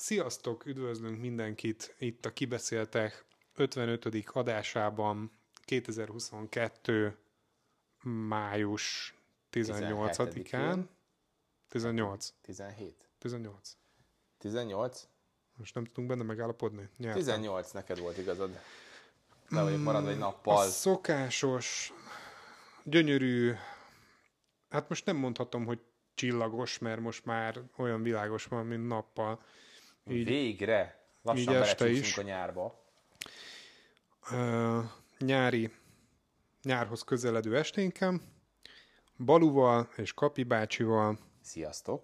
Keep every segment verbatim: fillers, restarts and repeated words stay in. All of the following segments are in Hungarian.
Sziasztok, üdvözlünk mindenkit itt a Kibeszéltek ötvenötödik adásában kétezer-huszonkettő. május tizennyolcadikán. tizennyolc. tizenhét. tizennyolc. tizennyolc? Most nem tudunk benne megállapodni? Nyertem. tizennyolc, neked volt igazad. Le vagyok maradva egy nappal. A szokásos, gyönyörű, hát most nem mondhatom, hogy csillagos, mert most már olyan világos van, mint nappal. Így, Végre! Lassan belecsúszunk a nyárba. Uh, nyári, nyárhoz közeledő esténken, Baluval és Kapi bácsival. Sziasztok!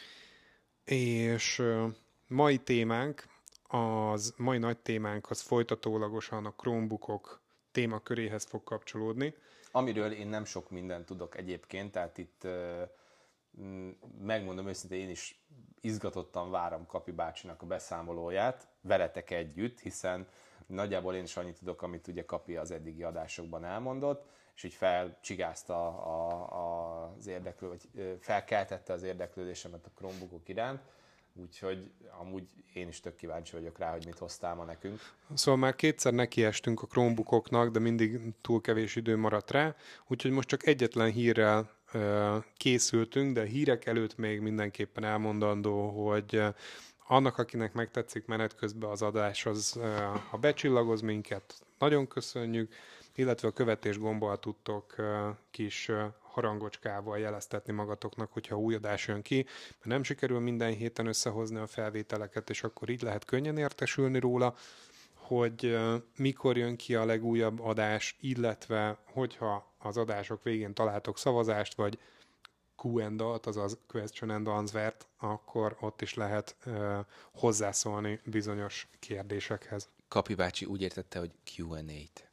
És uh, mai témánk, az mai nagy témánk az folytatólagosan a Chromebookok témaköréhez fog kapcsolódni. Amiről én nem sok mindent tudok egyébként, tehát itt uh, megmondom őszintén, én is izgatottan várom Kapi bácsinak a beszámolóját, veletek együtt, hiszen nagyjából én is annyit tudok, amit ugye Kapi az eddigi adásokban elmondott, és így felcsigázta a, a, az érdeklő, vagy felkeltette az érdeklődésemet a Chromebookok iránt, úgyhogy amúgy én is tök kíváncsi vagyok rá, hogy mit hoztál ma nekünk. Szóval már kétszer nekiestünk a Chromebookoknak, de mindig túl kevés idő maradt rá, úgyhogy most csak egyetlen hírrel készültünk, de a hírek előtt még mindenképpen elmondandó, hogy annak, akinek megtetszik menet közben az adás, az ha becsillagoz minket, nagyon köszönjük, illetve a követés gombbal tudtok kis harangocskával jeleztetni magatoknak, hogyha új adás jön ki, mert nem sikerül minden héten összehozni a felvételeket, és akkor így lehet könnyen értesülni róla, hogy mikor jön ki a legújabb adás, illetve hogyha az adások végén találtok szavazást, vagy Q and A-t, azaz Question and Answer-t, akkor ott is lehet uh, hozzászólni bizonyos kérdésekhez. Kapi bácsi úgy értette, hogy Q and A-t.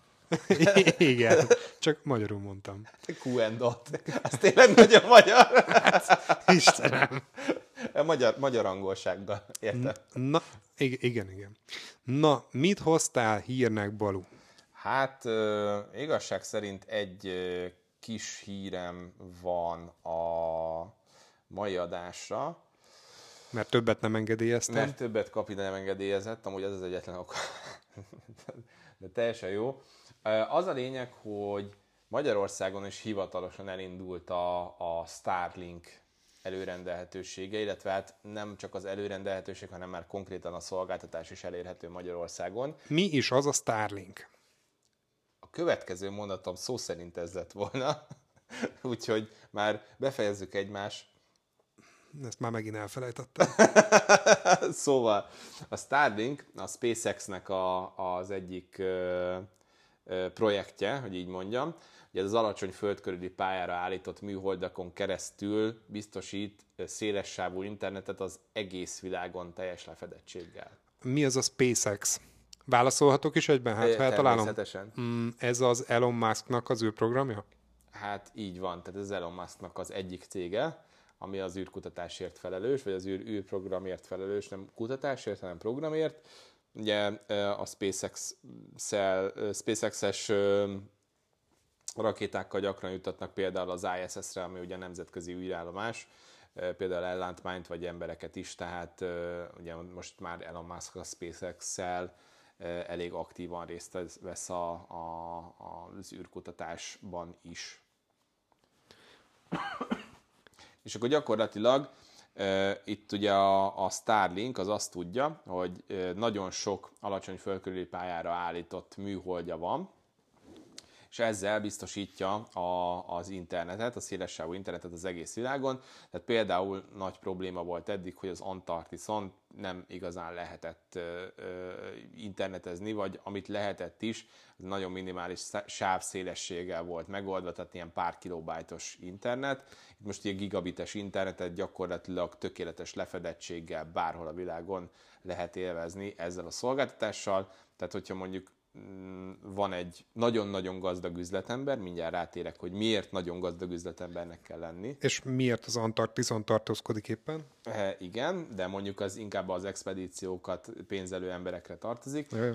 Igen, csak magyarul mondtam. Q and A-t. Az tényleg nagyon magyar. Istenem. Magyar, magyar angolsággal értem. Na, igen, igen. Na, mit hoztál hírnek, Balu? Hát uh, igazság szerint egy uh, kis hírem van a mai adásra. Mert többet nem engedélyeztem. Mert többet Kapi nem engedélyezett, amúgy az az egyetlen ok. De teljesen jó. Az a lényeg, hogy Magyarországon is hivatalosan elindult a, a Starlink előrendelhetősége, illetve hát nem csak az előrendelhetőség, hanem már konkrétan a szolgáltatás is elérhető Magyarországon. Mi is az a Starlink? A következő mondatom szó szerint ez lett volna, úgyhogy már befejezzük egymást. Ezt már megint elfelejtettem. Szóval a Starlink a SpaceX-nek a, az egyik ö, ö, projektje, hogy így mondjam, ugye az alacsony földkörüli pályára állított műholdakon keresztül biztosít szélessávú internetet az egész világon teljes lefedettséggel. Mi az a SpaceX? Válaszolhatok is egyben? Hát feltalálom. Természetesen. Mm, ez az Elon Musknak az ő programja? Hát így van, tehát ez Elon Musknak az egyik cége, ami az űrkutatásért felelős, vagy az űr, űrprogramért felelős, nem kutatásért, hanem programért. Ugye a SpaceX-es rakétákkal gyakran jutatnak például az I S S-re, ami ugye a nemzetközi űrállomás, például ellátmányt vagy embereket is, tehát ugye most már Elon Musk a SpaceX-szel elég aktívan részt vesz a, a, az űrkutatásban is. És akkor gyakorlatilag e, itt ugye a, a Starlink az azt tudja, hogy e, nagyon sok alacsony földkörüli pályára állított műholdja van, és ezzel biztosítja a, az internetet, a szélessávú internetet az egész világon. Tehát például nagy probléma volt eddig, hogy az Antarktiszon nem igazán lehetett ö, ö, internetezni, vagy amit lehetett is, az nagyon minimális sávszélességgel volt megoldva, tehát ilyen pár kilobájtos internet. Itt most ilyen gigabites internetet gyakorlatilag tökéletes lefedettséggel bárhol a világon lehet élvezni ezzel a szolgáltatással. Tehát hogyha mondjuk van egy nagyon-nagyon gazdag üzletember, mindjárt rátérek, hogy miért nagyon gazdag üzletembernek kell lenni. És miért az Antarktiszon tartózkodik éppen? E, igen, de mondjuk az inkább az expedíciókat pénzelő emberekre tartozik. Jaj.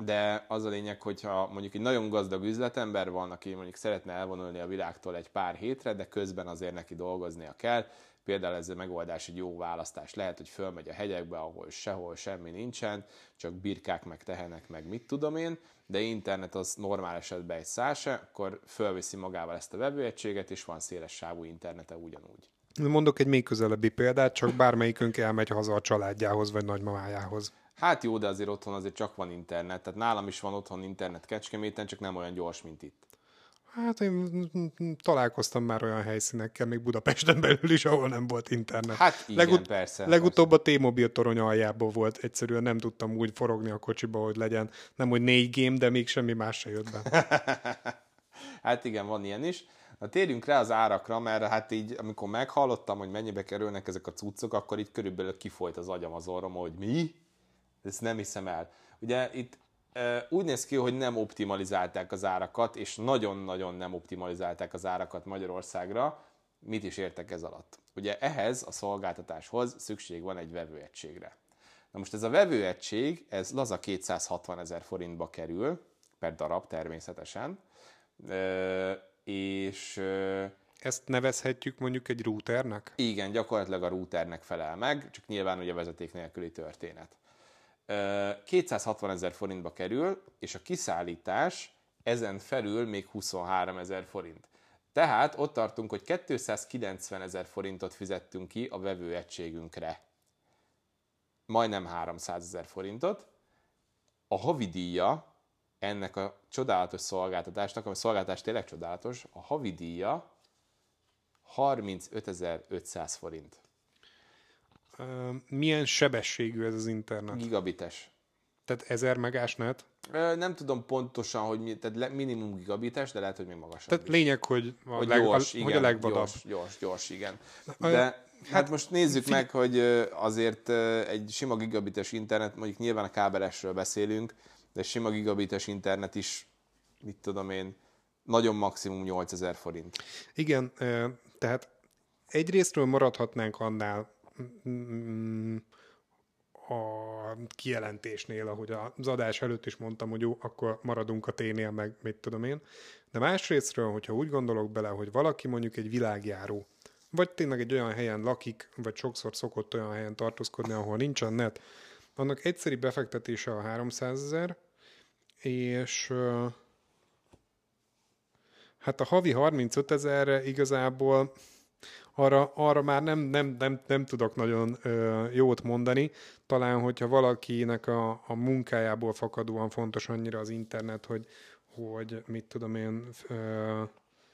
de az a lényeg, hogyha mondjuk egy nagyon gazdag üzletember van, aki mondjuk szeretne elvonulni a világtól egy pár hétre, de közben azért neki dolgoznia kell. Például ez a megoldás egy jó választás lehet, hogy fölmegy a hegyekbe, ahol sehol semmi nincsen, csak birkák meg tehenek meg mit tudom én, de internet az normál esetben egy szál se, akkor fölviszi magával ezt a vevőegységet, és van széles sávú internete ugyanúgy. Mondok egy még közelebbi példát, csak bármelyikünk elmegy haza a családjához vagy nagymamájához. Hát jó, de azért otthon azért csak van internet, tehát nálam is van otthon internet Kecskeméten, csak nem olyan gyors, mint itt. Hát én találkoztam már olyan helyszínekkel, még Budapesten belül is, ahol nem volt internet. Hát igen, Legut- persze. Legutóbb persze. a T-Mobile torony aljából volt, egyszerűen nem tudtam úgy forogni a kocsiba, hogy legyen nem hogy négy gém, de még semmi más se jött be. Hát igen, van ilyen is. Na, térjünk rá az árakra, mert hát így, amikor meghallottam, hogy mennyibe kerülnek ezek a cuccok, akkor így körülbelül kifolyt az agyam az orrom, hogy mi? Ezt nem hiszem el. Ugye itt e, úgy néz ki, hogy nem optimalizálták az árakat, és nagyon-nagyon nem optimalizálták az árakat Magyarországra. Mit is értek ez alatt? Ugye ehhez a szolgáltatáshoz szükség van egy vevőegységre. Na most ez a vevőegység, ez laza kétszázhatvan ezer forintba kerül, per darab természetesen, e, és... E, ezt nevezhetjük mondjuk egy routernek? Igen, gyakorlatilag a routernek felel meg, csak nyilván ugye vezeték nélküli történet. kétszázhatvan ezer forintba kerül, és a kiszállítás ezen felül még huszonhárom ezer forint. Tehát ott tartunk, hogy kétszázkilencven ezer forintot fizettünk ki a vevőegységünkre. Majdnem háromszáz ezer forintot. A havidíja ennek a csodálatos szolgáltatásnak, ami szolgáltatás tényleg csodálatos, a havidíja harmincötezer-ötszáz forint. Milyen sebességű ez az internet? Gigabites. Tehát ezer megás net? Nem tudom pontosan, hogy mi, tehát minimum gigabites, de lehet, hogy még magasabb. Tehát is. Lényeg, hogy a, hogy leg, gyors, a, igen, hogy a legvadabb. Gyors, gyors, gyors, igen. De hát most nézzük meg, hogy azért egy sima gigabites internet, mondjuk nyilván a kábelesről beszélünk, de sima gigabites internet is, mit tudom én, nagyon maximum nyolcezer forint. Igen, tehát egyrésztről maradhatnánk annál a kijelentésnél, ahogy az adás előtt is mondtam, hogy jó, akkor maradunk a ténél, meg mit tudom én. De másrésztről, hogyha úgy gondolok bele, hogy valaki mondjuk egy világjáró, vagy tényleg egy olyan helyen lakik, vagy sokszor szokott olyan helyen tartózkodni, ahol nincsen net, annak egyszeri befektetése a háromszázezer, és hát a havi harmincötezerre igazából arra, arra már nem, nem, nem, nem tudok nagyon ö, jót mondani. Talán, hogyha valakinek a, a munkájából fakadóan fontos annyira az internet, hogy, hogy mit tudom én, ö,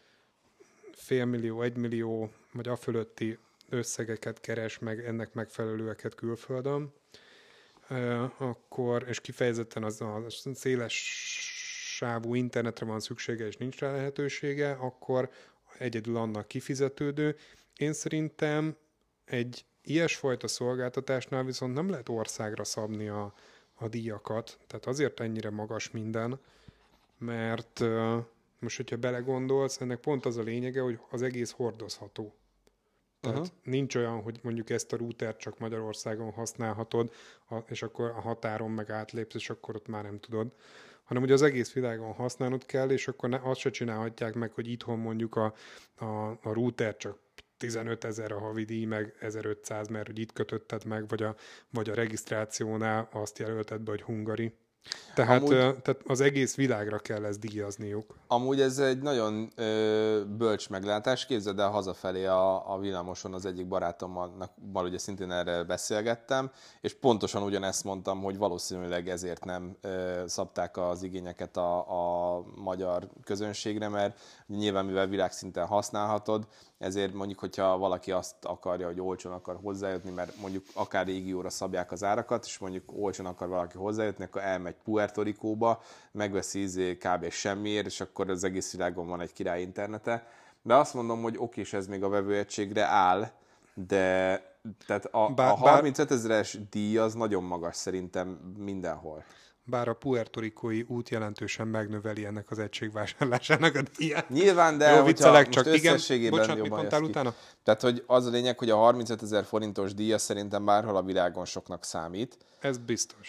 félmillió, egymillió, vagy a fölötti összegeket keres meg, ennek megfelelőeket külföldön, ö, akkor, és kifejezetten az a széles sávú internetre van szüksége, és nincs rá lehetősége, akkor egyedül annak kifizetődő. Én szerintem egy ilyesfajta szolgáltatásnál viszont nem lehet országra szabni a, a díjakat, tehát azért ennyire magas minden, mert uh, most, hogyha belegondolsz, ennek pont az a lényege, hogy az egész hordozható. Tehát uh-huh. nincs olyan, hogy mondjuk ezt a routert csak Magyarországon használhatod, és akkor a határon meg átlépsz, és akkor ott már nem tudod, hanem hogy az egész világon használnod kell, és akkor ne, azt se csinálhatják meg, hogy itthon mondjuk a, a, a router csak tizenötezer a havidíj, meg ezerötszáz, mert hogy itt kötötted meg, vagy a, vagy a regisztrációnál azt jelölted be, hogy hungari. Tehát, amúgy, tehát az egész világra kell ezt díjazniuk. Amúgy ez egy nagyon ö, bölcs meglátás. Képzeld el, hazafelé a, a villamoson az egyik barátommal, ugye szintén erre beszélgettem, és pontosan ugyanezt mondtam, hogy valószínűleg ezért nem ö, szabták az igényeket a, a magyar közönségre, mert nyilván mivel világszinten használhatod, ezért mondjuk, hogyha valaki azt akarja, hogy olcsón akar hozzájutni, mert mondjuk akár régióra szabják az árakat, és mondjuk olcsón akar valaki hozzájutni, akkor elmegy Puerto Ricóba, megveszi izé kb. Semmiért, és akkor az egész világon van egy király internete. De azt mondom, hogy oké, és ez még a vevőegységre áll, de tehát a, bár, a harmincötezeres díj az nagyon magas szerintem mindenhol. Bár a puertorikói út jelentősen megnöveli ennek az egységvásárlásának a díját. Nyilván, de jó, viccelek, csak igen, bocsánat, mit mondtál utána? Tehát, hogy az a lényeg, hogy a harmincötezer forintos díja szerintem bárhol a világon soknak számít. Ez biztos.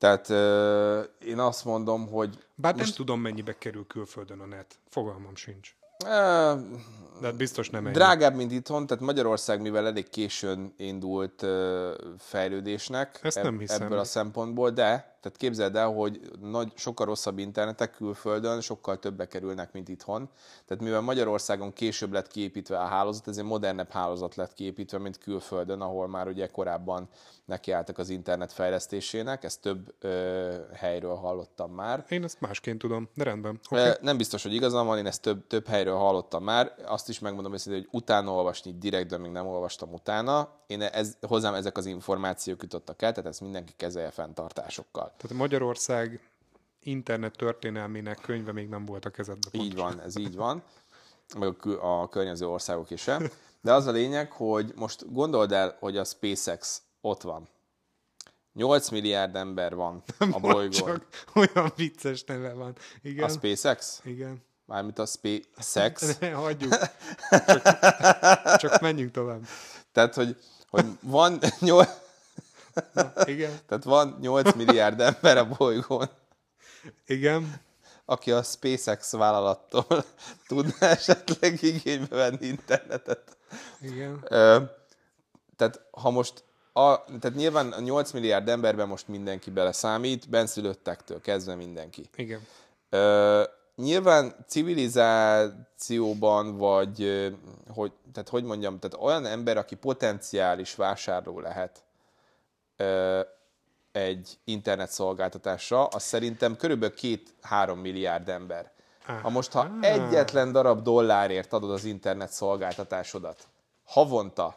Tehát euh, én azt mondom, hogy... Bár most... nem tudom, mennyibe kerül külföldön a net. Fogalmam sincs. Uh, De hát biztos nem ennyi. Drágább, mint itthon, tehát Magyarország, mivel elég későn indult uh, fejlődésnek Ezt nem hiszem. ebből a szempontból, de tehát képzeld el, hogy nagy, sokkal rosszabb internetek külföldön sokkal többe kerülnek, mint itthon. Tehát mivel Magyarországon később lett kiépítve a hálózat, ezért modernebb hálózat lett kiépítve, mint külföldön, ahol már ugye korábban nekiálltak az internet fejlesztésének. Ezt több uh, helyről hallottam már. Én ezt másként tudom, de rendben. Okay. Uh, nem biztos, hogy igazam van, én ezt több, több helyről hallottam már. Azt is megmondom őszintén, hogy utána olvasni direktben még nem olvastam utána. Én ez, hozzám ezek az információk jutottak el, tehát ezt mindenki kezelje fenntartásokkal. Tehát Magyarország internet történelmének könyve még nem volt a kezedbe. Így van, ez így van. Meg a, a környező országok is. De az a lényeg, hogy most gondold el, hogy a SpaceX ott van. nyolc milliárd ember van a bolygón. Csak olyan vicces neve van. Igen. A SpaceX? Igen. Mármint a SpaceX? Ne, hagyjuk. Csak, csak menjünk tovább. Tehát, hogy, hogy van nyolc... Na, igen. Tehát van nyolc milliárd ember a bolygón. Igen. Aki a SpaceX vállalattól tudna esetleg igénybe venni internetet. Igen. Ö, tehát ha most, a, tehát nyilván a nyolc milliárd emberben most mindenki beleszámít, benszülöttektől kezdve mindenki. Igen. Ö, nyilván civilizációban, vagy hogy, tehát hogy mondjam, tehát olyan ember, aki potenciális vásárló lehet ö, egy internetszolgáltatásra, az szerintem körülbelül két-három milliárd ember. Ha most, ha egyetlen darab dollárért adod az internet szolgáltatásodat, havonta,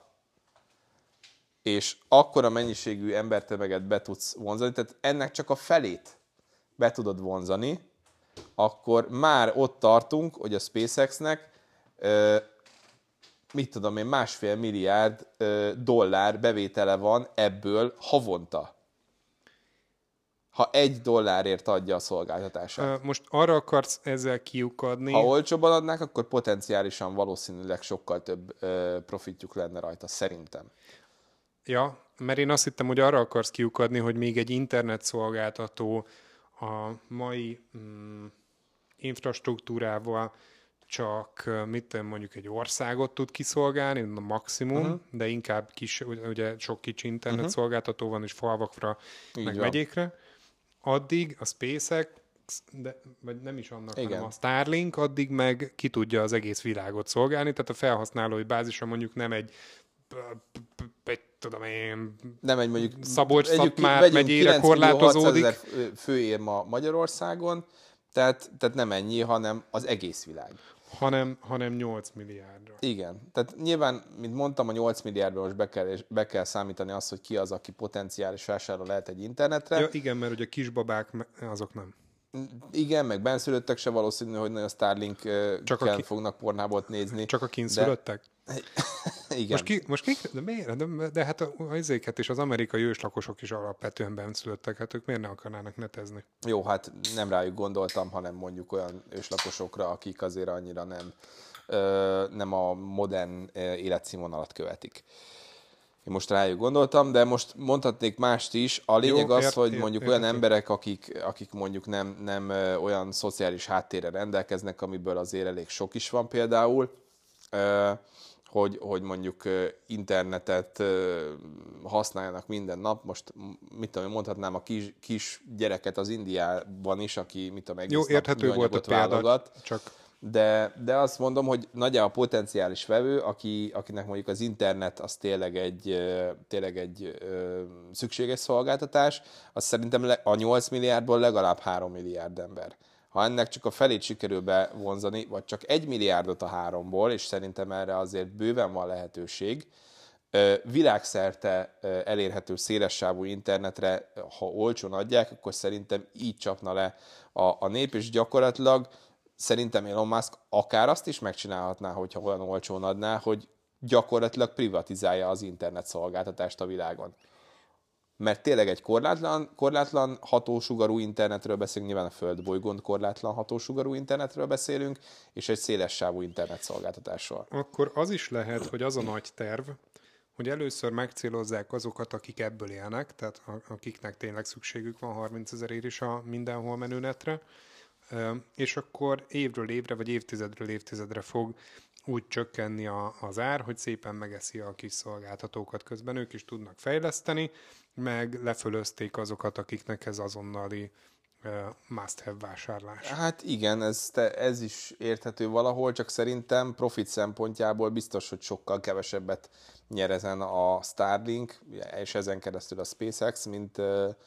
és akkora mennyiségű embertömeget be tudsz vonzani, tehát ennek csak a felét be tudod vonzani, akkor már ott tartunk, hogy a SpaceX-nek euh, mit tudom én, másfél milliárd euh, dollár bevétele van ebből havonta. Ha egy dollárért adja a szolgáltatását. Most arra akarsz ezzel kiukadni? Ha olcsóban adnák, akkor potenciálisan valószínűleg sokkal több ö, profitjuk lenne rajta, szerintem. Ja, mert én azt hittem, hogy arra akarsz kiukadni, hogy még egy internetszolgáltató a mai mm, infrastruktúrával csak, mit tudom, mondjuk egy országot tud kiszolgálni, a maximum, uh-huh. de inkább kis, ugye sok kicsi internetszolgáltató van, és falvakra, így meg van. megyékre. Addig a SpaceX, de, vagy nem is annak, igen. hanem a Starlink, addig meg ki tudja az egész világot szolgálni, tehát a felhasználói bázisa mondjuk nem egy, egy tudom én, nem egy mondjuk Szabolcs-Szatmár megyére korlátozódik. Főér ma Magyarországon, tehát, tehát nem ennyi, hanem az egész világ. Hanem, hanem nyolc milliárdra. Igen. Tehát nyilván, mint mondtam, a nyolc milliárdban most be kell, be kell számítani azt, hogy ki az, aki potenciális vásárló lehet egy internetre. Ja, igen, mert ugye kisbabák, azok nem. Igen, meg benszülöttek se valószínű, hogy nagyon Starlink-kel ki... fognak pornábot nézni. Csak a kínszülöttek? De... Igen. Most ki, most ki, de miért? De, de hát az és az amerikai őslakosok is alapvetően benszülöttek, hát ők miért ne akarnának netezni? Jó, hát nem rájuk gondoltam, hanem mondjuk olyan őslakosokra, akik azért annyira nem, ö, nem a modern életszínvonalat követik. Én most rájuk gondoltam, de most mondhatnék mást is. A lényeg Jó, az, ért, hogy ért, mondjuk ért, olyan ért. emberek, akik, akik mondjuk nem, nem olyan szociális háttérrel rendelkeznek, amiből azért elég sok is van például, ö, Hogy, hogy mondjuk internetet használjanak minden nap. Most mit tudom, mondhatnám a kis, kis gyereket az Indiában is, aki mit tudom, egész Jó, érthető nap volt a válogat. Csak... De, de azt mondom, hogy nagy a potenciális vevő, aki, akinek mondjuk az internet az tényleg egy, tényleg egy ö, szükséges szolgáltatás, az szerintem a nyolc milliárdból legalább három milliárd ember. Ha ennek csak a felét sikerül bevonzani, vagy csak egy milliárdot a háromból, és szerintem erre azért bőven van lehetőség, világszerte elérhető szélessávú internetre, ha olcsón adják, akkor szerintem így csapna le a, a nép, és gyakorlatilag szerintem Elon Musk akár azt is megcsinálhatná, hogyha olyan olcsón adná, hogy gyakorlatilag privatizálja az internet szolgáltatást a világon. Mert tényleg egy korlátlan, korlátlan hatósugarú internetről beszélünk, nyilván a földbolygón korlátlan hatósugarú internetről beszélünk, és egy szélessávú internet szolgáltatásról. Akkor az is lehet, hogy az a nagy terv, hogy először megcélozzák azokat, akik ebből élnek, tehát akiknek tényleg szükségük van harmincezerért is a mindenhol menünetre, és akkor évről évre, vagy évtizedről évtizedre fog úgy csökkenni a, az ár, hogy szépen megeszi a kis szolgáltatókat. Közben ők is tudnak fejleszteni, meg lefölözték azokat, akiknek ez azonnali must-have vásárlás. Hát igen, ez, te, ez is érthető valahol, csak szerintem profit szempontjából biztos, hogy sokkal kevesebbet nyer ezen a Starlink, és ezen keresztül a SpaceX, mint,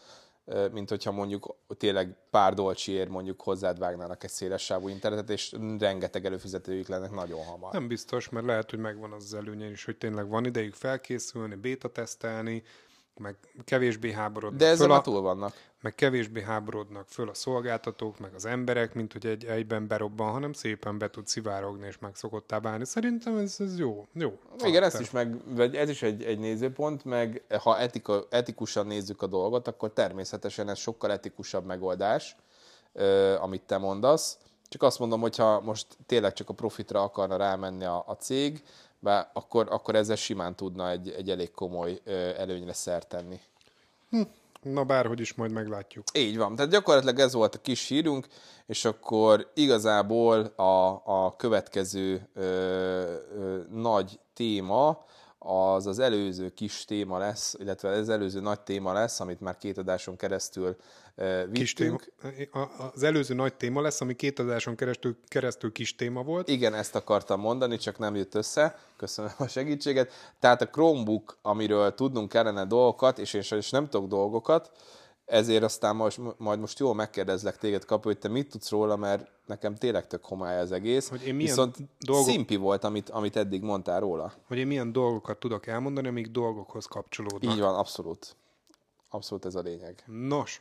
mint hogyha mondjuk tényleg pár dolcsiért mondjuk hozzád vágnának egy széles sávú internetet, és rengeteg előfizetőjük lennek nagyon hamar. Nem biztos, mert lehet, hogy megvan az, az előnye is, hogy tényleg van idejük felkészülni, béta tesztelni, meg kevésbé háborodnak De ezzel föl a, már túl vannak. meg kevésbé háborodnak föl a szolgáltatók, meg az emberek, mint hogy egy egyben berobban, hanem szépen be tud szivárogni és meg szokottá válni. Szerintem ez, ez jó. jó. Igen, ez is, meg, vagy ez is egy, egy nézőpont, meg ha etika, etikusan nézzük a dolgot, akkor természetesen ez sokkal etikusabb megoldás, amit te mondasz. Csak azt mondom, hogyha most tényleg csak a profitra akarna rámenni a, a cég, bár akkor, akkor ezzel simán tudna egy, egy elég komoly ö, előnyre szert tenni. Hm. Na bárhogy is majd meglátjuk. Így van. Tehát gyakorlatilag ez volt a kis hírünk, és akkor igazából a, a következő ö, ö, nagy téma az az előző kis téma lesz, illetve az előző nagy téma lesz, amit már két adáson keresztül uh, vittünk. Kis téma. Az előző nagy téma lesz, ami két adáson keresztül, keresztül kis téma volt. Igen, ezt akartam mondani, csak nem jött össze. Köszönöm a segítséget. Tehát a Chromebook, amiről tudnunk kellene dolgokat, és én is nem tudok dolgokat, ezért aztán most, majd most jól megkérdezlek téged, Kapu, hogy te mit tudsz róla, mert nekem tényleg tök homály az egész. Hogy én milyen Viszont dolgok... szimpi volt, amit, amit eddig mondtál róla. Hogy én milyen dolgokat tudok elmondani, amik dolgokhoz kapcsolódnak. Így van, abszolút. Abszolút ez a lényeg. Nos.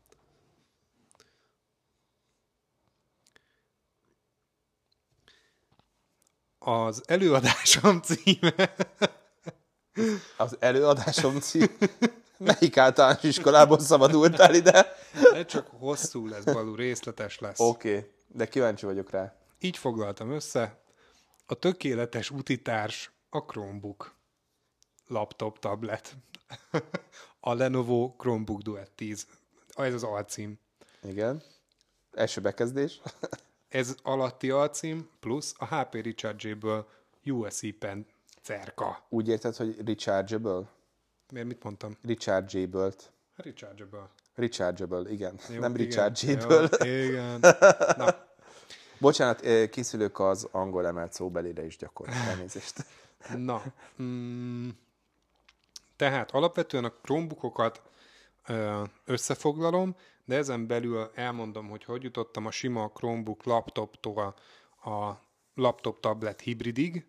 Az előadásom címe... Az előadásom címe... Melyik általános iskolából szabadultál ide? De csak hosszú lesz, Balú, részletes lesz. Oké, okay, de kíváncsi vagyok rá. Így foglaltam össze. A tökéletes utitárs a Chromebook. Laptop, tablet. A Lenovo Chromebook Duet tíz. Ez az alcím. Igen. Első bekezdés. Ez alatti alcím, plusz a há pé Rechargeable u es bé pen cerka. Úgy érted, hogy rechargeable? Miért mit mondtam? Rechargeable-t. Rechargeable. Rechargeable, igen. Jó, nem igen. rechargeable. Jó, igen. Na. Bocsánat, készülök az angol emelt szóbelére is gyakorlatilag. Elnézést. Na. Mm, tehát alapvetően a Chromebookokat összefoglalom, de ezen belül elmondom, hogy hogy jutottam a sima Chromebook laptoptól a laptop-tablet hibridig,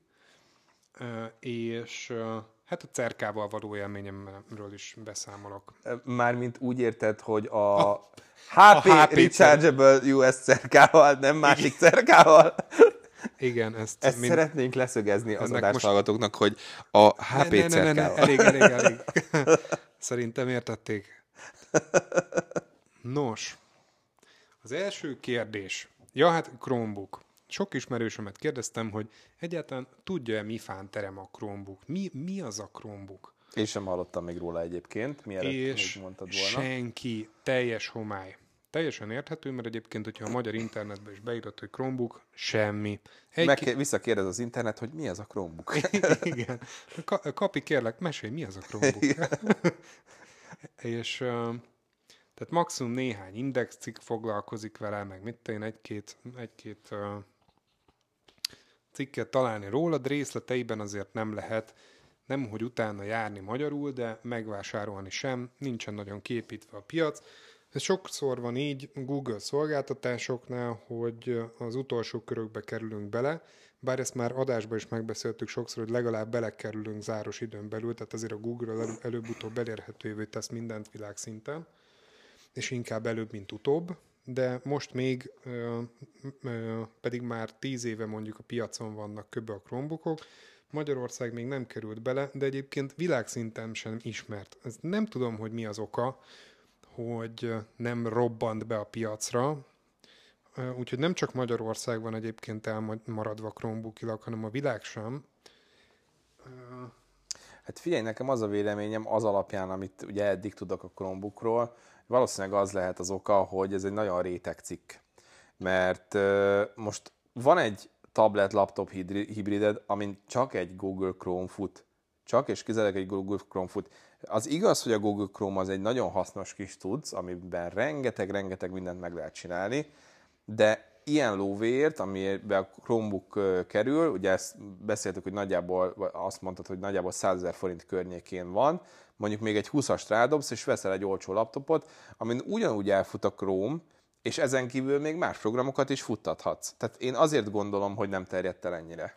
és hát a cerkával való élményemről is beszámolok. Mármint úgy érted, hogy a, a há pé, a há pé Rechargeable u es cerkával, nem másik cerkával? Igen, ezt... Ezt mind... szeretnénk leszögezni az adáshallgatóknak, most... hogy a há pé ne, ne, cerkával. Ne, ne, ne, elég, elég, elég. Szerintem értették. Nos, az első kérdés. Ja, hát Chromebook. Sok ismerősömet kérdeztem, hogy egyáltalán tudja-e, mi fán terem a Chromebook? Mi, mi az a Chromebook? Én sem hallottam még róla egyébként, mielőtt és még mondtad volna. senki, teljes homály. Teljesen érthető, mert egyébként, hogyha a magyar internetben is beírod, hogy Chromebook, semmi. Egy... Meg visszakérdez az internet, hogy mi az a Chromebook. Igen. Ka- Kapi, kérlek, mesélj, mi az a Chromebook? És tehát maximum néhány indexcikk foglalkozik vele, meg mit én egy-két, egy-két uh, cikket találni róla, de részleteiben azért nem lehet, nem hogy utána járni magyarul, de megvásárolni sem, nincsen nagyon kiépítve a piac. Ez sokszor van így Google szolgáltatásoknál, hogy az utolsó körökbe kerülünk bele, bár ezt már adásban is megbeszéltük sokszor, hogy legalább belekerülünk záros időn belül, tehát azért a Google elő, előbb-utóbb elérhetővé tesz mindent világszinten, és inkább előbb, mint utóbb, de most még ö, ö, pedig már tíz éve mondjuk a piacon vannak kb. A Chromebookok, Magyarország még nem került bele, de egyébként világszinten sem ismert. Ez nem tudom, hogy mi az oka, hogy nem robbant be a piacra, úgyhogy nem csak Magyarország van egyébként elmaradva Chromebookilag, hanem a világ sem. Hát figyelj, nekem az a véleményem az alapján, amit ugye eddig tudok a Chromebookról, valószínűleg az lehet az oka, hogy ez egy nagyon réteg cikk. Mert uh, most van egy tablet-laptop hibrided, amin csak egy Google Chrome fut. Csak és kizárólag egy Google Chrome fut. Az igaz, hogy a Google Chrome az egy nagyon hasznos kis tudsz, amiben rengeteg-rengeteg mindent meg lehet csinálni, de ilyen lóvéért, amiben a Chromebook kerül, ugye ezt beszéltük, hogy nagyjából, azt mondtad, hogy nagyjából százezer forint környékén van, mondjuk még egy húszast rádobsz, és veszel egy olcsó laptopot, amin ugyanúgy elfut a Chrome, és ezen kívül még más programokat is futtathatsz. Tehát én azért gondolom, hogy nem terjedt el ennyire.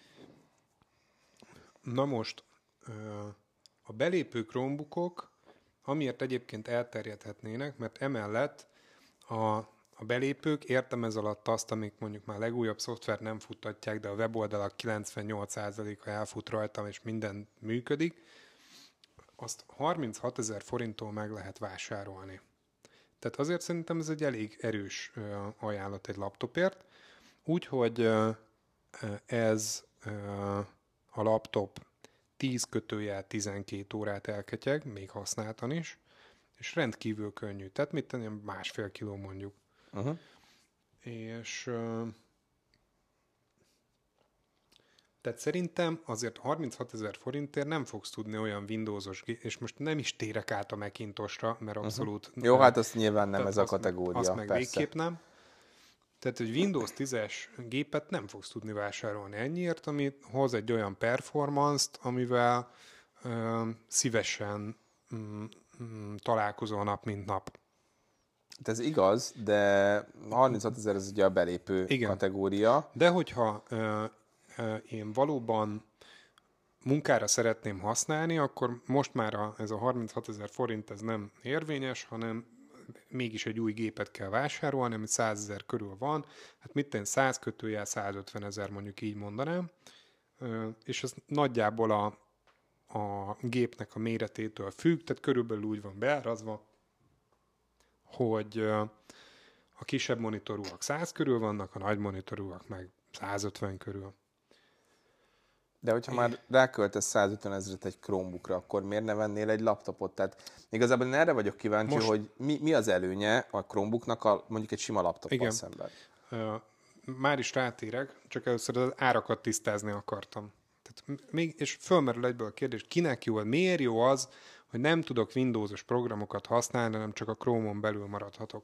Na most, a belépő Chromebookok, amiért egyébként elterjedhetnének, mert emellett a A belépők, értem ez alatt azt, amik mondjuk már legújabb szoftvert nem futtatják, de a weboldalak kilencvennyolc százaléka elfut rajta, és minden működik, azt harminchatozer forinttól meg lehet vásárolni. Tehát azért szerintem ez egy elég erős ajánlat egy laptopért, úgyhogy ez a laptop tíz kötőjel tizenkét órát elketyeg, még használtan is, és rendkívül könnyű. Tehát mit tenni, másfél kiló mondjuk. Uh-huh. És uh, tehát szerintem azért harminchatozer forintért nem fogsz tudni olyan Windowsos, és most nem is térek át a Macintosra, mert abszolút... Uh-huh. Jó, hát azt nyilván nem ez a kategória. Azt meg persze. Végképp nem. Tehát egy Windows tízes gépet nem fogsz tudni vásárolni ennyiért, ami hoz egy olyan performance-t, amivel uh, szívesen um, um, találkozol nap, mint nap. Ez igaz, de harminchatozer ez ugye a belépő igen. kategória. De hogyha ö, ö, én valóban munkára szeretném használni, akkor most már a, ez a harminchatozer forint ez nem érvényes, hanem mégis egy új gépet kell vásárolni, ami százezer körül van. Hát mit tenni, száz kötőjel százötvenezer mondjuk így mondanám. Ö, és ez nagyjából a, a gépnek a méretétől függ, tehát körülbelül úgy van beárazva, hogy a kisebb monitorúak száz körül vannak, a nagy monitorúak meg százötven körül. De hogyha én... már ráköltesz százötven ezret egy Chromebookra, akkor miért ne vennél egy laptopot? Tehát igazából én erre vagyok kíváncsi, Most... hogy mi, mi az előnye a Chromebooknak a, mondjuk egy sima laptoppal szemben. Uh, már is rátérek, csak először az árakat tisztázni akartam. Tehát még, és fölmerül egyből a kérdés, kinek jó, miért jó az, hogy nem tudok Windowsos programokat használni, hanem csak a Chrome-on belül maradhatok.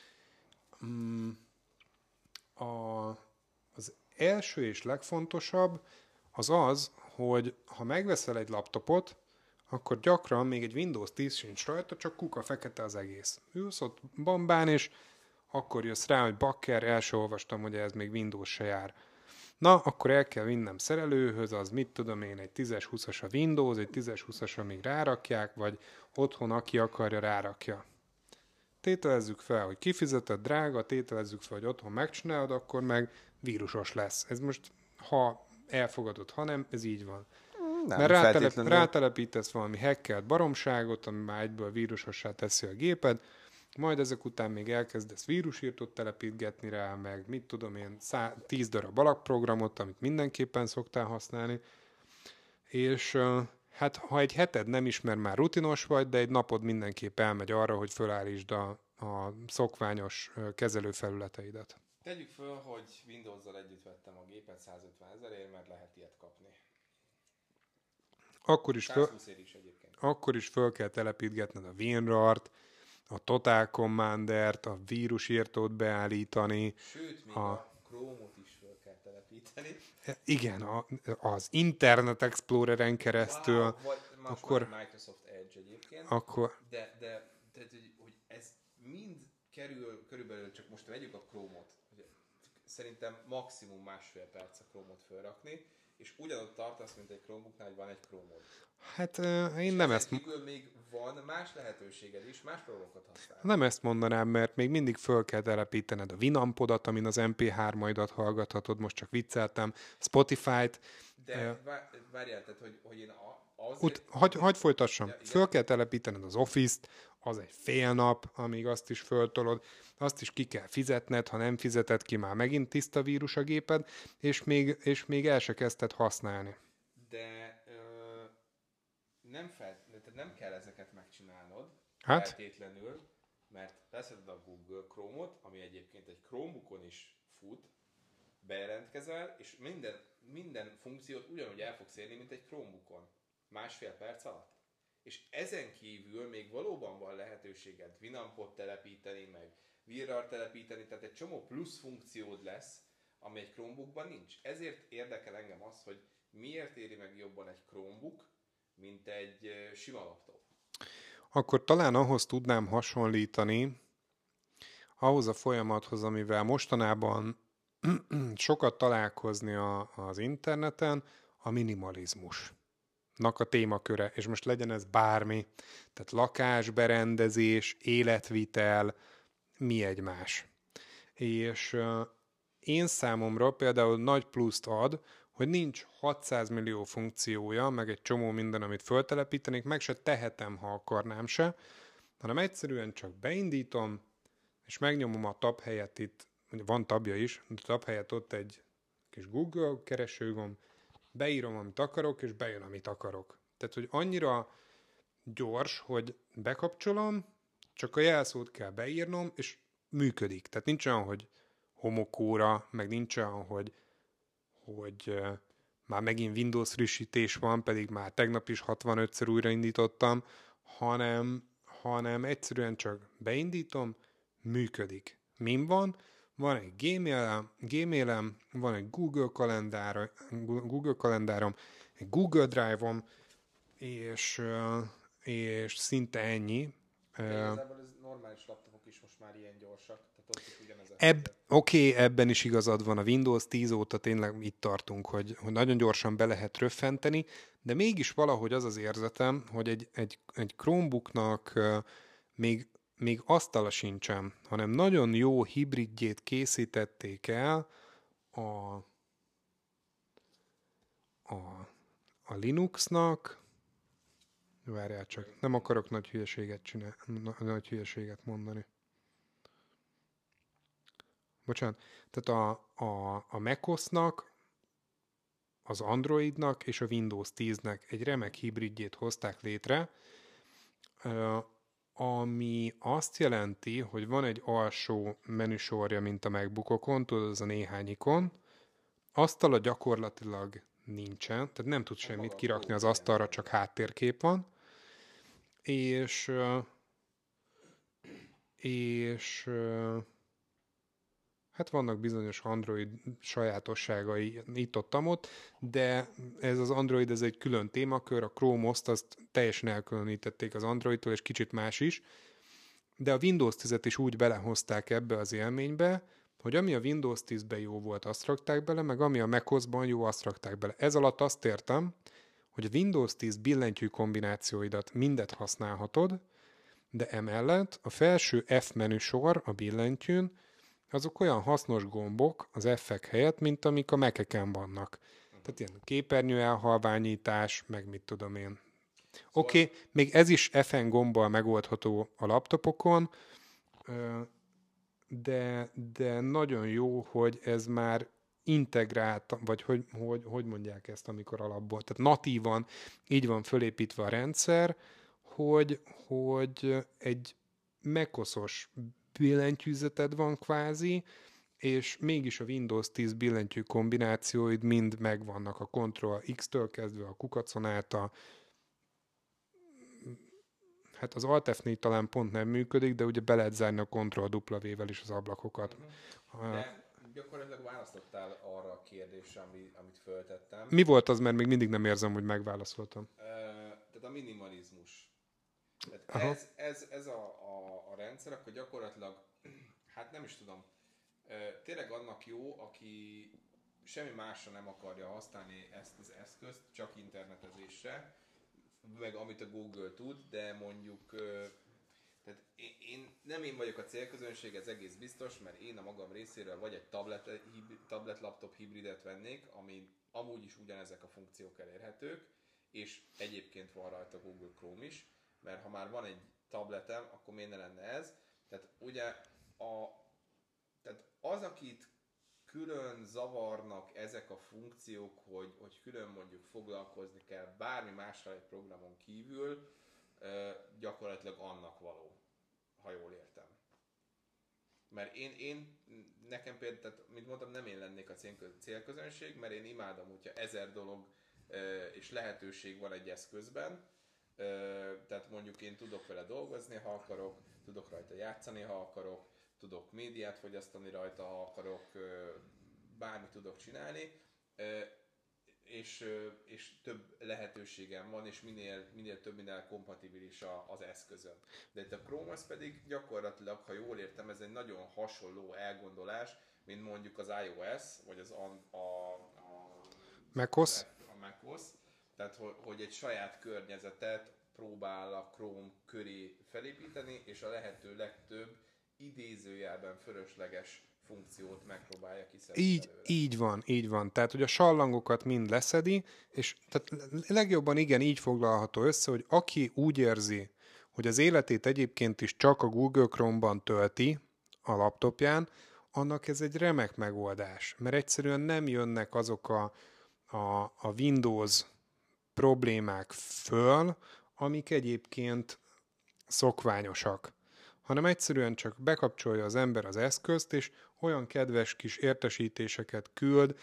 A, az első és legfontosabb az az, hogy ha megveszel egy laptopot, akkor gyakran még egy Windows tíz sincs rajta, csak kuka fekete az egész. Ülsz ott bambán, és akkor jössz rá, hogy bakker, el se olvastam, hogy ez még Windows se jár. Na, akkor el kell vinnem szerelőhöz, az mit tudom én, egy tízes húszas a Windows, egy tízes húszasra még rárakják, vagy otthon aki akarja, rárakja. Tételezzük fel, hogy kifizetett, drága, tételezzük fel, hogy otthon megcsinálod, akkor meg vírusos lesz. Ez most, ha elfogadod, ha nem, ez így van. Nem, mert rátelep, rátelepítesz valami hackelt baromságot, ami már egyből vírusossá teszi a géped, majd ezek után még elkezdesz vírusírtót telepítgetni rá, meg mit tudom én, szá- tíz darab alapprogramot, amit mindenképpen szoktál használni, és uh, hát ha egy heted nem ismer, már rutinos vagy, de egy napod mindenképp elmegy arra, hogy fölállítsd a, a szokványos uh, kezelőfelületeidet. Tegyük föl, hogy Windows-zal együtt vettem a gépet százötven ezerért, mert lehet ilyet kapni. Akkor is, föl, is egyébként. akkor is föl kell telepítgetned a WinRAR-t, a Total Commander-t, a vírusírtót beállítani. Sőt, még a, a Chrome-ot is föl kell telepíteni. Igen, a, az Internet Exploreren keresztül. Wow, vagy akkor, Microsoft Edge egyébként. Akkor, de, de tehát, hogy, hogy ez mind kerül, körülbelül csak most vegyük a Chrome-ot. Szerintem maximum másfél perc a Chrome-ot felrakni, és ugyanott tartasz, mint egy Chromebooknál, hogy van egy Chrome-od. Hát uh, én nem ezt... Kívül még van más lehetőséged is, más programokat használni. Nem ezt mondanám, mert még mindig föl kell telepítened a Winampodat, amin az em pé hármaidat hallgathatod, most csak vicceltem, Spotify-t. De uh, várjál, tehát, hogy, hogy én azért... Ut, hagy, hagy folytassam. Ja, föl kell telepítened az Office-t, az egy fél nap, amíg azt is föltolod, azt is ki kell fizetned, ha nem fizeted ki, már megint tiszta vírus a géped, és még, és még el se kezdted használni. De ö, nem, fel, tehát nem kell ezeket megcsinálnod Hát? feltétlenül, mert leszeded a Google Chrome-ot, ami egyébként egy Chromebookon is fut, bejelentkezel, és minden, minden funkciót ugyanúgy el fogsz érni, mint egy Chromebookon. Másfél perc alatt. És ezen kívül még valóban van lehetőséged Winampot telepíteni, meg Virrar telepíteni, tehát egy csomó plusz funkciód lesz, ami egy Chromebookban nincs. Ezért érdekel engem az, hogy miért éri meg jobban egy Chromebook, mint egy sima laptop. Akkor talán ahhoz tudnám hasonlítani, ahhoz a folyamathoz, amivel mostanában sokat találkozni a, az interneten, a minimalizmusnak a témaköre, és most legyen ez bármi, tehát lakásberendezés, életvitel, mi egymás. És uh, én számomra például nagy pluszt ad, hogy nincs hatszáz millió funkciója, meg egy csomó minden, amit föltelepítenék, meg se tehetem, ha akarnám se, hanem egyszerűen csak beindítom, és megnyomom a tab helyett itt, van tabja is, de tab helyett ott egy kis Google keresőgomb, beírom, amit akarok, és bejön, amit akarok. Tehát, hogy annyira gyors, hogy bekapcsolom, csak a jelszót kell beírnom, és működik. Tehát nincs olyan, hogy homokóra, meg nincs olyan, hogy, hogy uh, már megint Windows frissítés van, pedig már tegnap is hatvanötször újraindítottam, hanem, hanem egyszerűen csak beindítom, működik. Min van? Van egy Gmail-em, Gmail-em, van egy Google kalendárom, Google kalendárom, egy Google Drive-om, és, és szinte ennyi. De igazából ez normális laptopok is most már ilyen gyorsak, tehát ott is ugyanez a Ebb, Oké, okay, ebben is igazad van. A Windows tíz óta tényleg itt tartunk, hogy, hogy nagyon gyorsan be lehet röffenteni, de mégis valahogy az az érzetem, hogy egy, egy, egy Chromebooknak még még asztala sincsen, hanem nagyon jó hibridjét készítették el a, a, a Linuxnak. Várjál csak, nem akarok nagy hülyeséget csinálni, nagy hülyeséget mondani. Bocsánat, tehát a, a, a macOS-nak, az Androidnak és a Windows tíznek egy remek hibridjét hozták létre, ami azt jelenti, hogy van egy alsó menüsorja, mint a MacBookokon, tudod, az a néhány ikon, asztala gyakorlatilag nincsen, tehát nem tud semmit kirakni az asztalra, csak háttérkép van, és és hát vannak bizonyos Android sajátosságai itt-ott-ott, de ez az Android, ez egy külön témakör, a Chrome o es t azt teljesen elkülönítették az Androidtól, és kicsit más is, de a Windows tízet is úgy belehozták ebbe az élménybe, hogy ami a Windows tízben jó volt, azt rakták bele, meg ami a macOS-ban jó, azt rakták bele. Ez alatt azt értem, hogy a Windows tíz billentyű kombinációidat mindet használhatod, de emellett a felső F menüsor a billentyűn, azok olyan hasznos gombok az F-ek helyett, mint amik a Mac-eken vannak. Uh-huh. Tehát ilyen képernyő elhalványítás, meg mit tudom én. Szóval... Oké, okay, még ez is F N gombbal megoldható a laptopokon, de, de nagyon jó, hogy ez már integrált, vagy hogy, hogy, hogy mondják ezt, amikor alapból. Tehát natívan így van fölépítve a rendszer, hogy, hogy egy macOS-os billentyűzeted van kvázi, és mégis a Windows tíz billentyű kombinációid mind megvannak, a Ctrl X-től kezdve a kukacon át a hát az Alt F négy talán pont nem működik, de ugye be lehet zárni a Ctrl W-vel is az ablakokat. Uh-huh. De gyakorlatilag választottál arra a kérdésre, amit föltettem. Mi volt az, mert még mindig nem érzem, hogy megválaszoltam. Uh, tehát a minimalizmus. Tehát ez, ez, ez a, a, a rendszer, akkor gyakorlatilag, hát nem is tudom, tényleg annak jó, aki semmi másra nem akarja használni ezt az eszközt, csak internetezésre, meg amit a Google tud, de mondjuk, tehát én, nem én vagyok a célközönség, ez egész biztos, mert én a magam részéről vagy egy tablet, tablet laptop hibridet vennék, ami amúgy is ugyanezek a funkciók elérhetők, és egyébként van rajta Google Chrome is, mert ha már van egy tabletem, akkor miért ne lenne ez? Tehát ugye a, tehát az, akit külön zavarnak ezek a funkciók, hogy, hogy külön mondjuk foglalkozni kell bármi mással egy programon kívül, gyakorlatilag annak való, ha jól értem. Mert én, én nekem például, tehát, mint mondtam, nem én lennék a célközönség, mert én imádom, hogyha ezer dolog és lehetőség van egy eszközben, tehát mondjuk én tudok vele dolgozni, ha akarok, tudok rajta játszani, ha akarok, tudok médiát fogyasztani rajta, ha akarok, bármit tudok csinálni, és, és több lehetőségem van, és minél, minél több minden kompatibilis az eszközön. De itt a Chrome az pedig gyakorlatilag, ha jól értem, ez egy nagyon hasonló elgondolás, mint mondjuk az iOS, vagy az a, a, a macOS. A macOS. Tehát, hogy egy saját környezetet próbál a Chrome köré felépíteni, és a lehető legtöbb idézőjelben fölösleges funkciót megpróbálja kiszedni. Így, így van, így van. Tehát, hogy a sallangokat mind leszedi, és tehát legjobban igen, így foglalható össze, hogy aki úgy érzi, hogy az életét egyébként is csak a Google Chrome-ban tölti a laptopján, annak ez egy remek megoldás. Mert egyszerűen nem jönnek azok a, a, a Windows problémák föl, amik egyébként szokványosak, hanem egyszerűen csak bekapcsolja az ember az eszközt, és olyan kedves kis értesítéseket küld,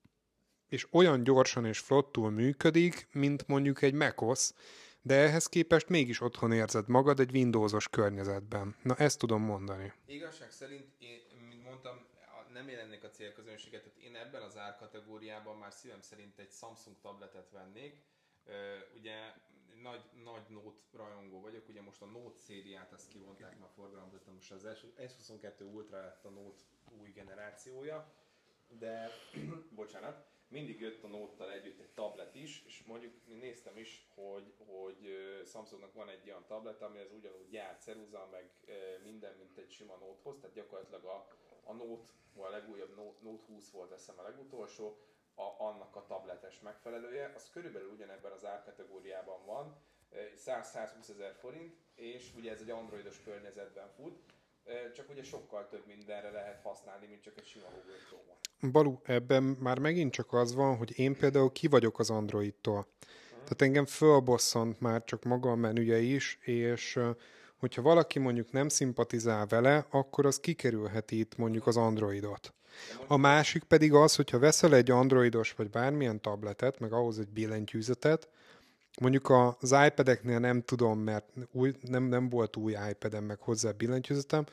és olyan gyorsan és flottul működik, mint mondjuk egy macOS, de ehhez képest mégis otthon érzed magad egy Windowsos környezetben. Na, ezt tudom mondani. Igazság szerint, én, mint mondtam, nem jelennék a célközönséget, tehát én ebben az árkategóriában már szívem szerint egy Samsung tabletet vennék. Ugye nagy, nagy Note rajongó vagyok, ugye most a Note szériát ezt kivonták, már forgalomba, most az S huszonkettő Ultra lett a Note új generációja, de bocsánat, mindig jött a Note-tal együtt egy tablet is, és mondjuk néztem is, hogy, hogy Samsungnak van egy olyan tablet, ami az ugyanúgy jár ceruza, meg minden, mint egy sima Note-hoz, tehát gyakorlatilag a, a Note, a legújabb Note húsz volt, azt hiszem a legutolsó, A, annak a tabletes megfelelője, az körülbelül ugyanebben az árkategóriában van, száz-százhúsz ezer forint, és ugye ez egy androidos környezetben fut, csak ugye sokkal több mindenre lehet használni, mint csak egy sima Google Chrome-ot. Balú, ebben már megint csak az van, hogy én például ki vagyok az Androidtól. Hmm. Tehát engem fölbosszant már csak maga a menüje is, és hogyha valaki mondjuk nem szimpatizál vele, akkor az kikerülheti itt mondjuk az Androidot. A másik pedig az, hogyha veszel egy androidos vagy bármilyen tabletet, meg ahhoz egy billentyűzetet, mondjuk az iPad-eknél nem tudom, mert új, nem, nem volt új iPad-em, meg hozzá billentyűzetem,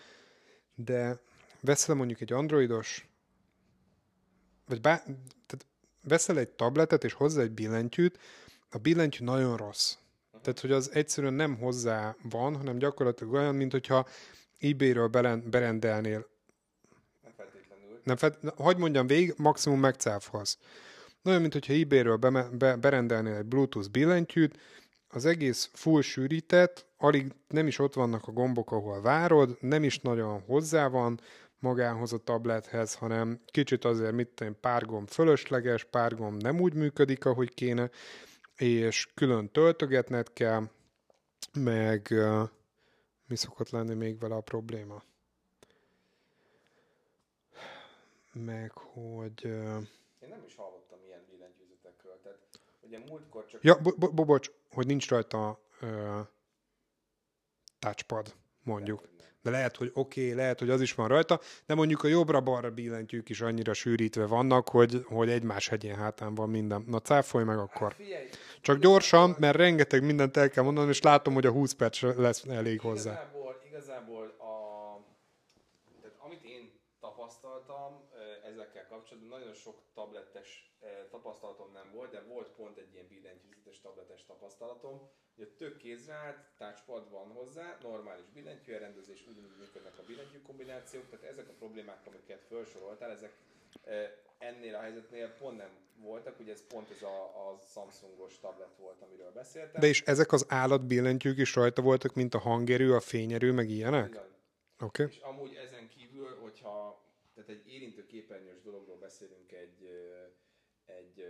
de veszel mondjuk egy androidos, vagy bár, tehát veszel egy tabletet és hozzá egy billentyűt, a billentyű nagyon rossz. Tehát, hogy az egyszerűen nem hozzá van, hanem gyakorlatilag olyan, mint hogyha eBay-ről berendelnél. Nem feltétlenül. Nem felt, hagyd mondjam végig, maximum megcáfolsz. Olyan, mint hogyha eBay-ről be, be, berendelnél egy Bluetooth billentyűt, az egész full sűrített, alig nem is ott vannak a gombok, ahol várod, nem is nagyon hozzá van magához a tablethez, hanem kicsit azért, mit tudom, pár gomb fölösleges, pár gomb nem úgy működik, ahogy kéne, és külön töltögetned kell, meg uh, mi szokott lenni még vele a probléma? Meg, hogy... Uh, Én nem is hallottam ilyen billentyűzetekről, tehát ugye múltkor csak... Ja, bo- bo- bocs, hogy nincs rajta uh, touchpad, mondjuk. De lehet, hogy oké, okay, lehet, hogy az is van rajta, de mondjuk a jobbra-balra billentyűk is annyira sűrítve vannak, hogy, hogy egymás hegyén hátán van minden. Na, cáfolj meg akkor. Hát figyelj, csak gyorsan, mert rengeteg mindent el kell mondanom, és látom, hogy a húsz perc lesz elég hozzá. Igazából, igazából a, tehát amit én tapasztaltam ezekkel kapcsolatban, nagyon sok tabletes tapasztalatom nem volt, de volt pont egy ilyen billentyűzetes tabletes tapasztalatom, hogy a tök kézre állt, touchpad van hozzá, normális billentyűelrendezés, ugyanúgy működnek a billentyű kombinációk, tehát ezek a problémák, amiket felsoroltál, ezek ennél a helyzetnél pont nem voltak, ugye ez pont ez a, a Samsungos tablet volt, amiről beszéltem. De és ezek az állatbillentyűk is rajta voltak, mint a hangerő, a fényerő, meg ilyenek? Oké. Okay. És amúgy ezen kívül, hogyha tehát egy érintő képernyős dologról beszélünk egy, egy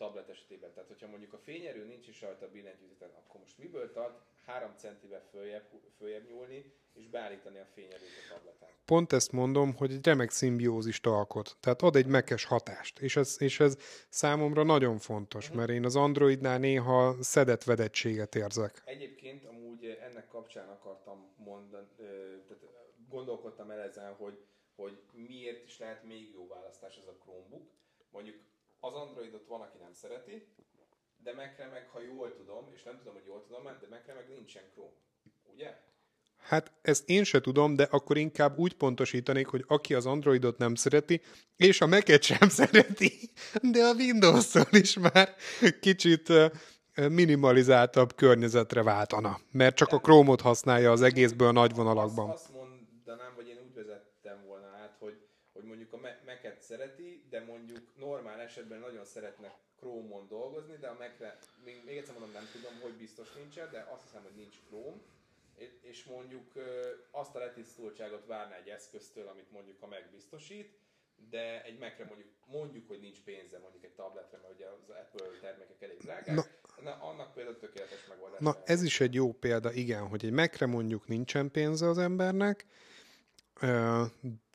tablet esetében. Tehát, hogyha mondjuk a fényerő nincs is rajta a billentyűzeten, akkor most miből tart három centivel följebb, följebb nyúlni, és beállítani a fényerőt a tableten? Pont ezt mondom, hogy egy remek szimbiózist alkot. Tehát ad egy mekes hatást. És ez, és ez számomra nagyon fontos, uh-huh. mert én az Androidnál néha szedett vedettséget érzek. Egyébként amúgy ennek kapcsán akartam mondani, tehát gondolkodtam el ezen, hogy, hogy miért is lehet még jó választás ez a Chromebook. Mondjuk az Androidot van, aki nem szereti, de Macre meg, ha jól tudom, és nem tudom, hogy jól tudom, de Macre meg nincsen Chrome. Ugye? Hát ezt én se tudom, de akkor inkább úgy pontosítanék, hogy aki az Androidot nem szereti, és a Mac-et sem szereti, de a Windows-tól is már kicsit minimalizáltabb környezetre váltana. Mert csak a Chrome-ot használja az egészből a nagy vonalakban. Azt, azt mondanám, vagy én úgy vezettem volna át, hogy, hogy mondjuk a Mac-et szereti, de mondjuk normál esetben nagyon szeretnek Chrome-on dolgozni, de a Macre, még, még egyszer mondom, nem tudom, hogy biztos nincsen, de azt hiszem, hogy nincs Chrome, és mondjuk azt a letisztultságot várná egy eszköztől, amit mondjuk a Mac biztosít, de egy Macre mondjuk, mondjuk, hogy nincs pénze, mondjuk egy tabletre, mert ugye az Apple termékek elég drágák, na, na, annak például tökéletes megoldás. Na, ez is egy jó példa, igen, hogy egy Macre mondjuk nincsen pénze az embernek. Uh,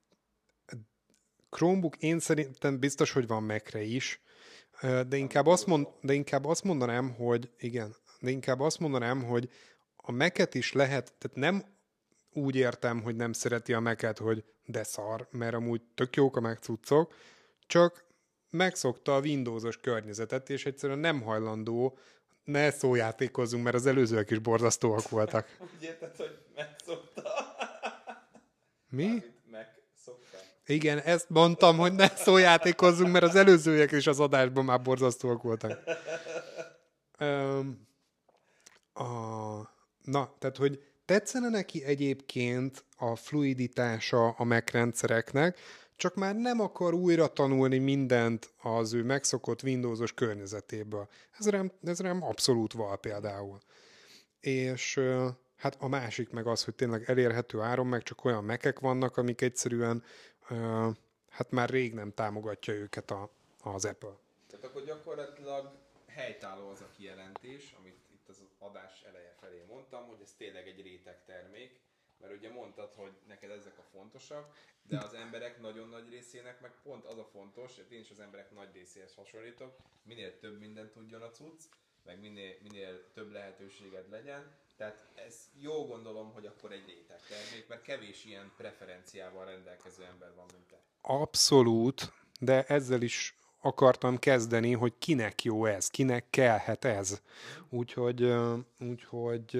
Chromebook én szerintem biztos, hogy van Macre is, uh, de, inkább azt mond, de inkább azt mondanám, hogy igen, de inkább azt mondanám, hogy a Mac-et is lehet, tehát nem úgy értem, hogy nem szereti a Mac-et, hogy de szar, mert amúgy tök jók a Mac cuccok, csak megszokta a Windowsos környezetet, és egyszerűen nem hajlandó, ne szójátékozzunk, mert az előzőek is borzasztóak voltak. Úgy érted, hogy megszokta? Mi? Megszokta. Igen, ezt mondtam, hogy ne szójátékozzunk, mert az előzőek is az adásban már borzasztóak voltak. Um, a... Na, tehát, hogy tetszene neki egyébként a fluiditása a Mac rendszereknek, csak már nem akar újra tanulni mindent az ő megszokott Windowsos környezetéből. Ez rám, ez rám abszolút val például. És hát a másik meg az, hogy tényleg elérhető áron, meg csak olyan Mac-ek vannak, amik egyszerűen hát már rég nem támogatja őket a, az Apple. Tehát akkor gyakorlatilag helytálló az a kijelentés, amit itt az adás eleje felé mondtam, hogy ez tényleg egy réteg termék, mert ugye mondtad, hogy neked ezek a fontosak, de az emberek nagyon nagy részének meg pont az a fontos, hogy én is az emberek nagy részéhez hasonlítok, minél több mindent tudjon a cucc, meg minél, minél több lehetőséged legyen, tehát ez jó gondolom, hogy akkor egy réteg termék, mert kevés ilyen preferenciával rendelkező ember van, mint te. Abszolút, de ezzel is akartam kezdeni, hogy kinek jó ez, kinek kellhet ez. Úgyhogy, úgyhogy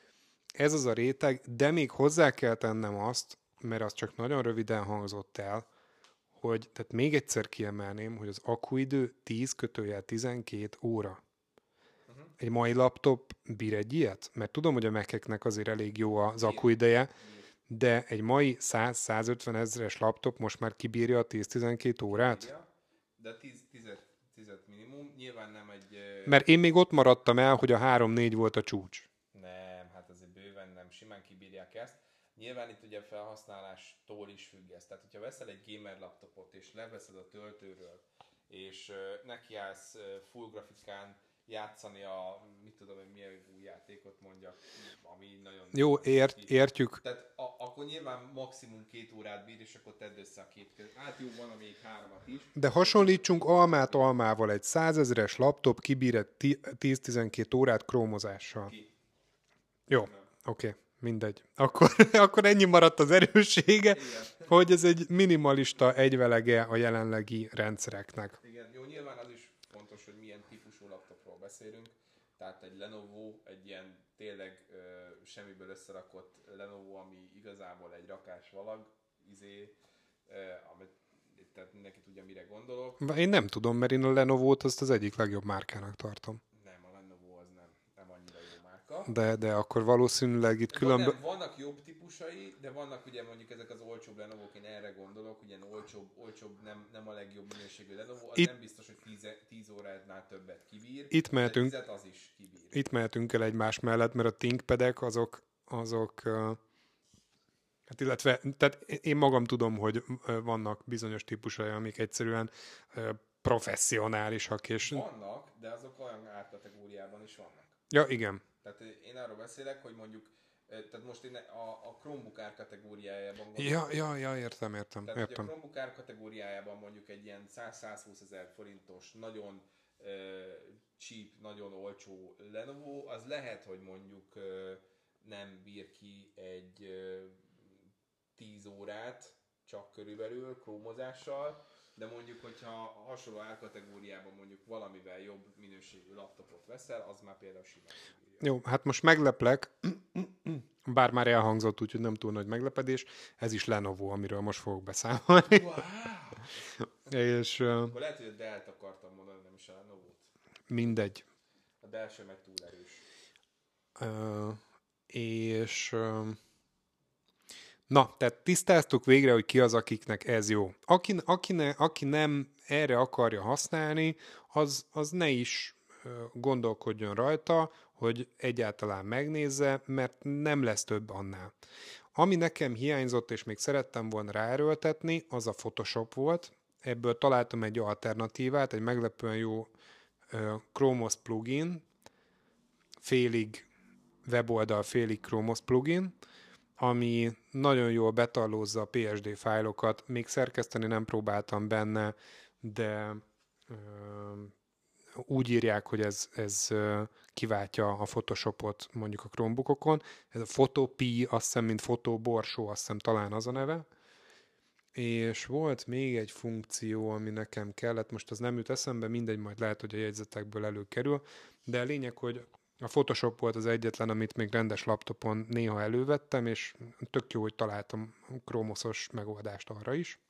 ez az a réteg, de még hozzá kell tennem azt, mert az csak nagyon röviden hangzott el, hogy tehát még egyszer kiemelném, hogy az akkuidő tíz kötőjel tizenkét óra. Uh-huh. Egy mai laptop bír egy ilyet? Mert tudom, hogy a Mac-eknek azért elég jó az akkuideje, de egy mai száz-százötven ezres laptop most már kibírja a tíz-tizenkét órát? De tíz minimum, nyilván nem egy... Mert én még ott maradtam el, hogy a három-négy volt a csúcs. Nem, hát azért bőven nem, simán kibírják ezt. Nyilván itt ugye felhasználástól is függ ez. Tehát, hogyha veszel egy gamer laptopot, és leveszed a töltőről, és uh, nekiállsz uh, full grafikán játszani a, mit tudom, hogy milyen új játékot mondjak, ami nagyon... Jó, ért, értjük. Tehát a, akkor nyilván maximum két órát bír, és akkor tedd össze a két között. Hát jó, van még háromat is. De hasonlítsunk almát almával. Egy százezres laptop kibír tíz-tizenkét órát krómozással. Ki? Jó, oké, okay, mindegy. Akkor, akkor ennyi maradt az erőssége, igen, hogy ez egy minimalista egyvelege a jelenlegi rendszereknek. Igen, jó, nyilván az is fontos, hogy milyen típusú laptopról beszélünk. Tehát egy Lenovo, egy ilyen tényleg ö, semmiből összerakott Lenovo, ami igazából egy rakás valag, izé, ö, amit, tehát mindenki tudja, mire gondolok. Én nem tudom, mert én a Lenovo-t azt az egyik legjobb márkának tartom. Nem, a Lenovo az nem, nem annyira jó márka. De, de akkor valószínűleg itt különböző... Van, vannak jobb típusai, de vannak ugye mondjuk ezek az olcsóbb Lenovo-k, én erre gondolok, ugye olcsóbb, olcsóbb nem, nem a legjobb minőségű Lenovo, az itt... nem biztos, hogy tíz óránál többet kibír, itt mehetünk, de az is kibír. Itt mehetünk el egymás mellett, mert a ThinkPad-ek azok, azok uh, hát illetve, tehát én magam tudom, hogy vannak bizonyos típusai, amik egyszerűen uh, professzionálisak. És... Vannak, de azok olyan árkategóriában is vannak. Ja, igen. Tehát én arról beszélek, hogy mondjuk, tehát most én a, a Chromebook árkategóriájában gondolom. Ja, ja, ja, értem, értem. Tehát, értem. hogy a Chromebook árkategóriájában mondjuk egy ilyen száz-százhúsz ezer forintos, nagyon uh, cheap, nagyon olcsó Lenovo, az lehet, hogy mondjuk uh, nem bír ki egy uh, tíz órát, csak körülbelül krómozással, de mondjuk, hogyha hasonló árkategóriában mondjuk valamivel jobb minőségű laptopot veszel, az már például simán. Jó, hát most megleplek, bár már elhangzott, úgyhogy nem túl nagy meglepedés, ez is Lenovo, amiről most fogok beszámolni. Wow! És, uh, Akkor lehet, hogy a Dell-t akartam mondani, nem is a Lenovo-t. Mindegy. A Dell sem meg túl erős. Uh, és... Uh, Na, tehát tisztáztuk végre, hogy ki az, akiknek ez jó. Aki, aki, ne, aki nem erre akarja használni, az, az ne is gondolkodjon rajta, hogy egyáltalán megnézze, mert nem lesz több annál. Ami nekem hiányzott, és még szerettem volna ráerőltetni, az a Photoshop volt. Ebből találtam egy alternatívát, egy meglepően jó uh, Chromos plugin, félig weboldal, félig Chromos plugin, ami nagyon jól betallózza a pé es dé fájlokat. Még szerkeszteni nem próbáltam benne, de ö, úgy írják, hogy ez, ez ö, kiváltja a Photoshopot mondjuk a Chromebookokon. Ez a Photopea, azt hiszem, mint fotóborsó, azt hiszem talán az a neve. És volt még egy funkció, ami nekem kellett, most az nem jut eszembe, mindegy, majd lehet, hogy a jegyzetekből előkerül, de a lényeg, hogy a Photoshop volt az egyetlen, amit még rendes laptopon néha elővettem, és tök jó, hogy találtam Chromosos megoldást arra is.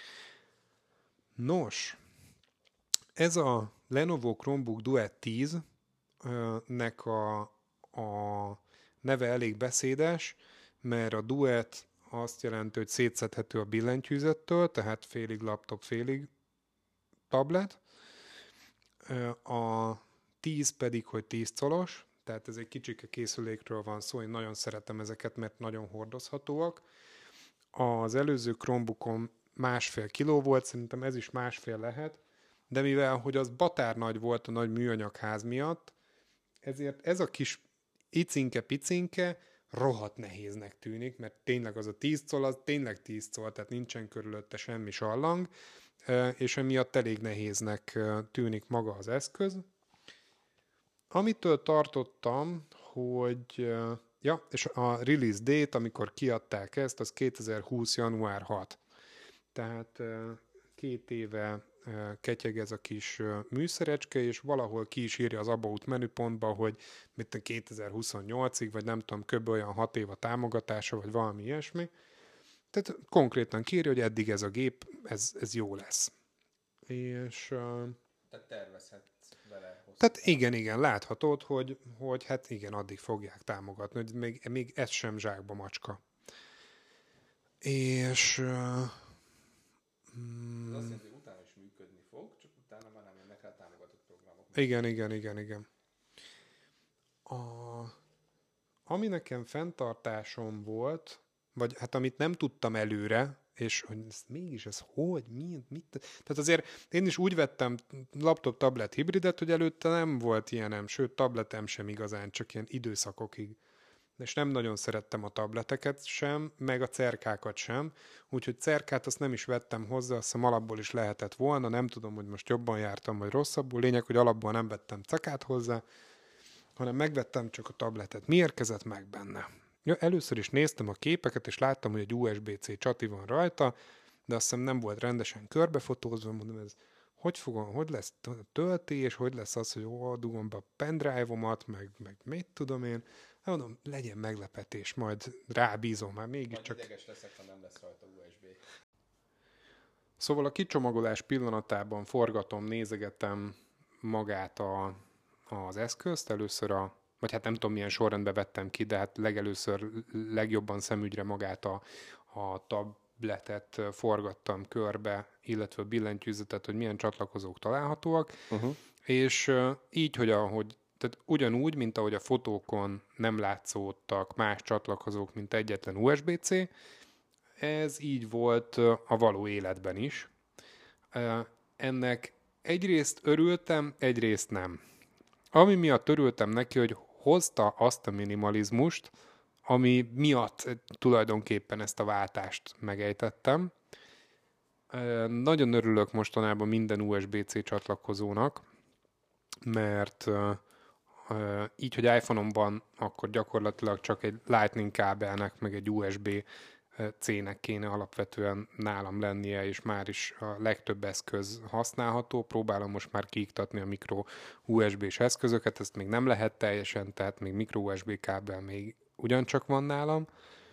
Nos, ez a Lenovo Chromebook Duet tíz nek a, a neve elég beszédes, mert a Duet azt jelenti, hogy szétszedhető a billentyűzettől, tehát félig laptop, félig tablet. A tíz pedig, hogy tíz colos, tehát ez egy kicsike készülékről van szó, én nagyon szeretem ezeket, mert nagyon hordozhatóak. Az előző Chromebookom másfél kiló volt, szerintem ez is másfél lehet, de mivel, hogy az batár nagy volt a nagy műanyagház miatt, ezért ez a kis icinke-picinke rohadt nehéznek tűnik, mert tényleg az a tíz coll, az tényleg tíz coll, tehát nincsen körülötte semmi sallang, és emiatt elég nehéznek tűnik maga az eszköz. Amitől tartottam, hogy... Ja, és a release date, amikor kiadták ezt, az kétezer-húsz. január hatodika. Tehát két éve ketyeg ez a kis műszerecske, és valahol ki is írja az About menüpontba, hogy mit kétezer-huszonnyolcig, vagy nem tudom, kb. Olyan hat év a támogatása, vagy valami ilyesmi. Tehát konkrétan kiírja, hogy eddig ez a gép, ez, ez jó lesz. És... Tehát tervezhetsz vele. Tehát igen, igen, láthatod, hogy, hogy hát igen, addig fogják támogatni, hogy még, még ez sem zsákba macska. És... Uh, mm, az azt jelenti, hogy utána is működni fog, csak utána már nem jönnek rá támogatott programok. Igen, igen, igen, igen. A, ami nekem fenntartásom volt, vagy hát amit nem tudtam előre, és hogy ez, mégis ez hogy, mi, mit? Tehát azért én is úgy vettem laptop-tablet hibridet, hogy előtte nem volt ilyenem, sőt tabletem sem igazán, csak ilyen időszakokig. És nem nagyon szerettem a tableteket sem, meg a cerkákat sem, úgyhogy cerkát azt nem is vettem hozzá, azt hiszem alapból is lehetett volna, nem tudom, hogy most jobban jártam, vagy rosszabbul. Lényeg, hogy alapból nem vettem cekát hozzá, hanem megvettem csak a tabletet. Mi érkezett meg benne? Ja, először is néztem a képeket, és láttam, hogy egy u es bé cé csati van rajta, de azt hiszem nem volt rendesen körbefotózva, mondom, ez hogy fogom, hogy lesz tölti, és hogy lesz az, hogy ó, dugom be a pendrive-omat, meg, meg mit tudom én. Hát mondom, legyen meglepetés, majd rábízom már mégiscsak. Majd ideges leszek, ha nem lesz rajta u es bé. Szóval a kicsomagolás pillanatában forgatom, nézegetem magát a, az eszközt, először a vagy hát nem tudom, milyen sorrendben vettem ki, de hát legelőször legjobban szemügyre magát a, a tabletet forgattam körbe, illetve a billentyűzetet, hogy milyen csatlakozók találhatóak, uh-huh. és így, hogy ahogy, tehát ugyanúgy, mint ahogy a fotókon nem látszódtak más csatlakozók, mint egyetlen u es bé cé, ez így volt a való életben is. Ennek egyrészt örültem, egyrészt nem. Ami miatt örültem neki, hogy hozta azt a minimalizmust, ami miatt tulajdonképpen ezt a váltást megejtettem. Nagyon örülök mostanában minden u es bé-C csatlakozónak, mert így, hogy iPhone-om van, akkor gyakorlatilag csak egy Lightning kábelnek, meg egy u es bé-C-nek kéne alapvetően nálam lennie, és már is a legtöbb eszköz használható. Próbálom most már kiiktatni a mikro u es bé-s eszközöket, ezt még nem lehet teljesen, tehát még mikro u es bé kábel még ugyancsak van nálam,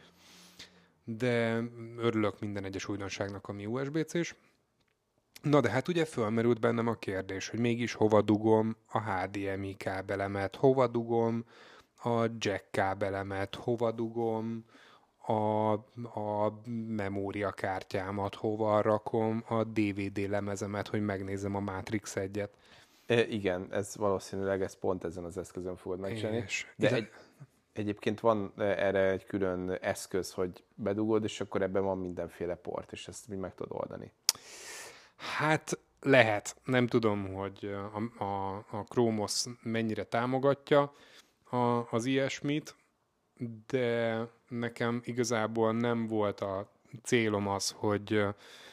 de örülök minden egyes újdonságnak, ami u es bé-C-s. Na de hát ugye fölmerült bennem a kérdés, hogy mégis hova dugom a há dé em i kábelemet, hova dugom a jack kábelemet, hova dugom a, a memóriakártyámat, hova rakom a dé vé dé lemezemet, hogy megnézem a Matrix egyet. E, igen, ez valószínűleg ez pont ezen az eszközön fogod megcsinálni. De ide... egy, egyébként van erre egy külön eszköz, hogy bedugod, és akkor ebben van mindenféle port, és ezt mi meg tudod oldani. Hát lehet. Nem tudom, hogy a, a, a Chromos mennyire támogatja a, az ilyesmit, de nekem igazából nem volt a célom az, hogy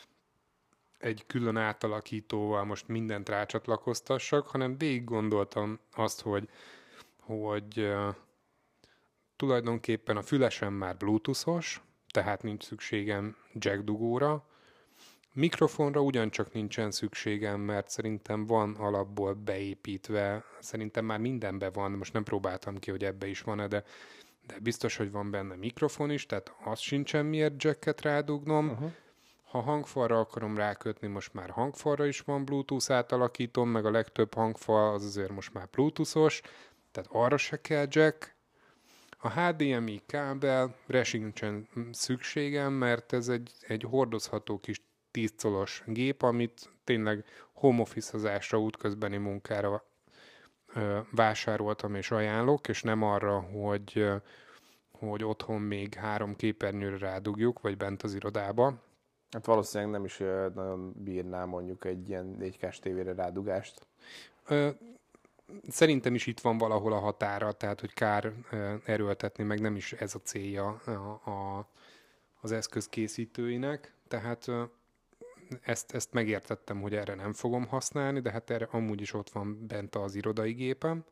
egy külön átalakítóval most mindent rácsatlakoztassak, hanem végig gondoltam azt, hogy, hogy tulajdonképpen a fülesem már bluetoothos, tehát nincs szükségem jack dugóra. Mikrofonra ugyancsak nincsen szükségem, mert szerintem van alapból beépítve, szerintem már mindenben van, most nem próbáltam ki, hogy ebbe is van-e, de, de biztos, hogy van benne mikrofon is, tehát az sincsen miért jacket rádugnom. Uh-huh. Ha hangfalra akarom rákötni, most már hangfalra is van Bluetooth átalakítom, meg a legtöbb hangfal az azért most már Bluetoothos, tehát arra se kell jack. A há dé em i kábelre sincsen szükségem, mert ez egy, egy hordozható kis tíz colos gép, amit tényleg home office-ozásra, útközbeni munkára ö, vásároltam és ajánlok, és nem arra, hogy, ö, hogy otthon még három képernyőre rádugjuk, vagy bent az irodába. Hát valószínűleg nem is nagyon bírná mondjuk egy ilyen négy kás tévére rádugást. Ö, Szerintem is itt van valahol a határa, tehát hogy kár ö, erőltetni, meg nem is ez a célja a, a, az eszköz készítőinek, tehát ö, Ezt, ezt megértettem, hogy erre nem fogom használni, de hát erre amúgy is ott van bent az irodai gépem.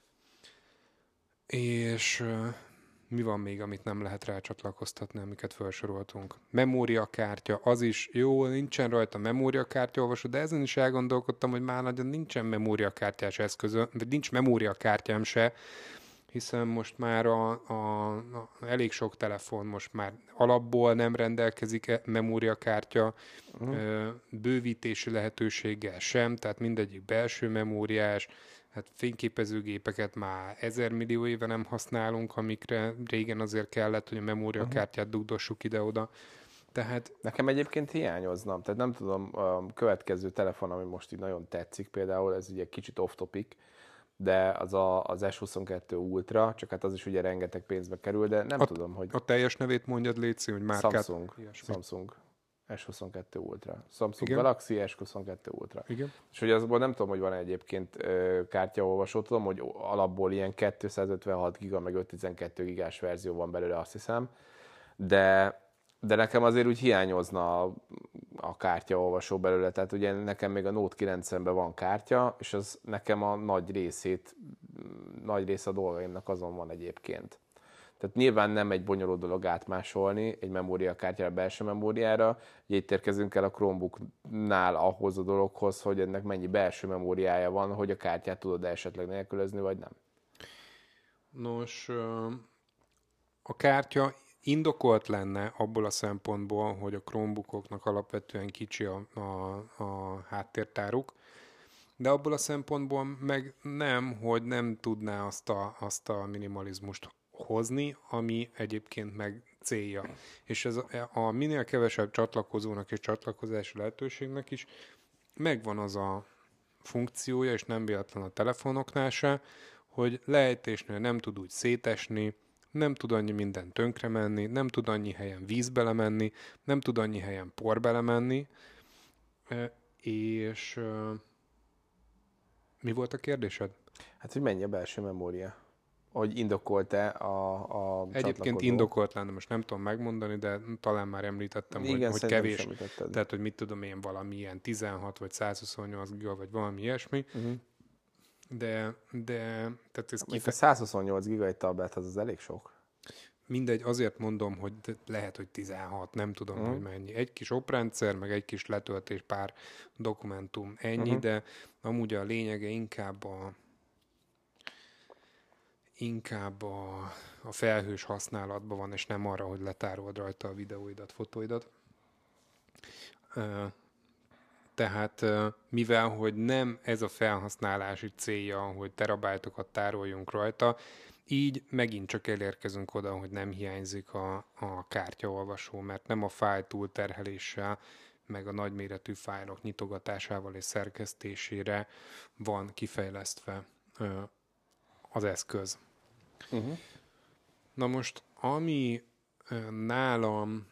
És uh, mi van még, amit nem lehet rácsatlakoztatni, amiket felsoroltunk? Memóriakártya, az is jó, nincsen rajta memóriakártya olvasó, de ezen is elgondolkodtam, hogy már nagyon nincsen memóriakártyás eszközön, vagy nincs memóriakártyám se, hiszen most már a, a, a, elég sok telefon most már alapból nem rendelkezik memóriakártya, uh-huh. bővítési lehetőséggel sem, tehát mindegyik belső memóriás, hát fényképezőgépeket már ezer millió éve nem használunk, amikre régen azért kellett, hogy a memóriakártyát dugdossuk ide-oda. Tehát... Nekem egyébként hiányozna, tehát nem tudom, a következő telefon, ami most így nagyon tetszik például, ez ugye kicsit off-topic, de az a, az es huszonkettő Ultra, csak hát az is ugye rengeteg pénzbe kerül, de nem a, tudom, hogy... A teljes nevét mondjad, létszik, hogy márkát... Samsung, Samsung es huszonkettő Ultra. Samsung Igen. Galaxy es huszonkettő Ultra. Igen. És hogy azból nem tudom, hogy van egyébként kártyaolvasó, tudom, hogy alapból ilyen kétszázötvenhat giga meg ötszáztizenkettő gigás verzió van belőle, azt hiszem, de... De nekem azért úgy hiányozna a, a kártyaolvasó belőle, tehát ugye nekem még a Note kilencvenben van kártya, és az nekem a nagy részét, nagy része a dolgaimnak azon van egyébként. Tehát nyilván nem egy bonyolult dolog átmásolni egy memóriakártyára, belső memóriára, ugye itt érkezünk el a Chromebooknál ahhoz a dologhoz, hogy ennek mennyi belső memóriája van, hogy a kártyát tudod esetleg nélkülözni, vagy nem. Nos, a kártya indokolt lenne abból a szempontból, hogy a Chromebookoknak alapvetően kicsi a, a, a háttértáruk, de abból a szempontból meg nem, hogy nem tudná azt a, azt a minimalizmust hozni, ami egyébként meg célja. És ez a, a minél kevesebb csatlakozónak és csatlakozási lehetőségnek is megvan az a funkciója, és nem véletlen a telefonoknál se, hogy lejtésnél nem tud úgy szétesni, nem tud annyi minden tönkre menni, nem tud annyi helyen víz belemenni, nem tud annyi helyen por belemenni, és Mi volt a kérdésed? Hát, hogy mennyi a belső memória? Hogy indokolt-e a, a Egyébként csatlakozó? indokolt lenne, most nem tudom megmondani, de talán már említettem, Igen, hogy, hogy kevés. Tehát, hogy mit tudom én, valami ilyen tizenhat vagy százhuszonnyolc giga, vagy valami ilyesmi. Uh-huh. De, de, tehát ez kife... a százhuszonnyolc giga egy tablet, az az elég sok. Mindegy, azért mondom, hogy lehet, hogy tizenhat, nem tudom, uh-huh. hogy mennyi. Egy kis oprendszer, meg egy kis letöltés, pár dokumentum, ennyi, uh-huh. de amúgy a lényege inkább a inkább a, a felhős használatban van, és nem arra, hogy letárold rajta a videóidat, fotóidat. Tehát mivel, hogy nem ez a felhasználási célja, hogy terabájtokat tároljunk rajta, így megint csak elérkezünk oda, hogy nem hiányzik a, a kártyaolvasó, mert nem a fájl túlterheléssel, meg a nagyméretű fájlok nyitogatásával és szerkesztésére van kifejlesztve az eszköz. Uh-huh. Na most, ami nálam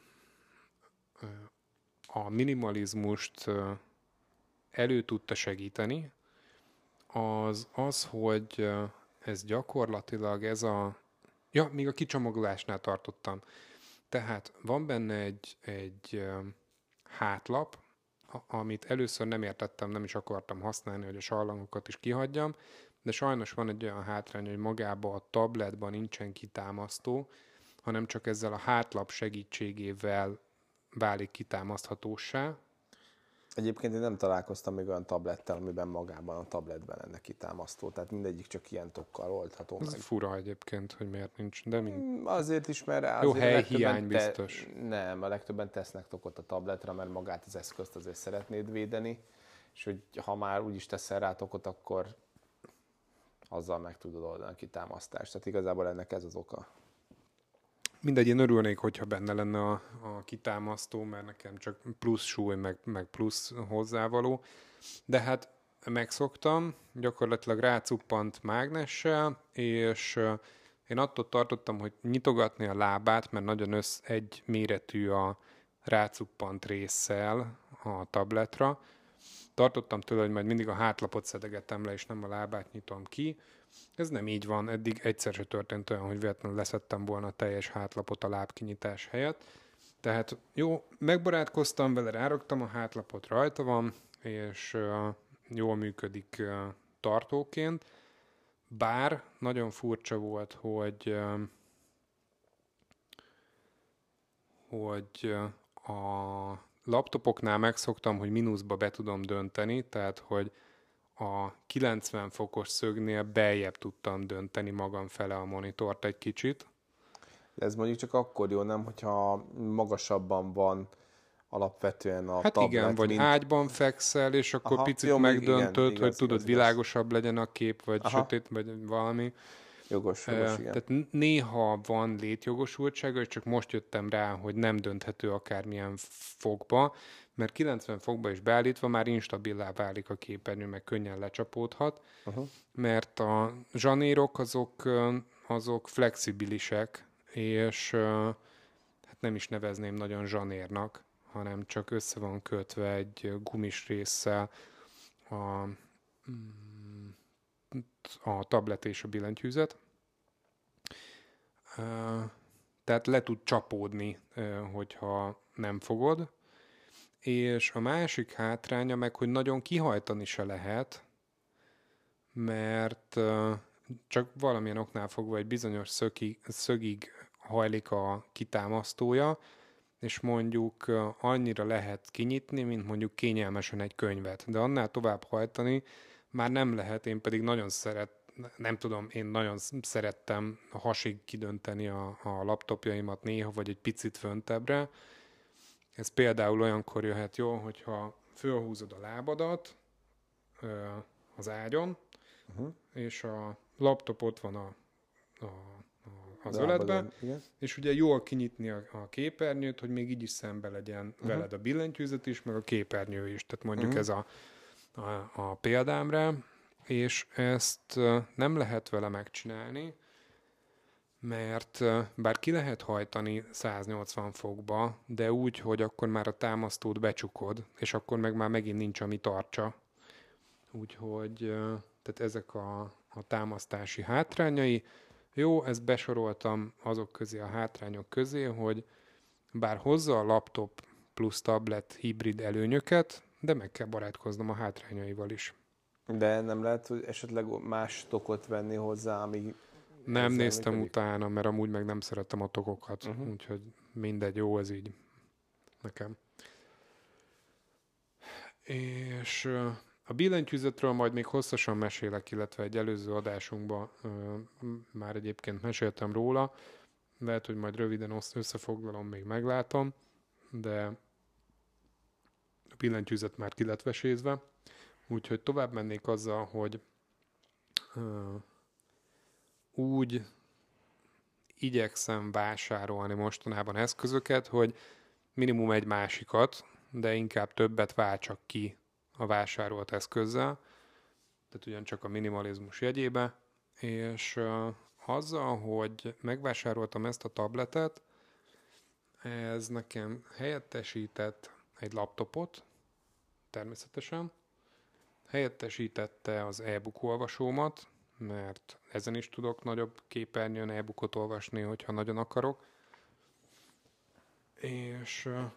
a minimalizmust elő tudta segíteni, az az, hogy ez gyakorlatilag ez a... Ja, még a kicsomagolásnál tartottam. Tehát van benne egy, egy hátlap, amit először nem értettem, nem is akartam használni, hogy a sallangokat is kihagyjam, de sajnos van egy olyan hátrány, hogy magában a tabletban nincsen kitámasztó, hanem csak ezzel a hátlap segítségével válik kitámaszthatóssá. Egyébként én nem találkoztam még olyan tablettel, amiben magában a tabletben lenne kitámasztó, tehát mindegyik csak ilyen tokkal oldható Ez meg. fura egyébként, hogy miért nincs, de mind... Azért is, mert jó helyhiány te... biztos. Nem, a legtöbben tesznek tokot a tabletre, mert magát az eszközt azért szeretnéd védeni, és hogy ha már úgyis teszel rá tokot, akkor azzal meg tudod oldani a kitámasztást. Tehát igazából ennek ez az oka. Mindegy, én örülnék, hogyha benne lenne a, a kitámasztó, mert nekem csak plusz súly, meg, meg plusz hozzávaló. De hát megszoktam, gyakorlatilag rácuppant mágnessel, és én attól tartottam, hogy nyitogatni a lábát, mert nagyon össz egy méretű a rácuppant résszel a tabletra. Tartottam tőle, hogy majd mindig a hátlapot szedegetem le, és nem a lábát nyitom ki. Ez nem így van, eddig egyszer se történt olyan, hogy véletlenül leszettem volna a teljes hátlapot a lábkinyitás helyett. Tehát jó, megbarátkoztam vele, ráraktam a hátlapot, rajta van, és uh, jól működik uh, tartóként. Bár nagyon furcsa volt, hogy, uh, hogy uh, a laptopoknál megszoktam, hogy mínuszba be tudom dönteni, tehát hogy a kilencven fokos szögnél beljebb tudtam dönteni magam fele a monitort egy kicsit. De ez mondjuk csak akkor jó, nem, hogyha magasabban van alapvetően a hát tablet. Hát igen, vagy mint... ágyban fekszel, és akkor aha, picit jó, megdöntöd, igen, hogy igaz, tudod, igaz, világosabb igaz. legyen a kép, vagy aha. sötét, vagy valami. Jogos, jogos, uh, igen. Tehát néha van létjogosultsága, és csak most jöttem rá, hogy nem dönthető akármilyen fokba, mert kilencven fokba is beállítva már instabilá válik a képernyő, meg könnyen lecsapódhat, uh-huh. mert a zsanérok azok, azok flexibilisek, és hát nem is nevezném nagyon zsanérnak, hanem csak össze van kötve egy gumis résszel a, a tablet és a billentyűzet. Tehát le tud csapódni, hogyha nem fogod. És a másik hátránya meg, hogy nagyon kihajtani se lehet, mert csak valamilyen oknál fogva egy bizonyos szögig, szögig hajlik a kitámasztója, és mondjuk annyira lehet kinyitni, mint mondjuk kényelmesen egy könyvet. De annál tovább hajtani már nem lehet, én pedig nagyon szeret, nem tudom, én nagyon szerettem hasig kidönteni a, a laptopjaimat néha, vagy egy picit föntebbre. Ez például olyankor jöhet jó, hogyha fölhúzod a lábadat ö, az ágyon, uh-huh. és a laptop ott van a, a, a, az öletben, és ugye jól kinyitni a, a képernyőt, hogy még így is szembe legyen uh-huh. veled a billentyűzet is, meg a képernyő is. Tehát mondjuk uh-huh. ez a, a, a példámra, és ezt nem lehet vele megcsinálni, mert bár ki lehet hajtani száznyolcvan fokba, de úgy, hogy akkor már a támasztót becsukod, és akkor meg már megint nincs, ami tartsa. Úgyhogy tehát ezek a, a támasztási hátrányai. Jó, ezt besoroltam azok közé, a hátrányok közé, hogy bár hozza a laptop plusz tablet hibrid előnyöket, de meg kell barátkoznom a hátrányaival is. De nem lehet, hogy esetleg más tokot venni hozzá, amíg... Nem néztem működik? Utána, mert amúgy meg nem szerettem a tokokat, uh-huh. úgyhogy mindegy, jó, ez így nekem. És a billentyűzetről majd még hosszasan mesélek, illetve egy előző adásunkban már egyébként meséltem róla. Lehet, hogy majd röviden összefoglalom, még meglátom, de a billentyűzet már ki lett vesézve. Úgyhogy tovább mennék azzal, hogy uh, úgy igyekszem vásárolni mostanában eszközöket, hogy minimum egy másikat, de inkább többet váltsak ki a vásárolt eszközzel, tehát ugyancsak a minimalizmus jegyébe, és uh, azzal, hogy megvásároltam ezt a tabletet, ez nekem helyettesített egy laptopot, természetesen, helyettesítette az e-book olvasómat, mert ezen is tudok nagyobb képernyőn e-bookot olvasni, hogyha nagyon akarok. És uh,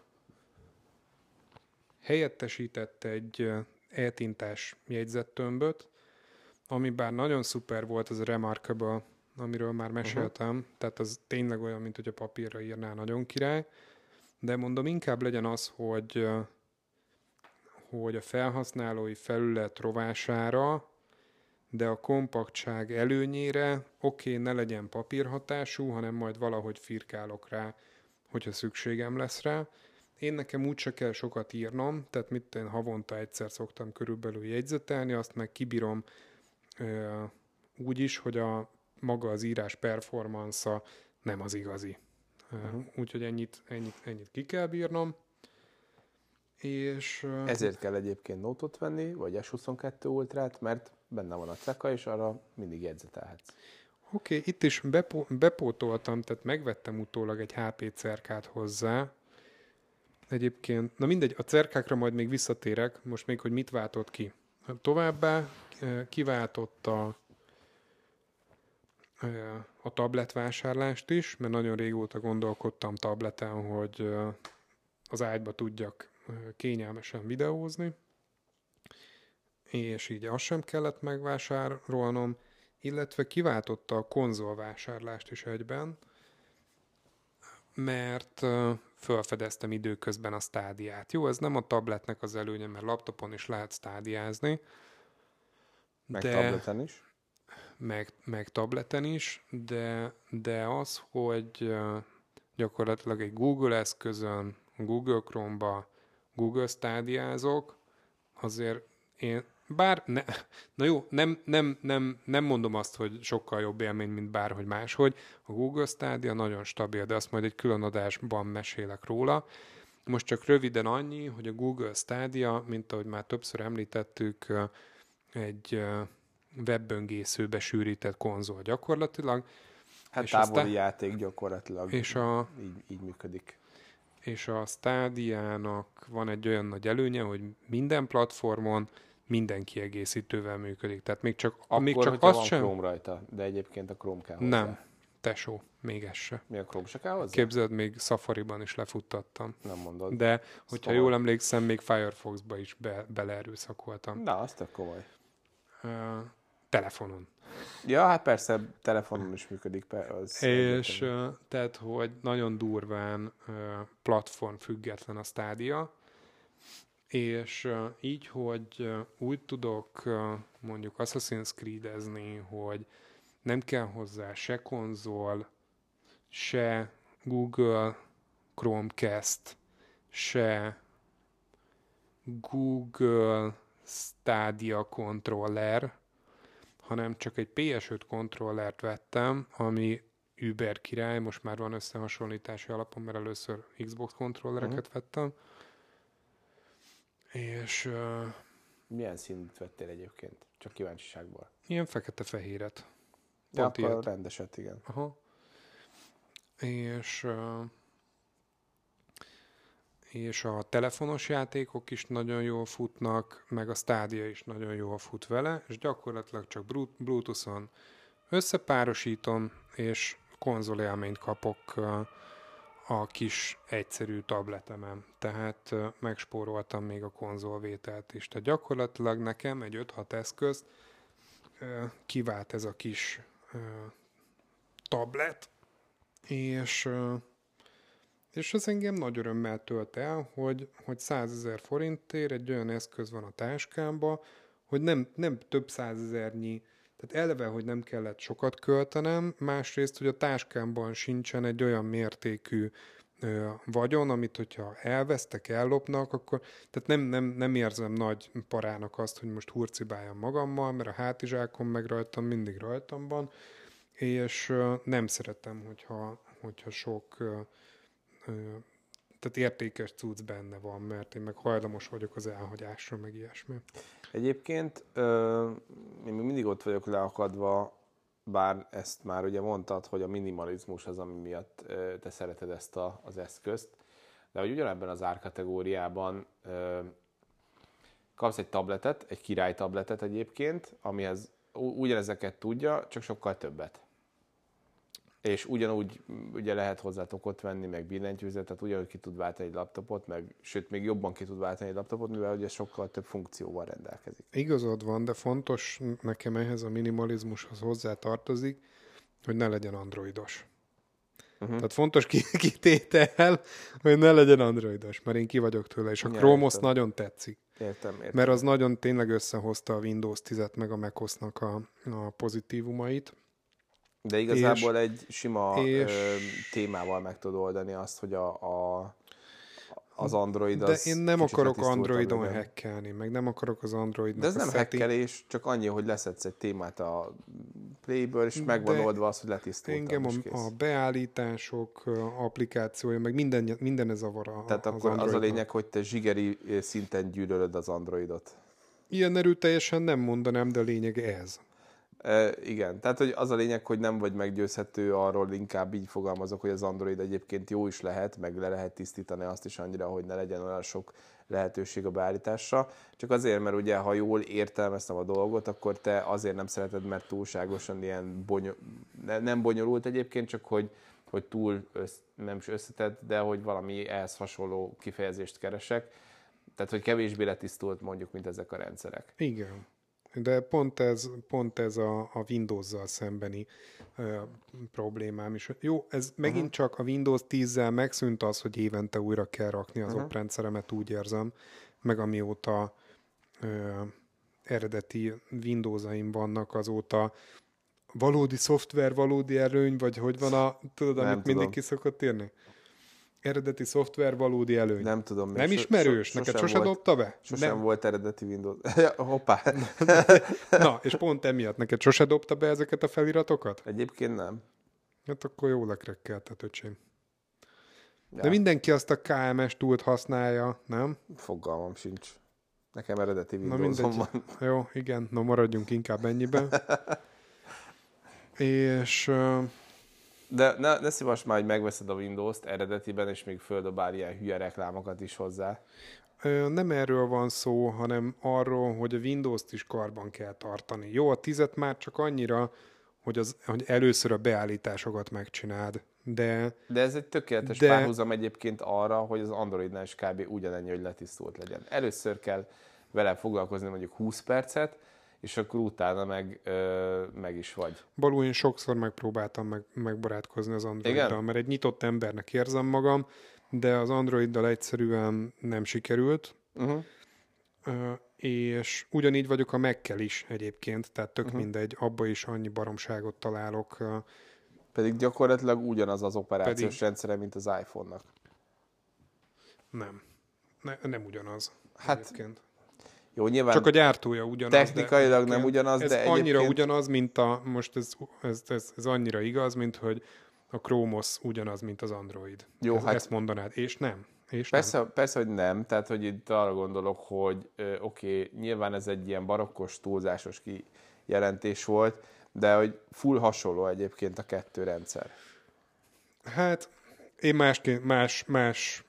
helyettesítette egy uh, e-tintás jegyzettömböt, ami bár nagyon szuper volt, az a Remarkable, amiről már meséltem, uh-huh. tehát az tényleg olyan, mint hogy a papírra írná, nagyon király, de mondom, inkább legyen az, hogy uh, hogy a felhasználói felület rovására, de a kompaktság előnyére oké, okay, ne legyen papírhatású, hanem majd valahogy firkálok rá, hogyha szükségem lesz rá. Én nekem úgyse kell sokat írnom, tehát mit én havonta egyszer szoktam körülbelül jegyzetelni, azt meg kibírom ö, úgy is, hogy a maga az írás performance-a nem az igazi. Uh-huh. Úgyhogy ennyit, ennyit, ennyit ki kell bírnom. És, ezért kell egyébként Note-ot venni, vagy es huszonkettő Ultrát, mert benne van a ceka, és arra mindig jegyzetelhetsz. Oké, okay, itt is bepó- bepótoltam, tehát megvettem utólag egy há pé cerkát hozzá. Egyébként, na mindegy, a cerkákra majd még visszatérek, most még, hogy mit váltott ki. Továbbá kiváltotta a tabletvásárlást is, mert nagyon régóta gondolkodtam tableten, hogy az ágyba tudjak kényelmesen videózni, és így azt sem kellett megvásárolnom, illetve kiváltotta a konzolvásárlást is egyben, mert felfedeztem időközben a Stadiát. Jó, ez nem a tabletnek az előnye, mert laptopon is lehet stádiázni. Meg de, tableten is. Meg, meg tableten is, de, de az, hogy gyakorlatilag egy Google eszközön, Google Chrome-ba Google Stadiázok, azért én, bár, ne, na jó, nem, nem, nem, nem mondom azt, hogy sokkal jobb élmény, mint bárhogy máshogy. A Google Stadia nagyon stabil, de azt majd egy külön adásban mesélek róla. Most csak röviden annyi, hogy a Google Stadia, mint ahogy már többször említettük, egy webböngészőbe sűrített konzol gyakorlatilag. Hát és távoli sta- játék gyakorlatilag és a, így, így működik. És a Stadiának van egy olyan nagy előnye, hogy minden platformon minden kiegészítővel működik. Tehát még csak, akkor, még csak van azt sem... Chrome rajta, de egyébként a Chrome kell hozzá. Nem, tesó, még ez se. Mi a Chrome se kell hozzá? Képzeld, még Safari-ban is lefuttattam. Nem mondod. De, hogyha jól emlékszem, még Firefox-ba is be, beleerőszakoltam. Na, az tök komoly. Uh, telefonon. Ja, hát persze, telefonon is működik. Az és uh, tehát, hogy nagyon durván uh, platform független a Stadia, és uh, így, hogy uh, úgy tudok uh, mondjuk Assassin's Creed-ezni, hogy nem kell hozzá se konzol, se Google Chromecast, se Google Stadia controller, hanem csak egy pé es öt kontrollert vettem, ami über király, most már van összehasonlítási alapon, mert először Xbox kontrollereket uh-huh. vettem. És... Uh, milyen színt vettél egyébként? Csak kíváncsiságból. Ilyen fekete-fehéret. Ja, akkor rendeset, igen. Aha. És... Uh, és a telefonos játékok is nagyon jól futnak, meg a Stadia is nagyon jól fut vele, és gyakorlatilag csak Bluetooth-on összepárosítom, és konzolélményt kapok a kis egyszerű tabletemen. Tehát megspóroltam még a konzolvételt is. Tehát gyakorlatilag nekem egy öt-hat eszközt kivált ez a kis tablet, és, és ez engem nagy örömmel tölt el, hogy, hogy százezer forintért egy olyan eszköz van a táskámba, hogy nem, nem több százezernyi, tehát eleve, hogy nem kellett sokat költenem, másrészt, hogy a táskámban sincsen egy olyan mértékű ö, vagyon, amit hogyha elvesztek, ellopnak, akkor tehát nem, nem, nem érzem nagy parának azt, hogy most hurcibáljam magammal, mert a hátizsákom meg rajtam mindig rajtam van, és ö, nem szeretem, hogyha, hogyha sok ö, ö, tehát értékes cucc benne van, mert én meg hajlamos vagyok az elhagyásra, meg ilyesmi. Egyébként ö, én még mindig ott vagyok leakadva, bár ezt már ugye mondtad, hogy a minimalizmus az, ami miatt ö, te szereted ezt a, az eszközt, de hogy ugyanebben az árkategóriában ö, kapsz egy tabletet, egy király tabletet egyébként, amihez ugyanezeket tudja, csak sokkal többet. És ugyanúgy ugye lehet hozzá tokot venni, meg billentyűzetet, tehát ugyanúgy ki tud váltani egy laptopot, meg sőt, még jobban ki tud váltani egy laptopot, mivel ugye sokkal több funkcióval rendelkezik. Igazad van, de fontos nekem ehhez a minimalizmushoz hozzá tartozik, hogy ne legyen androidos. Uh-huh. Tehát fontos kitétel, hogy ne legyen androidos, mert én ki vagyok tőle, és a ja, Chrome-os nagyon tetszik. Értem, értem. Mert az nagyon tényleg összehozta a Windows tízet meg a macOS-nak a, a pozitívumait. De igazából és, egy sima és, ö, témával meg tud oldani azt, hogy a, a, az Android az... De én nem akarok Androidon legyen. hackelni, meg nem akarok az Androidnak. De ez nem setting... hackelés, csak annyi, hogy leszedsz egy témát a Playből, és megvan de oldva az, hogy letisztultam. Engem a, a beállítások, applikációja, meg minden, minden ez zavar a, Tehát az akkor az a lényeg, hogy te zsigeri szinten gyűlölöd az Androidot. Ilyen erőteljesen nem mondanám, de a lényeg ez. E, igen, tehát hogy az a lényeg, hogy nem vagy meggyőzhető arról, inkább így fogalmazok, hogy az Android egyébként jó is lehet, meg le lehet tisztítani azt is annyira, hogy ne legyen olyan sok lehetőség a beállításra. Csak azért, mert ugye, ha jól értelmeztem a dolgot, akkor te azért nem szereted, mert túlságosan ilyen bonyol... nem bonyolult egyébként, csak hogy, hogy túl össz... nem is összetett, de hogy valami ehhez hasonló kifejezést keresek. Tehát, hogy kevésbé letisztult mondjuk, mint ezek a rendszerek. Igen. De pont ez, pont ez a, a Windows-zal szembeni uh, problémám is. Jó, ez megint uh-huh. csak a Windows tízzel megszűnt az, hogy évente újra kell rakni az uh-huh. oprendszeremet, úgy érzem, meg amióta uh, eredeti Windows-aim vannak, azóta valódi szoftver, valódi előny, vagy hogy van a, tudod, Nem amit tudom. mindig ki szokott írni? Eredeti szoftver, valódi előny. Nem tudom. Nem ismerős? So, Neked sose volt, dobta be? Sosem Nem. volt eredeti Windows. Hoppá. Na, és pont emiatt neked sose dobta be ezeket a feliratokat? Egyébként nem. Hát akkor jó lekrekkeltet, öcsém. Ja. De mindenki azt a ká em es túlt használja, nem? Fogalmam sincs. Nekem eredeti Na Windows-om van. Jó, igen, no maradjunk inkább ennyiben. És... Uh, De ne, ne szívass már, hogy megveszed a Windows-t eredetiben, és még földobál ilyen hülye reklámokat is hozzá. Nem erről van szó, hanem arról, hogy a Windows-t is karban kell tartani. Jó, a tízet már csak annyira, hogy, az, hogy először a beállításokat megcsináld. De, de ez egy tökéletes de... párhuzam egyébként arra, hogy az Androidnál is kb. Ugyanennyi, hogy letisztult legyen. Először kell vele foglalkozni mondjuk húsz percet, és akkor utána meg, ö, meg is vagy. Balú, én sokszor megpróbáltam meg, megbarátkozni az Androiddal, mert egy nyitott embernek érzem magam, de az Androiddal egyszerűen nem sikerült. Uh-huh. Ö, és ugyanígy vagyok a Mac-kel is egyébként, tehát tök uh-huh. mindegy, abba is annyi baromságot találok. Pedig gyakorlatilag ugyanaz az operációs Pedig... rendszere, mint az iPhone-nak. Nem. Ne, nem ugyanaz. Hát... Egyébként. Jó, nyilván csak a gyártója ugyanaz. Technikailag de nem ugyanaz, ez de annyira egyébként... ugyanaz, mint a... Most ez, ez, ez, ez annyira igaz, mint hogy a Chrome-os ugyanaz, mint az Android. Jó, ez, hát... Ezt mondanád. És nem. És persze, nem. persze, hogy nem. Tehát, hogy itt arra gondolok, hogy oké, okay, nyilván ez egy ilyen barokkos, túlzásos kijelentés volt, de hogy full hasonló egyébként a kettő rendszer. Hát, én másként, más, más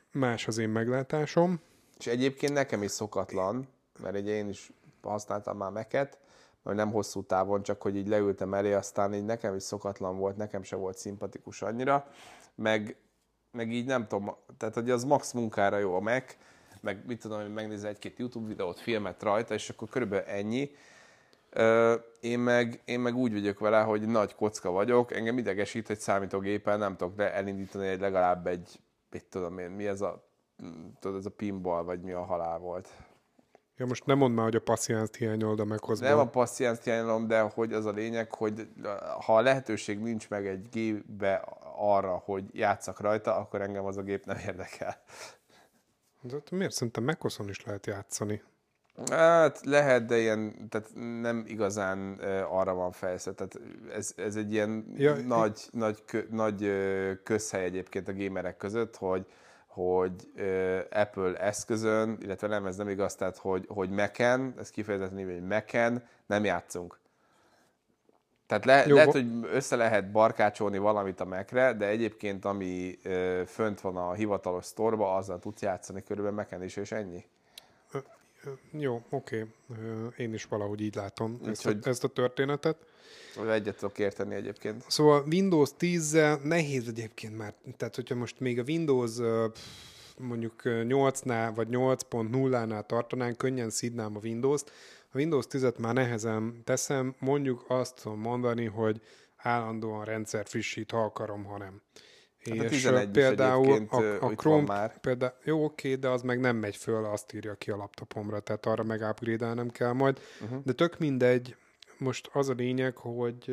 más az én meglátásom. És egyébként nekem is szokatlan, mert ugye én is használtam már Mac-et, mert nem hosszú távon, csak hogy így leültem elé, aztán így nekem is szokatlan volt, nekem se volt szimpatikus annyira, meg, meg így nem tudom, tehát hogy az max munkára jó a Mac, meg mit tudom, hogy megnézel egy-két YouTube videót, filmet rajta, és akkor körülbelül ennyi. Én meg, én meg úgy vagyok vele, hogy nagy kocka vagyok, engem idegesít, hogy számítógépen nem tudok elindítani egy legalább egy, mit tudom én, mi ez a, tudod, ez a pinball, vagy mi a halál volt. Ja, most nem mondd már, hogy a passziánzt hiányolod a Mac-hoz. Nem a passziánzt hiányolom, de hogy az a lényeg, hogy ha a lehetőség nincs meg egy gépbe arra, hogy játsszak rajta, akkor engem az a gép nem érdekel. De miért? Szerintem Mac-oson is lehet játszani. Hát lehet, de ilyen, tehát nem igazán uh, arra van fejlesztve. Tehát ez, ez egy ilyen ja, nagy, én... nagy, kö, nagy uh, közhely egyébként a gamerek között, hogy, hogy uh, Apple eszközön, illetve nem, ez nem igaz, tehát hogy, hogy Mac-en, ez kifejezetten így, hogy Mac-en nem játszunk. Tehát le, Jó, lehet, hogy össze lehet barkácsolni valamit a Mac-re, de egyébként ami uh, fönt van a hivatalos sztorba, azzal tudsz játszani körülbelül Mac-en is, és ennyi. Jó, oké. Én is valahogy így látom ezt, hogy... a, ezt a történetet. Egyet tudok érteni egyébként. Szóval Windows tízzel nehéz egyébként már. Tehát, hogyha most még a Windows mondjuk nyolcnál vagy nyolc pont nullánál tartanánk, könnyen szidnám a Windows-t. A Windows tízet már nehezen teszem. Mondjuk azt tudom mondani, hogy állandóan rendszer frissít, ha akarom, ha nem. Hát és például a, a Chrome, már. Például, jó, oké, de az meg nem megy föl, azt írja ki a laptopomra, tehát arra meg upgrade-elnem kell majd. Uh-huh. De tök mindegy, most az a lényeg, hogy,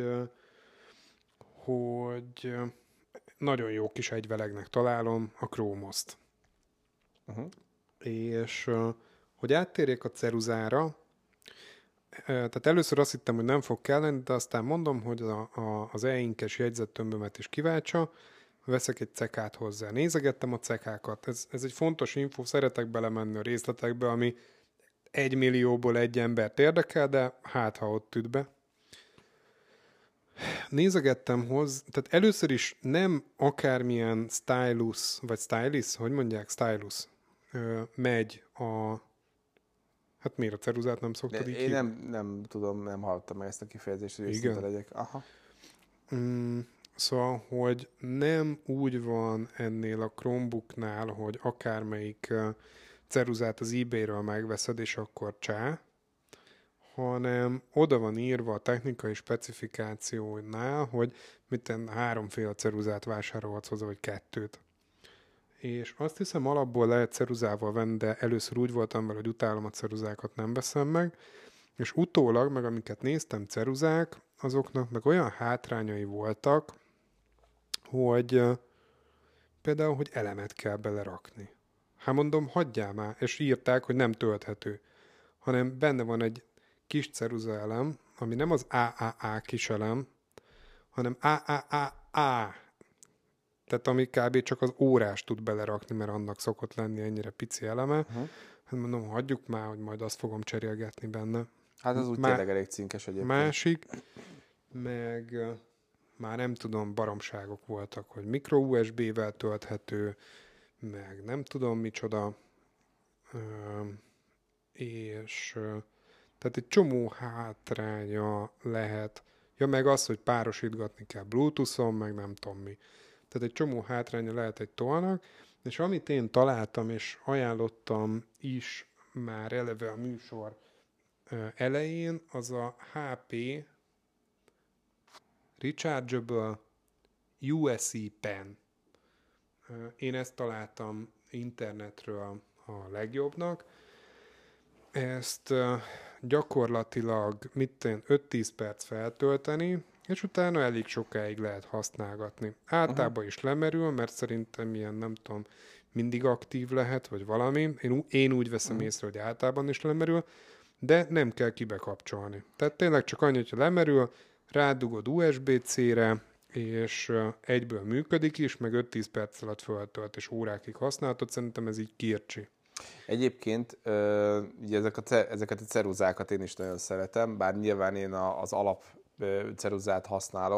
hogy nagyon jó kis egyvelegnek találom a Chrome-ost. Uh-huh. És hogy áttérjek a ceruzára, tehát először azt hittem, hogy nem fog kelleni, de aztán mondom, hogy a, a, az e-inkes jegyzettömbömet is kiváltsa, veszek egy cekát hozzá. Nézegettem a cekákat. Ez, ez egy fontos info, szeretek belemenni a részletekbe, ami egy millióból egy embert érdekel, de hát, ha ott üt be. Nézegettem hozzá, tehát először is nem akármilyen stylus, vagy stylus, hogy mondják, stylus, megy a... Hát miért a ceruzát nem szoktad de így? Én nem, nem tudom, nem hallottam meg ezt a kifejezést, hogy őszinte legyek. Aha. Mm. Szóval, hogy nem úgy van ennél a Chromebooknál, hogy akármelyik ceruzát az eBay-ről megveszed, és akkor csá, hanem oda van írva a technikai specifikációnál, hogy mitten háromféle ceruzát vásárolhatsz hozzá, vagy kettőt. És azt hiszem alapból lehet ceruzával venni, de először úgy voltam vele, hogy utálom a ceruzákat, nem veszem meg, és utólag, meg amiket néztem ceruzák, azoknak meg olyan hátrányai voltak, hogy uh, például, hogy elemet kell belerakni. Hát mondom, hagyjál már, és írták, hogy nem tölthető, hanem benne van egy kis ceruza elem, ami nem az á á á kis elem, hanem á á á á. Tehát ami kb. Csak az órás tud belerakni, mert annak szokott lenni ennyire pici eleme. Uh-huh. Hát mondom, hagyjuk már, hogy majd azt fogom cserélgetni benne. Hát az úgy Má- tényleg elég cinkes egyébként. Másik, meg... már nem tudom, baromságok voltak, hogy micro u es bé-vel tölthető, meg nem tudom micsoda, és tehát egy csomó hátránya lehet. Ja, meg az, hogy párosítgatni kell Bluetooth-on, meg nem tudom mi. Tehát egy csomó hátránya lehet egy tollnak, és amit én találtam, és ajánlottam is már eleve a műsor elején, az a há pé Rechargeable u es bé pen. Én ezt találtam internetről a legjobbnak. Ezt gyakorlatilag mit öt-tíz perc feltölteni, és utána elég sokáig lehet használgatni. Általában is lemerül, mert szerintem ilyen, nem tudom, mindig aktív lehet, vagy valami. Én, én úgy veszem uh-huh. észre, hogy általában is lemerül, de nem kell kibekapcsolni. Tehát tényleg csak annyi, hogyha lemerül, rádugod u es bé cére, és egyből működik is, meg öt-tíz perc alatt föltölt, és órákig használhatod. Szerintem ez így kircsi. Egyébként ugye ezek a, ezeket a ceruzákat én is nagyon szeretem, bár nyilván én az alap ceruzát használom,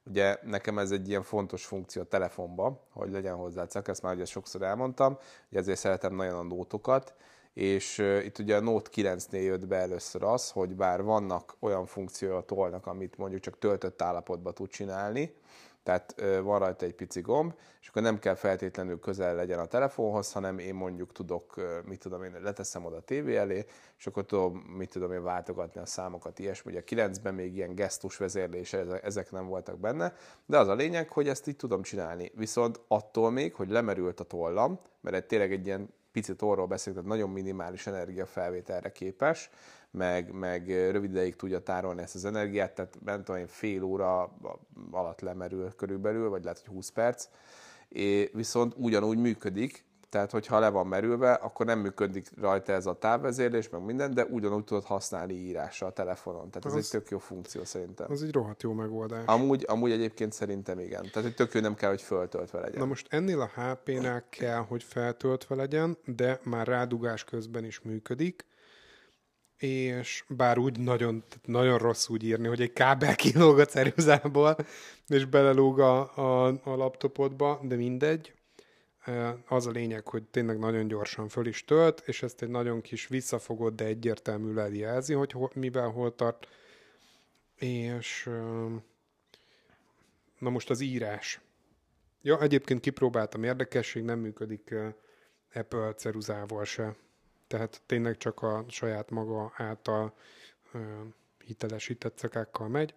Ugye nekem ez egy ilyen fontos funkció a telefonban, hogy legyen hozzá cek, ezt már ugye sokszor elmondtam, ugye ezért szeretem nagyon a nótokat, és uh, itt ugye a Note kilencnél jött be először az, hogy bár vannak olyan funkciója a tollnak, amit mondjuk csak töltött állapotban tud csinálni, tehát uh, van rajta egy pici gomb, és akkor nem kell feltétlenül közel legyen a telefonhoz, hanem én mondjuk tudok, uh, mit tudom én, leteszem oda a tévé elé, és akkor tudom, mit tudom én, váltogatni a számokat, ilyesmi. Ugye a kilencben még ilyen gesztus vezérlés, ezek nem voltak benne, de az a lényeg, hogy ezt így tudom csinálni. Viszont attól még, hogy lemerült a tollam, mert egy, tényleg egy ilyen pici tollról beszélünk, tehát nagyon minimális energiafelvételre képes, meg, meg rövid ideig tudja tárolni ezt az energiát, tehát nem tudom, fél óra alatt lemerül körülbelül, vagy lehet, hogy húsz perc, és viszont ugyanúgy működik, tehát hogyha le van merülve, akkor nem működik rajta ez a távvezérlés, meg minden, de ugyanúgy tudod használni írásra a telefonon. Tehát ez az, egy tök jó funkció szerintem. Az egy rohadt jó megoldás. Amúgy, amúgy egyébként szerintem igen. Tehát egy tök jó, nem kell, hogy föltöltve legyen. Na most ennél a há pé-nál kell, hogy feltöltve legyen, de már rádugás közben is működik, és bár úgy nagyon, nagyon rossz úgy írni, hogy egy kábel kilóg a ceruzából, és belelóg a, a, a laptopodba, de mindegy. Az a lényeg, hogy tényleg nagyon gyorsan föl is tölt, és ezt egy nagyon kis visszafogott, de egyértelmű el jelzi, hogy hol, mivel hol tart. És na most az írás. Ja, egyébként kipróbáltam, érdekesség, nem működik Apple ceruzával se. Tehát tényleg csak a saját maga által hitelesített cekákkal megy.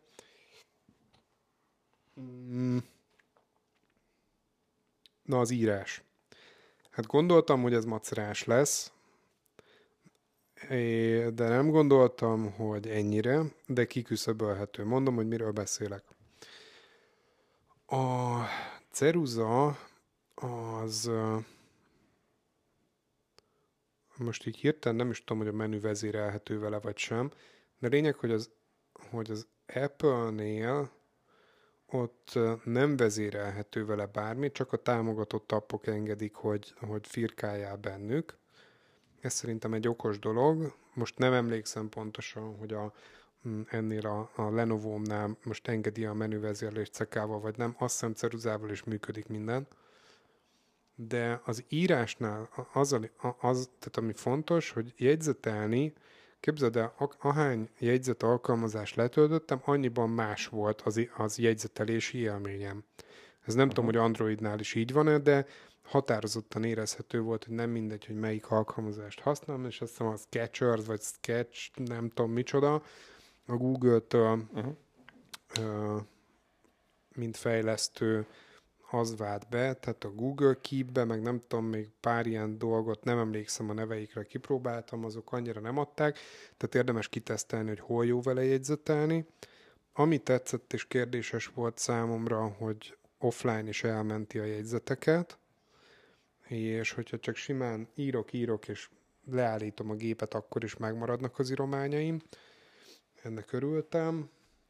Mm. Na, az írás. Hát gondoltam, hogy ez macerás lesz, de nem gondoltam, hogy ennyire, de kiküszöbölhető. Mondom, hogy miről beszélek. A ceruza az... Most így hirtelen nem is tudom, hogy a menü vezérelhető vele, vagy sem, de lényeg, hogy az, hogy az Apple-nél ott nem vezérelhető vele bármi, csak a támogatott appok engedik, hogy, hogy firkáljál bennük. Ez szerintem egy okos dolog. Most nem emlékszem pontosan, hogy a, ennél a, a Lenovo-nál most engedi a menüvezérlést cekával, vagy nem. Azt hiszem ceruzával is működik minden. De az írásnál az, az, tehát ami fontos, hogy jegyzetelni, képzeld el, ahány jegyzet alkalmazást letöltöttem, annyiban más volt az, az jegyzetelési élményem. Ez nem uh-huh. tudom, hogy Androidnál is így van-e, de határozottan érezhető volt, hogy nem mindegy, hogy melyik alkalmazást használom, és azt hiszem a Sketchers, vagy Sketch, nem tudom micsoda, a Google-től uh-huh. uh, mint fejlesztő az vált be, tehát a Google Keep-be, meg nem tudom, még pár ilyen dolgot, nem emlékszem a neveikre, kipróbáltam, azok annyira nem adták, tehát érdemes kitesztelni, hogy hol jó vele jegyzetelni. Ami tetszett és kérdéses volt számomra, hogy offline is elmenti a jegyzeteket, és hogyha csak simán írok, írok, és leállítom a gépet, akkor is megmaradnak az írományaim. Ennek örültem,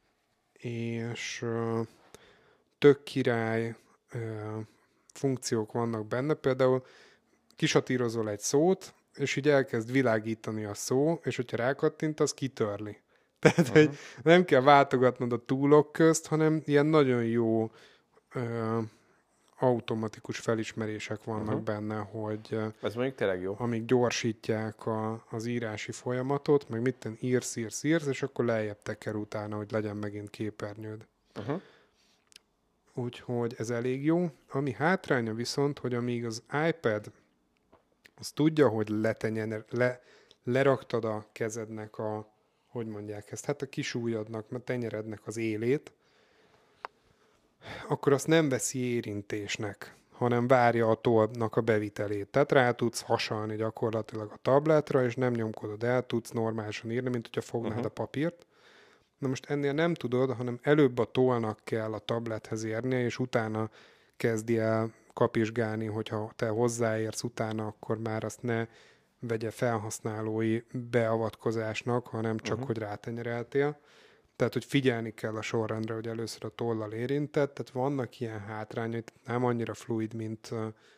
és tök király funkciók vannak benne, például kisatírozol egy szót, és így elkezd világítani a szó, és hogyha rákattint, az kitörli. Tehát, uh-huh. hogy nem kell váltogatnod a túlok közt, hanem ilyen nagyon jó ö, automatikus felismerések vannak uh-huh. benne, hogy ez mondjuk tényleg jó. Amik gyorsítják a, az írási folyamatot, meg mitten írsz, írsz, írsz, és akkor lejjebb teker utána, hogy legyen megint képernyőd. Uh-huh. Úgyhogy ez elég jó. Ami hátránya viszont, hogy amíg az iPad az tudja, hogy letenyen, le, leraktad a kezednek a, hogy mondják ezt, hát a kis ujjadnak, a tenyerednek az élét, akkor azt nem veszi érintésnek, hanem várja a tollnak a bevitelét. Tehát rá tudsz hasalni gyakorlatilag a tabletra, és nem nyomkodod el, tudsz normálisan írni, mint hogyha fognád uh-huh. a papírt. Na most ennél nem tudod, hanem előbb a tollnak kell a tablethez érnie, és utána kezdi el kapizsgálni, hogyha te hozzáérsz utána, akkor már azt ne vegye felhasználói beavatkozásnak, hanem csak, uh-huh. hogy rátenyereltél. Tehát, hogy figyelni kell a sorrendre, hogy először a tollal érintett, tehát vannak ilyen hátrányok, nem annyira fluid, mint,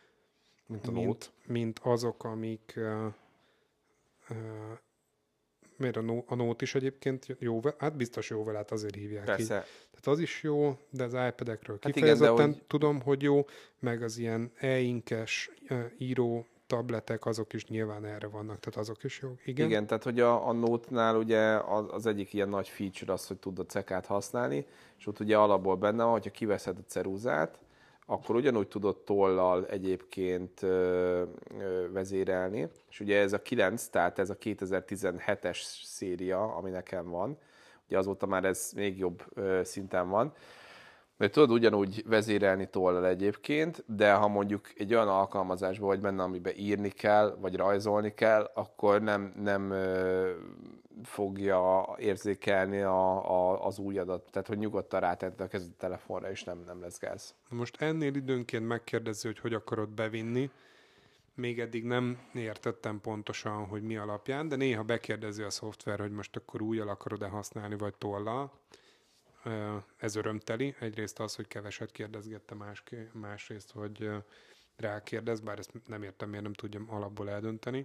mint, a mint, mint azok, amik uh, uh, Miért a, no, a Note is egyébként jó, hát biztos jó vele, hát azért hívják Persze. így. Tehát az is jó, de az iPad-ekről Hát kifejezetten igen, hogy... tudom, hogy jó, meg az ilyen e-inkes író tabletek, azok is nyilván erre vannak, tehát azok is jó. Igen, Igen, tehát hogy a, a Note-nál ugye az, az egyik ilyen nagy feature az, hogy tud a cekát használni, és ott ugye alapból benne van, hogyha kiveszed a ceruzát, akkor ugyanúgy tudod tollal egyébként ö, ö, vezérelni, és ugye ez a kilenc, tehát ez a kétezer-tizenhetes széria, ami nekem van, ugye azóta már ez még jobb ö, szinten van, mert tudod ugyanúgy vezérelni tollal egyébként, de ha mondjuk egy olyan alkalmazásban vagy benne, amiben írni kell, vagy rajzolni kell, akkor nem, nem ö, fogja érzékelni a, a, az új adat. Tehát, hogy nyugodtan rátented a kezed a telefonra, és nem, nem lesz gáz. most ennél időnként megkérdezi, hogy hogy akarod bevinni. Még eddig nem értettem pontosan, hogy mi alapján, de néha bekérdezi a szoftver, hogy most akkor újjal akarod-e használni, vagy tollal. Ez örömteli. Egyrészt az, hogy keveset kérdezgette, más, másrészt, hogy rákérdez, bár ezt nem értem, miért nem tudjam alapból eldönteni.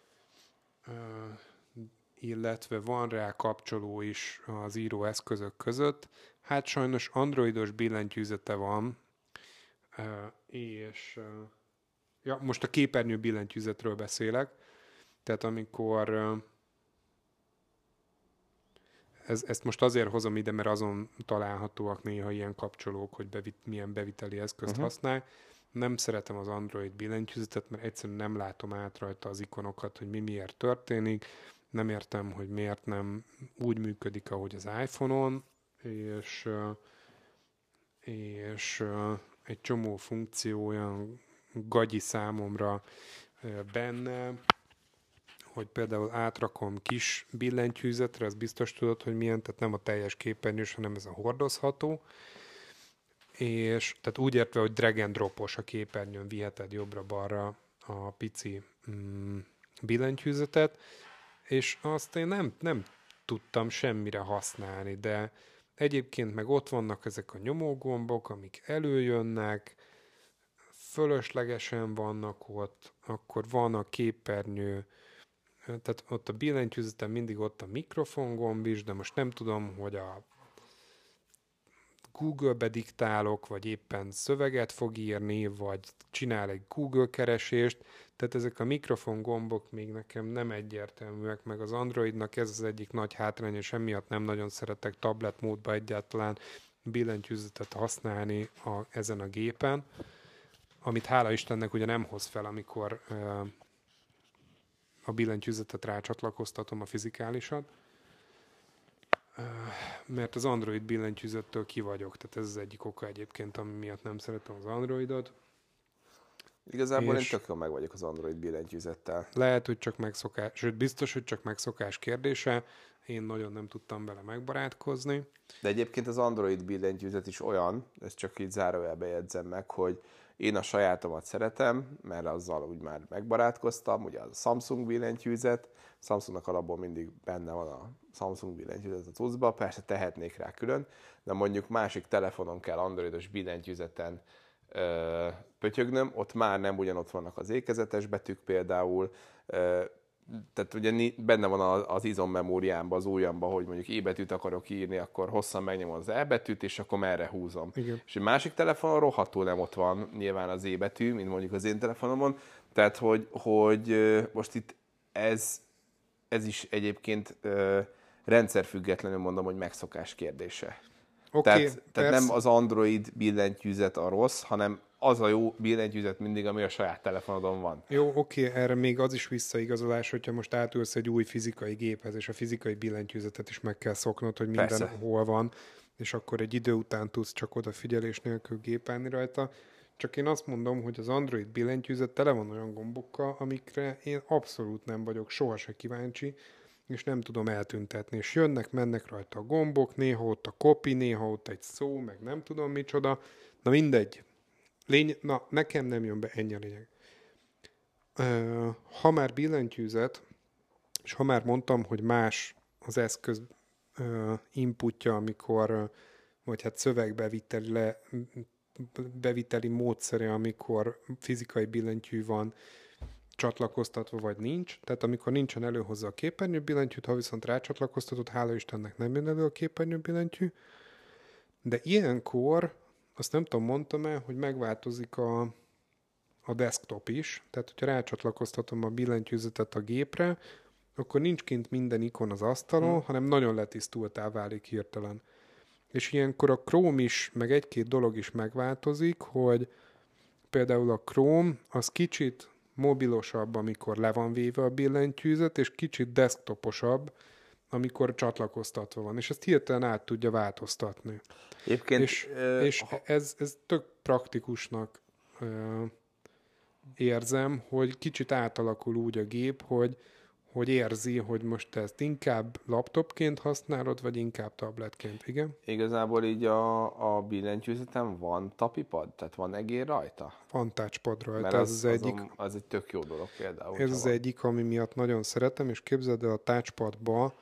Illetve van rá kapcsoló is az író eszközök között. Hát sajnos androidos billentyűzete van, és ja, most a képernyő billentyűzetről beszélek, tehát amikor ez, ezt most azért hozom ide, mert azon találhatóak néha ilyen kapcsolók, hogy bevit, milyen beviteli eszközt uh-huh. használ. Nem szeretem az Android billentyűzetet, mert egyszerűen nem látom át rajta az ikonokat, hogy mi miért történik. Nem értem, hogy miért nem úgy működik, ahogy az iPhone-on, és, és egy csomó funkció olyan gagyi számomra benne, hogy például átrakom kis billentyűzetre, az biztos tudod, hogy milyen, tehát nem a teljes képernyős, hanem ez a hordozható, és tehát úgy értve, hogy drag and dropos a képernyőn viheted jobbra-balra a pici mm, billentyűzetet, és azt én nem, nem tudtam semmire használni, de egyébként meg ott vannak ezek a nyomógombok, amik előjönnek, fölöslegesen vannak ott, akkor van a képernyő, tehát ott a billentyűzeten mindig ott a mikrofongomb is, de most nem tudom, hogy a Google-be diktálok, vagy éppen szöveget fog írni, vagy csinál egy Google keresést, tehát ezek a mikrofongombok még nekem nem egyértelműek, meg az Androidnak ez az egyik nagy hátrány, és emiatt nem nagyon szeretek tablet módba egyáltalán billentyűzetet használni a, ezen a gépen, amit hála Istennek ugye nem hoz fel, amikor uh, a billentyűzetet rácsatlakoztatom a fizikálisat, uh, mert az Android billentyűzettől ki vagyok, tehát ez az egyik oka egyébként, ami miatt nem szeretem az Androidot. Igazából én tök jól meg vagyok az Android billentyűzettel. Lehet, hogy csak megszokás, sőt biztos, hogy csak megszokás kérdése, én nagyon nem tudtam vele megbarátkozni. De egyébként az Android billentyűzet is olyan, ezt csak így zárójelbe jegyzem meg, hogy én a sajátomat szeretem, mert azzal úgy már megbarátkoztam, ugye az a Samsung billentyűzet, Samsungnak alapból mindig benne van a Samsung billentyűzet a cuccba, persze tehetnék rá külön, de mondjuk másik telefonon kell androidos billentyűzeten ö, pötyögnöm, ott már nem ugyanott vannak az ékezetes betűk például, ö, tehát ugye benne van az izommemóriámban, az ujjamban, hogy mondjuk E betűt akarok írni, akkor hosszan megnyomom az E betűt, és akkor merre húzom. Igen. És egy másik telefonon rohadtul nem ott van nyilván az E betű, mint mondjuk az én telefonomon. Tehát, hogy, hogy most itt ez, ez is egyébként rendszerfüggetlenül mondom, hogy megszokás kérdése. Okay, tehát, tehát nem az Android billentyűzet a rossz, hanem az a jó billentyűzet mindig, ami a saját telefonodon van. Jó, oké, okay, erre még az is visszaigazolás, hogyha most átülsz egy új fizikai géphez, és a fizikai billentyűzetet is meg kell szoknod, hogy minden Persze. hol van, és akkor egy idő után tudsz csak odafigyelés nélkül gépelni rajta. Csak én azt mondom, hogy az Android billentyűzet tele van olyan gombokkal, amikre én abszolút nem vagyok sohasem kíváncsi, és nem tudom eltüntetni. És jönnek, mennek rajta a gombok, néha ott a copy, néha ott egy szó, meg nem tudom micsoda. Na mindegy. Lény- Na, nekem nem jön be, ennyi a lényeg. Uh, ha már billentyűzet, és ha már mondtam, hogy más az eszköz uh, inputja, amikor, uh, vagy hát szövegbeviteli le, beviteli módszere, amikor fizikai billentyű van, csatlakoztatva, vagy nincs. Tehát amikor nincsen elő hozzá a képernyőbillentyűt, ha viszont rácsatlakoztatod, hála Istennek nem jön elő a képernyőbillentyű. De ilyenkor, azt nem tudom, mondtam-e, hogy megváltozik a, a desktop is. Tehát, hogyha rácsatlakoztatom a billentyűzetet a gépre, akkor nincs kint minden ikon az asztalon, hmm. hanem nagyon letisztultá válik hirtelen. És ilyenkor a Chrome is, meg egy-két dolog is megváltozik, hogy például a Chrome az kicsit mobilosabb, amikor le van véve a billentyűzet, és kicsit desktoposabb, amikor csatlakoztatva van. És ezt hirtelen át tudja változtatni. Egyébként, és ö, és ha... ez, ez tök praktikusnak ö, érzem, hogy kicsit átalakul úgy a gép, hogy hogy érzi, hogy most ezt inkább laptopként használod, vagy inkább tabletként, igen? Igazából így a, a billentyűzetem van tapipad? Tehát van egér rajta? Van touchpad rajta, Mert ez az, az, az egyik. azon, az egy tök jó dolog például. Ez az van. egyik, ami miatt nagyon szeretem, és képzeld el, a touchpadba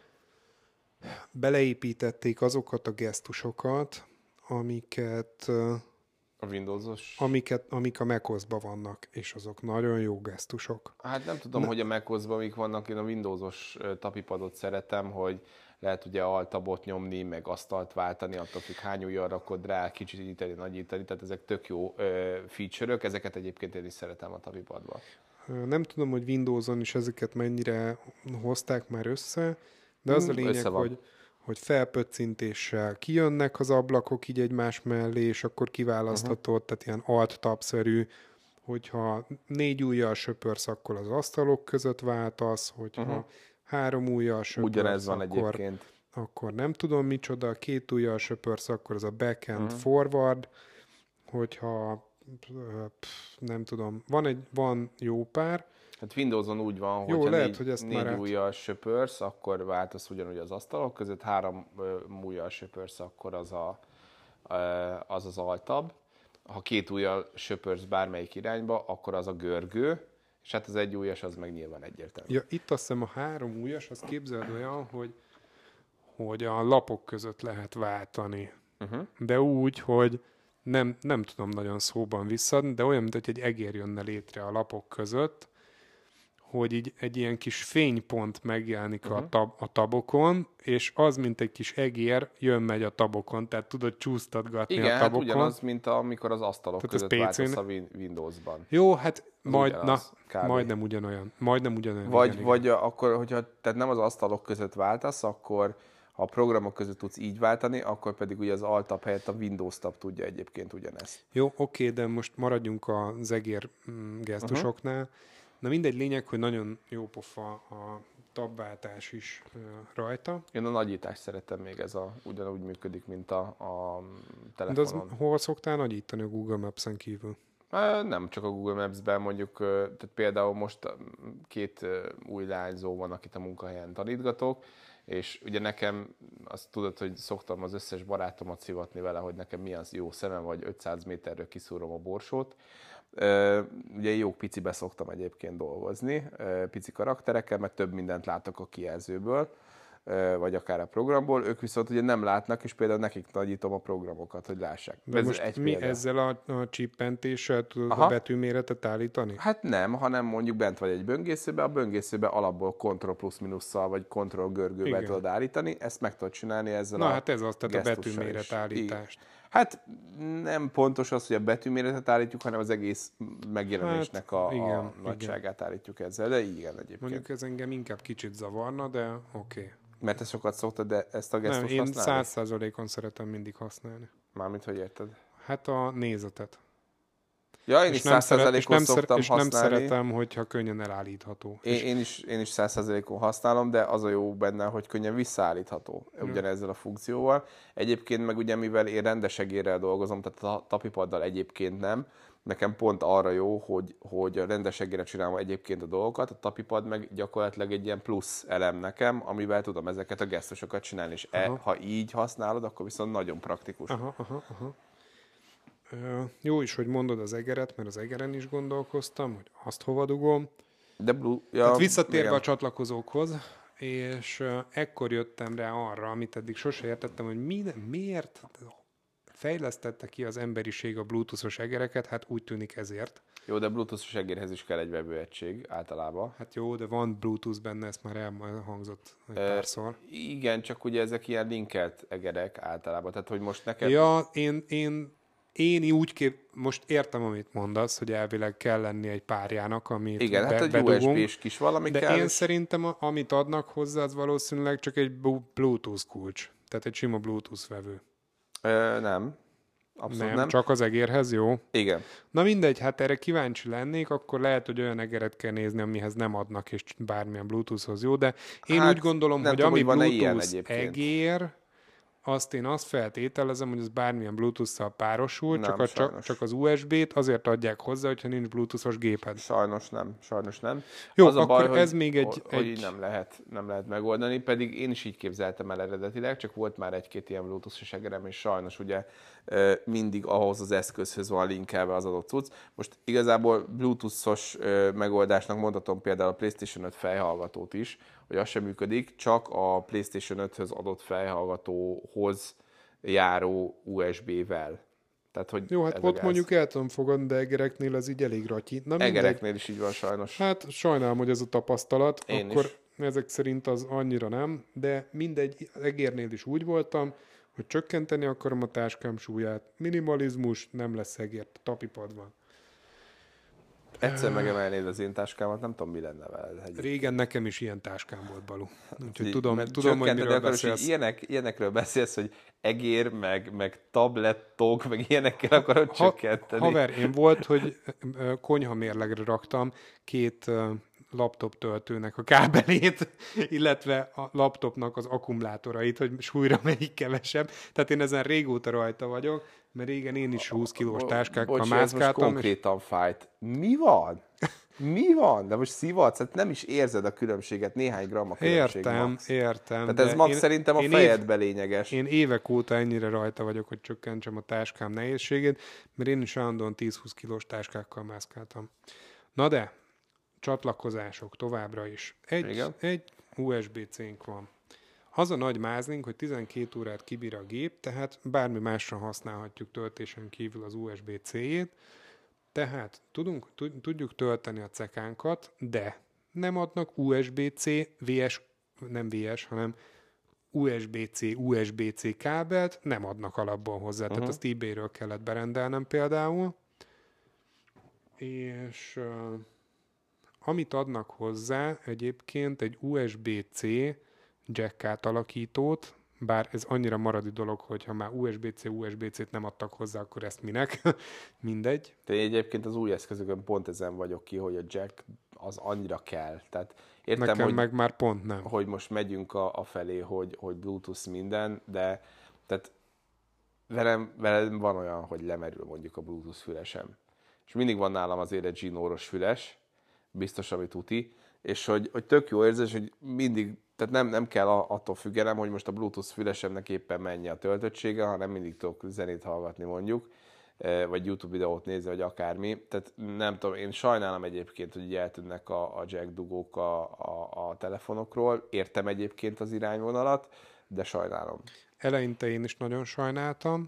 beleépítették azokat a gesztusokat, amiket... A Windowsos? Amiket, amik a macOS-ban vannak, és azok nagyon jó gesztusok. Hát nem tudom, ne. hogy a macOS-ban mik vannak, én a Windowsos tapipadot szeretem, hogy lehet ugye altabot nyomni, meg asztalt váltani, attól függ hány ujjal rakod rá, kicsit nyitani, nagyítani, tehát ezek tök jó feature-ök, ezeket egyébként én is szeretem a tapipadban. Nem tudom, hogy Windowson is ezeket mennyire hozták már össze, de az hmm, a lényeg, hogy hogy felpöccintéssel kijönnek az ablakok így egymás mellé, és akkor kiválaszthatod, uh-huh. tehát ilyen alt-tab-szerű, hogyha négy ujjal söpörsz, akkor az asztalok között váltasz, hogyha uh-huh. három ujjal söpörsz, ugyanez van akkor, egyébként. akkor nem tudom micsoda, két ujjal söpörsz, akkor az a back-end uh-huh. forward, hogyha pff, nem tudom, van, egy, van jó pár. Hát Windowson úgy van, Jó, hogyha lehet, négy, hogy ezt négy már ujjal söpörsz, akkor váltasz ugyanúgy az asztalok között, három ujjal söpörsz, akkor az a, az, az altab. Ha két ujjal söpörsz bármelyik irányba, akkor az a görgő, és hát az egy ujjas az meg nyilván egyértelmű. Ja, itt azt hiszem a három ujjas, az képzeld olyan, hogy, hogy a lapok között lehet váltani. Uh-huh. De úgy, hogy nem, nem tudom nagyon szóban visszadni, de olyan, mint hogy egy egér jönne létre a lapok között, hogy így egy ilyen kis fénypont megjelenik uh-huh. a, tab, a tabokon, és az, mint egy kis egér, jön-megy a tabokon, tehát tudod csúsztatgatni igen, a tabokon. Igen, hát ugyanaz, mint amikor az asztalok tehát között váltasz a Windowsban. Jó, hát majd, ugyanaz, na, majdnem ugyanolyan. Majdnem ugyanolyan. Vagy, igen, vagy igen. akkor, hogyha tehát nem az asztalok között váltasz, akkor ha a programok között tudsz így váltani, akkor pedig ugye az Alt-tab helyett a Windows-tab tudja egyébként ugyanezt. Jó, oké, de most maradjunk az egér gesztusoknál. Uh-huh. Na mindegy, lényeg, hogy nagyon jó pofa a tabváltás is uh, rajta. Én a nagyítást szeretem még, ez a, ugyanúgy működik, mint a, a telefonon. De az hol szoktál nagyítani a Google Maps-en kívül? Nem csak a Google Maps-ben, mondjuk, tehát például most két új lányzó van, akit a munkahelyen tanítgatok, és ugye nekem, azt tudod, hogy szoktam az összes barátomat szivatni vele, hogy nekem milyen jó szemem, vagy ötszáz méterről kiszúrom a borsót. Ugye jó picibe szoktam egyébként dolgozni, pici karakterekkel, mert több mindent látok a kijelzőből, vagy akár a programból, ők viszont ugye nem látnak, és például nekik nagyítom a programokat, hogy lássák. De ez most egy mi példa. Ezzel a, a csippentéssel tudod Aha. a betűméretet állítani? Hát nem, hanem mondjuk bent vagy egy böngészőbe, a böngészőbe alapból Ctrl plusz minusszal, vagy Ctrl görgővel Igen. tudod állítani, ezt meg tudod csinálni ezzel Na, a hát ez az, tehát a betűméret állítást. Hát nem pontos az, hogy a betűméretet állítjuk, hanem az egész megjelenésnek hát, a, igen, a nagyságát igen. állítjuk ezzel, de igen egyébként. Mondjuk ez engem inkább kicsit zavarna, de oké. Okay. Mert te sokat szoktad de ezt a gesztust Nem, én használni? száz százalékon szeretem mindig használni. Mármint, hogy érted? Hát a nézetet. Ja, én is száz százalékon szoktam és használni. És nem szeretem, hogyha könnyen elállítható. Én, én, is, én is száz százalékon használom, de az a jó benne, hogy könnyen visszaállítható ugyanezzel a funkcióval. Egyébként meg ugye, mivel én rendes egérrel dolgozom, tehát a tapipaddal egyébként nem, nekem pont arra jó, hogy, hogy a rendes egérrel csinálom egyébként a dolgokat, a tapipad meg gyakorlatilag egy ilyen plusz elem nekem, amivel tudom ezeket a gesztusokat csinálni, és e, ha így használod, akkor viszont nagyon praktikus. Aha, aha, aha. Jó is, hogy mondod az egeret, mert az egeren is gondolkoztam, hogy azt hova dugom. De blue, ja, Tehát visszatérve igen. a csatlakozókhoz, és ekkor jöttem rá arra, amit eddig sose értettem, hogy mi, miért fejlesztette ki az emberiség a bluetoothos egereket, hát úgy tűnik ezért. Jó, de bluetoothos egérhez is kell egy vevőegység általában. Hát jó, de van bluetooth benne, ezt már elhangzott egy párszor. Igen, csak ugye ezek ilyen linkelt egerek általában, tehát hogy most neked... Ja, én, én, én úgy kép... Most értem, amit mondasz, hogy elvileg kell lenni egy párjának, amit Igen, be, hát egy bedugunk, u es bé-s kis valami de kell. én és... szerintem, amit adnak hozzá, az valószínűleg csak egy Bluetooth kulcs. Tehát egy sima Bluetooth vevő. Ö, nem. Abszolút Nem, nem. csak az egérhez, jó? Igen. Na mindegy, hát erre kíváncsi lennék, akkor lehet, hogy olyan egeret kell nézni, amihez nem adnak, és bármilyen Bluetoothhoz jó, de én Hát, úgy gondolom, nem hogy tudom, ami hogy van-e ilyen Bluetooth egyébként. egér, azt én azt feltételezem, hogy ez bármilyen Bluetooth-szal párosul, Nem, csak, a, csak, sajnos. csak az u es bé-t azért adják hozzá, hogyha nincs Bluetooth-os géped. Sajnos nem, sajnos nem. Jó, az a akkor baj, hogy, ez még egy... hogy egy... így nem lehet, nem lehet megoldani, pedig én is így képzeltem el eredetileg, csak volt már egy-két ilyen Bluetooth-os egerem, és sajnos ugye mindig ahhoz az eszközhöz van linkelve az adott cucc. Most igazából Bluetooth-os megoldásnak mondhatom például a PlayStation öt fejhallgatót is, hogy az sem működik, csak a PlayStation öthöz adott fejhallgatóhoz járó u es bé-vel. Tehát, hogy Jó, hát ott gáz. mondjuk el tudom fogadni, de egereknél az így elég ratyi. Na, Egereknél is így van sajnos. Hát sajnálom, hogy ez a tapasztalat, Én akkor is. ezek szerint az annyira nem, de mindegy, az egérnél is úgy voltam, hogy csökkenteni akarom a táskám súlyát, minimalizmus, nem lesz egér, tapipad van. Egyszer megemelnéd az én táskámat, nem tudom, mi lenne veled. Egy... Régen nekem is ilyen táskám volt, Balú. Úgyhogy Így, tudom, mert tudom hogy miről akarod, beszélsz. és ilyenek, ilyenekről beszélsz, hogy egér, meg, meg tablettok, meg ilyenekkel akarod ha, csökkenteni. Haver, én volt, hogy konyhamérlegre raktam két laptop töltőnek a kábelét, illetve a laptopnak az akkumulátorait, hogy súlyra melyik kevesebb. Tehát én ezen régóta rajta vagyok, mert régen én is húsz kilós táskákkal Bocsi, ez most mászkáltam. konkrétan és... fájt. Mi van? Mi van? De most szivatsz, hát nem is érzed a különbséget, néhány gram a különbség. Értem, max. értem. Tehát ez max én, szerintem a én fejedbe év, lényeges. Én évek óta ennyire rajta vagyok, hogy csökkentsem a táskám nehézségét, mert én is állandóan tíz-húsz kilós táskákkal mászkáltam. Na de, csatlakozások továbbra is. Egy, egy u es bé cénk van. Az a nagy mázlink, hogy tizenkét órát kibír a gép, tehát bármi másra használhatjuk töltésen kívül az u es bé céjét, tehát tudunk, tudjuk tölteni a cekánkat, de nem adnak u es bé-C, vé es, nem vé es, hanem u es bé-C, u es bé-C kábelt nem adnak alapból hozzá, uh-huh. tehát azt eBay-ről kellett berendelnem például. És uh, amit adnak hozzá egyébként egy u es bé-C jack átalakítót, bár ez annyira maradi dolog, hogy ha már u es bé-C, u es bé-C-t nem adtak hozzá, akkor ezt minek? Mindegy. De egyébként az új eszközökön pont ezen vagyok ki, hogy a jack az annyira kell. Tehát értem, nekem hogy, meg már pont nem. Hogy most megyünk a, a felé, hogy, hogy Bluetooth minden, de tehát velem, velem van olyan, hogy lemerül mondjuk a Bluetooth fülesem. És mindig van nálam azért egy zsinóros füles, biztos, ami tuti, és hogy, hogy tök jó érzés, hogy mindig, tehát nem, nem kell attól függenem, hogy most a Bluetooth fülesemnek éppen mennyi a töltöttsége, hanem mindig tudok zenét hallgatni mondjuk, vagy YouTube videót nézni, vagy akármi. Tehát nem tudom, én sajnálom egyébként, hogy így eltűnnek a, a jack dugók a, a, a telefonokról. Értem egyébként az irányvonalat, de sajnálom. Eleinte én is nagyon sajnáltam,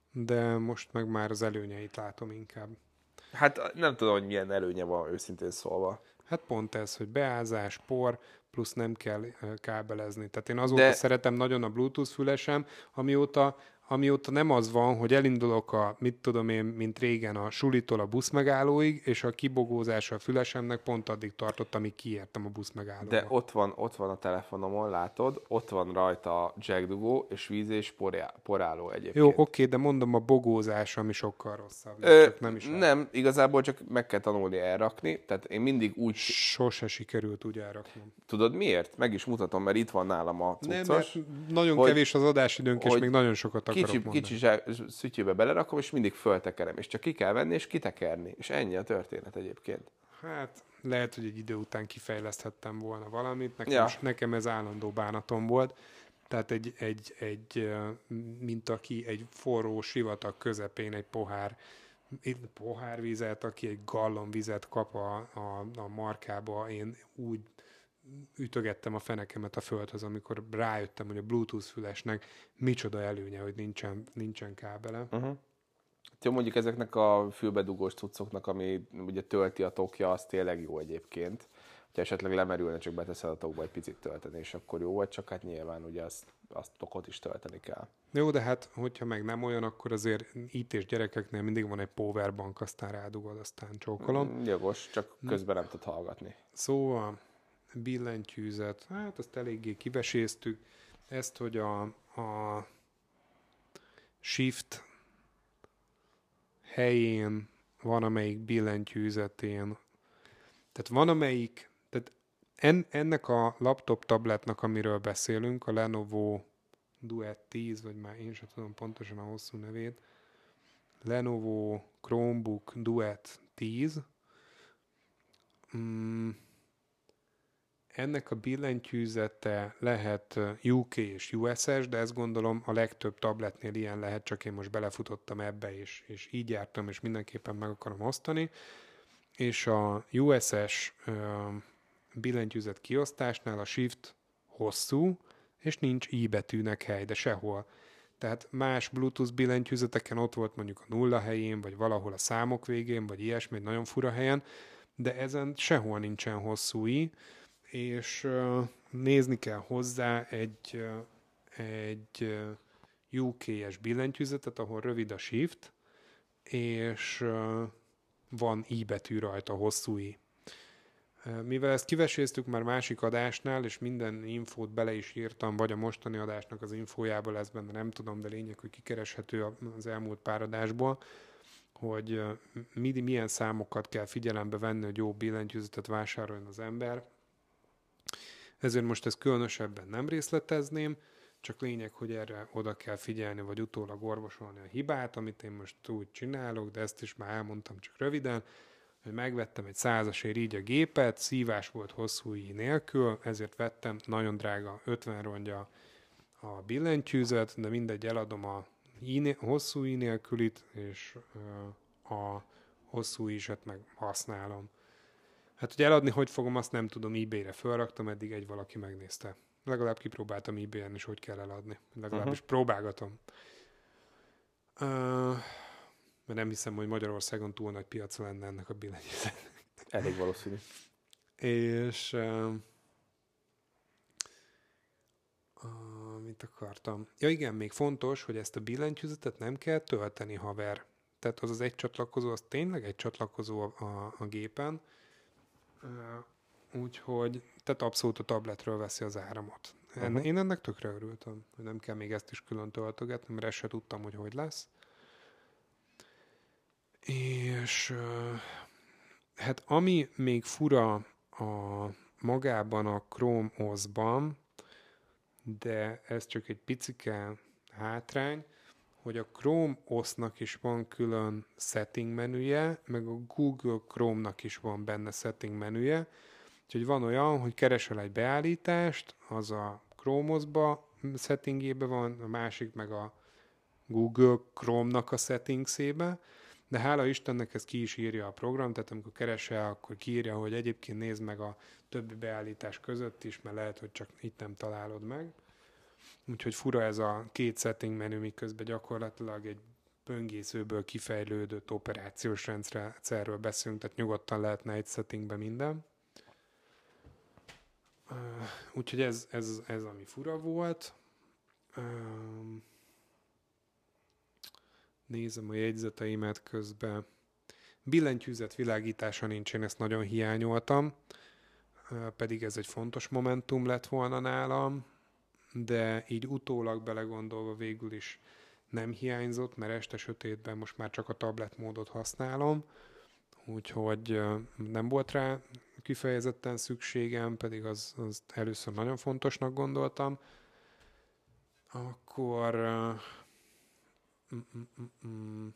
de most meg már az előnyeit látom inkább. Hát nem tudom, hogy milyen előnye van őszintén szólva. Hát pont ez, hogy beázás, por, plusz nem kell kábelezni. Tehát én azóta De... szeretem nagyon a Bluetooth fülesem, amióta, amióta nem az van, hogy elindulok a, mit tudom én, mint régen a sulitól a buszmegállóig, és a kibogózása a fülesemnek pont addig tartott, amíg kiértem a buszmegállóba. De ott van, ott van a telefonomon, látod, ott van rajta a jack dugó, és víz és poráló egyébként. Jó, oké, de mondom a bogózás, ami sokkal rosszabb. Ö, csak nem, is nem, igazából csak meg kell tanulni elrakni, tehát én mindig úgy... Sose sikerült úgy elraknom. Tudod miért? Meg is mutatom, mert itt van nálam a cuccos. Nem, nagyon hogy, kevés az adásidőnk, és még nagyon sokat akarok kicsi, mondani. Kicsi szütyőbe belerakom, és mindig föltekerem, és csak ki kell venni, és kitekerni. És ennyi a történet egyébként. Hát lehet, hogy egy idő után kifejleszthettem volna valamit. Nekem, ja. is, nekem ez állandó bánatom volt. Tehát egy, egy, egy, mint aki egy forró sivatag közepén egy pohár, egy pohár vizet, aki egy gallon vizet kap a, a, a markába, én úgy ütögettem a fenekemet a földhöz, amikor rájöttem, hogy a Bluetooth fülesnek micsoda előnye, hogy nincsen, nincsen kábele. Uh-huh. Jó, mondjuk ezeknek a fülbedugós cuccoknak, ami ugye tölti a tokja, az tényleg jó egyébként. Ha esetleg lemerülne, csak beteszed a tokba egy picit tölteni, és akkor jó vagy, csak hát nyilván ugye azt, azt tokot is tölteni kell. Jó, de hát, hogyha meg nem olyan, akkor azért itt és gyerekeknél mindig van egy powerbank, aztán rádugod, aztán csókolom. Mm, jogos, csak közben nem tud hallgatni. Szóval billentyűzet, hát azt eléggé kiveséztük. Ezt, hogy a, a shift helyén van, amelyik billentyűzetén. Tehát van, amelyik, tehát en, ennek a laptop tabletnak, amiről beszélünk, a Lenovo Duet tíz, vagy már én sem tudom pontosan a hosszú nevét, Lenovo Chromebook Duet tíz. Mm, ennek a billentyűzete lehet U K és U S S, de ezt gondolom a legtöbb tabletnél ilyen lehet, csak én most belefutottam ebbe, és, és így jártam, és mindenképpen meg akarom osztani. És a U S S uh, billentyűzet kiosztásnál a Shift hosszú, és nincs I betűnek hely, de sehol. Tehát más Bluetooth billentyűzeteken ott volt mondjuk a nulla helyén, vagy valahol a számok végén, vagy ilyesmi, egy nagyon fura helyen, de ezen sehol nincsen hosszú I, és uh, nézni kell hozzá egy, uh, egy uh, U K-es billentyűzetet, ahol rövid a Shift, és uh, van I betű rajta, hosszú I. Mivel ezt kiveséztük már másik adásnál, és minden infót bele is írtam, vagy a mostani adásnak az infójából lesz benne, nem tudom, de lényeg, hogy kikereshető az elmúlt pár adásból, hogy milyen számokat kell figyelembe venni, hogy jó billentyűzetet vásároljon az ember. Ezért most ezt különösebben nem részletezném, csak lényeg, hogy erre oda kell figyelni, vagy utólag orvosolni a hibát, amit én most úgy csinálok, de ezt is már elmondtam csak röviden, hogy megvettem egy százasért így a gépet, szívás volt hosszú I nélkül, ezért vettem, nagyon drága, ötven rongyja a billentyűzet, de mindegy, eladom a I, hosszú I nélkülit, és a hosszú I-set meg használom. Hát, hogy eladni hogy fogom, azt nem tudom, eBay-re felraktam, eddig egy valaki megnézte. Legalább kipróbáltam eBay-en is, hogy kell eladni. Legalábbis uh-huh. próbálgatom. Uh, mert nem hiszem, hogy Magyarországon túl nagy piaca lenne ennek a billentyűzetnek. Elég valószínű. És uh, uh, mit akartam? Ja igen, még fontos, hogy ezt a billentyűzetet nem kell tölteni, haver. Tehát az az egy csatlakozó, az tényleg egy csatlakozó a, a, a gépen. Uh, úgyhogy, tehát abszolút a tabletről veszi az áramot. Uh-huh. Én ennek tökre örültem, hogy nem kell még ezt is külön töltögetni, mert ezt se tudtam, hogy hogy lesz. És uh, hát ami még fura a magában a Chrome o es-ban, de ez csak egy picike hátrány, hogy a Chrome o es-nak is van külön setting menüje, meg a Google Chrome-nak is van benne setting menüje. Úgyhogy van olyan, hogy keresel egy beállítást, az a Chrome o es-ba settingjében van, a másik meg a Google Chrome-nak a settingsébe, de hála Istennek ez ki is írja a program, tehát amikor keresel, akkor kiírja, hogy egyébként nézd meg a többi beállítás között is, mert lehet, hogy csak itt nem találod meg. Úgyhogy fura ez a két setting menü, miközben gyakorlatilag egy böngészőből kifejlődött operációs rendszerről beszélünk, tehát nyugodtan lehetne egy settingben minden. Úgyhogy ez, ez, ez ami fura volt. Nézem a jegyzeteimet közben. Billentyűzet világítása nincs, én ezt nagyon hiányoltam, pedig ez egy fontos momentum lett volna nálam, de így utólag belegondolva végül is nem hiányzott, mert este sötétben most már csak a tablet módot használom, úgyhogy nem volt rá kifejezetten szükségem, pedig az, az először nagyon fontosnak gondoltam. Akkor uh, mm, mm, mm,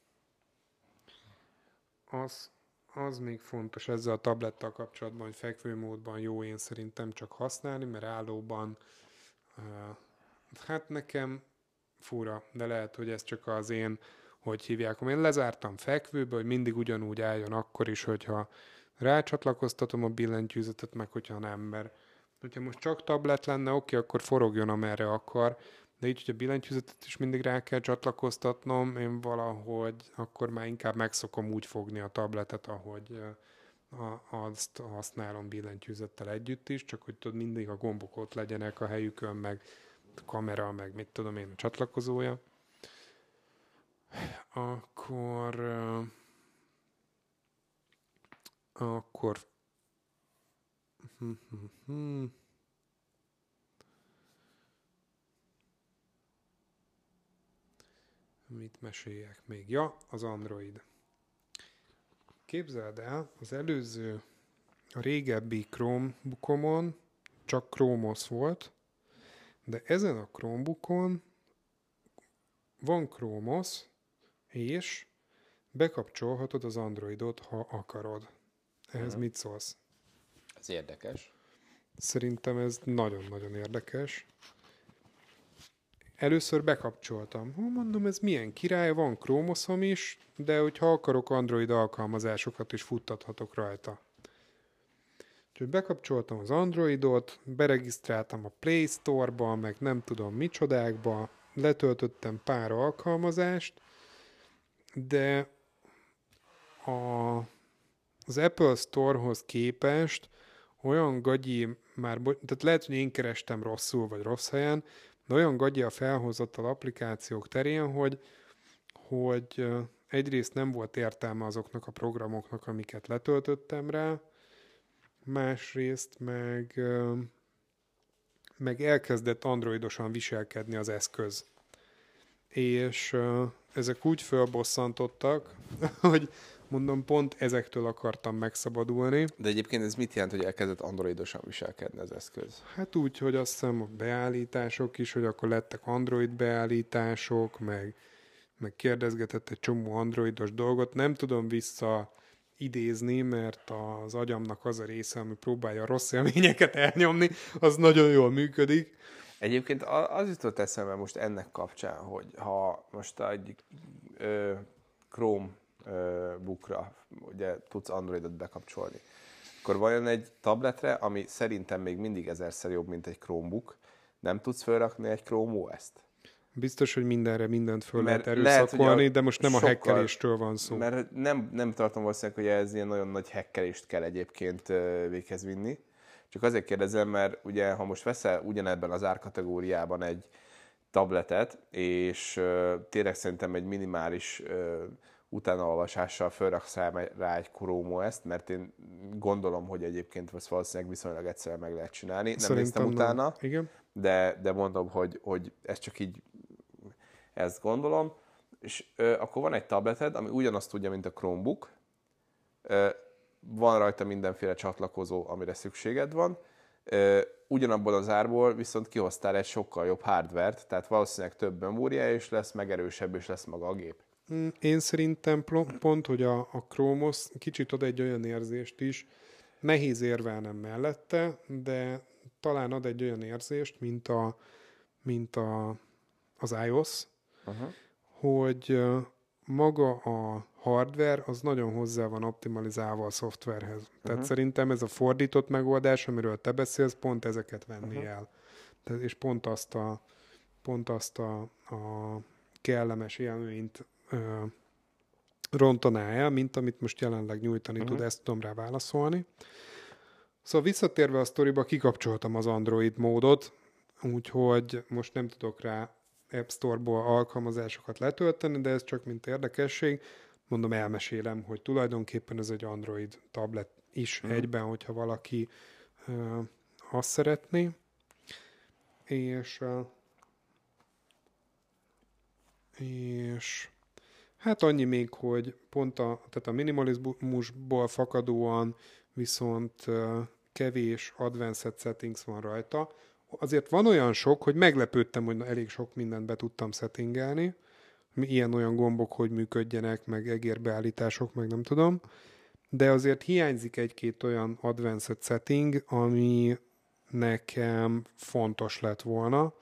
az, az még fontos ezzel a tablettal kapcsolatban, hogy fekvőmódban jó én szerintem csak használni, mert állóban uh, hát nekem fura, de lehet, hogy ez csak az én, hogy hívják, én lezártam fekvőbe, hogy mindig ugyanúgy álljon akkor is, hogyha rácsatlakoztatom a billentyűzetet, meg hogyha nem, mert hogyha most csak tablet lenne, oké, akkor forogjon, amerre akar, de így, hogy a billentyűzetet is mindig rá kell csatlakoztatnom, én valahogy akkor már inkább megszokom úgy fogni a tabletet, ahogy a, azt használom billentyűzettel együtt is, csak hogy tudod, mindig a gombok ott legyenek a helyükön, meg a kamera, meg mit tudom én, a csatlakozója. Akkor... Akkor... Mit meséljek még? Ja, az Android. Képzeld el, az előző, a régebbi Chromebookon csak Chromos volt, de ezen a Chromebookon van Chromos, és bekapcsolhatod az Androidot, ha akarod. Ehhez hmm. mit szólsz? Ez érdekes. Szerintem ez nagyon-nagyon érdekes. Először bekapcsoltam. Hú, mondom, ez milyen király, van Chromosom is, de hogyha akarok Android alkalmazásokat is futtathatok rajta. Úgyhogy bekapcsoltam az Androidot, beregisztráltam a Play Store-ba, meg nem tudom micsodákba, letöltöttem pár alkalmazást, de a, az Apple Store-hoz képest olyan gagyi, már, tehát lehet, hogy én kerestem rosszul, vagy rossz helyen, de olyan gagyi a felhozatal applikációk terén, hogy, hogy egyrészt nem volt értelme azoknak a programoknak, amiket letöltöttem rá, másrészt meg, meg elkezdett androidosan viselkedni az eszköz. És ezek úgy fölbosszantottak, hogy mondom, pont ezektől akartam megszabadulni. De egyébként ez mit jelent, hogy elkezdett androidosan viselkedni az eszköz? Hát úgy, hogy azt hiszem a beállítások is, hogy akkor lettek android beállítások, meg, meg kérdezgetett egy csomó androidos dolgot. Nem tudom vissza idézni, mert az agyamnak az a része, ami próbálja a rossz élményeket elnyomni, az nagyon jól működik. Egyébként az jutott eszembe most ennek kapcsán, hogy ha most egy ö, Chrome ö, bookra ugye tudsz Androidot bekapcsolni, akkor vajon egy tabletre, ami szerintem még mindig ezerszer jobb, mint egy Chromebook, nem tudsz felrakni egy Chrome o es-t? Biztos, hogy mindenre mindent föl lehet erőszakolni, de most nem sokkal, a hackerésről van szó. Mert nem, nem tartom valószínűleg, hogy ez ilyen nagyon nagy hackerést kell egyébként véghez vinni. Csak azért kérdezem, mert ugye, ha most veszel ugyanebben az árkategóriában egy tabletet, és uh, tényleg szerintem egy minimális uh, utánaolvasással felraksz rá egy Chrome o es-t, mert én gondolom, hogy egyébként ezt valószínűleg viszonylag egyszerűen meg lehet csinálni. Nem szerintem néztem nem. utána, Igen. De, de mondom, hogy, hogy ez csak így ezt gondolom. És uh, akkor van egy tableted, ami ugyanazt tudja, mint a Chromebook, uh, van rajta mindenféle csatlakozó, amire szükséged van. Ugyanabból az árból viszont kihoztál egy sokkal jobb hardvert, tehát valószínűleg több memóriája is lesz, meg erősebb is lesz maga a gép. Én szerintem pont, hogy a, a Chromos kicsit ad egy olyan érzést is, nehéz érvelnem mellette, de talán ad egy olyan érzést, mint, a, mint a, az iOS, uh-huh. hogy maga a hardware az nagyon hozzá van optimalizálva a szoftverhez. Tehát uh-huh. szerintem ez a fordított megoldás, amiről te beszélsz, pont ezeket venni uh-huh. el. Tehát, és pont azt a, pont azt a, a kellemes élményt ö, rontaná el, mint amit most jelenleg nyújtani uh-huh. tud, ezt tudom rá válaszolni. Szóval visszatérve a sztoriba, kikapcsoltam az Android módot, úgyhogy most nem tudok rá App Store-ból alkalmazásokat letölteni, de ez csak mint érdekesség. Mondom, elmesélem, hogy tulajdonképpen ez egy Android tablet is mm. egyben, hogyha valaki uh, azt szeretné. És, uh, és hát annyi még, hogy pont a, tehát a minimalizmusból fakadóan viszont uh, kevés advanced settings van rajta. Azért van olyan sok, hogy meglepődtem, hogy elég sok mindent be tudtam settingelni. Ilyen-olyan gombok, hogy működjenek, meg egérbeállítások, meg nem tudom. De azért hiányzik egy-két olyan advanced setting, ami nekem fontos lett volna.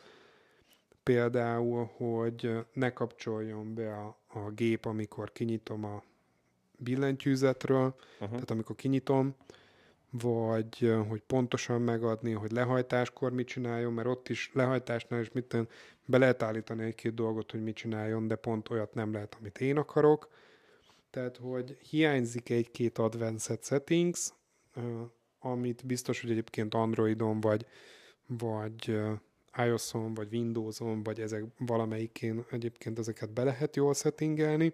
Például, hogy ne kapcsoljon be a, a gép, amikor kinyitom a billentyűzetről, uh-huh. tehát amikor kinyitom, vagy hogy pontosan megadni, hogy lehajtáskor mit csináljon, mert ott is lehajtásnál is mit be lehet állítani egy-két dolgot, hogy mit csináljon, de pont olyat nem lehet, amit én akarok. Tehát, hogy hiányzik egy-két advanced settings, amit biztos, hogy egyébként Androidon, vagy, vagy iOS-on, vagy Windows-on, vagy ezek valamelyikén egyébként ezeket be lehet jól settingelni.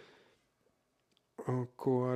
Akkor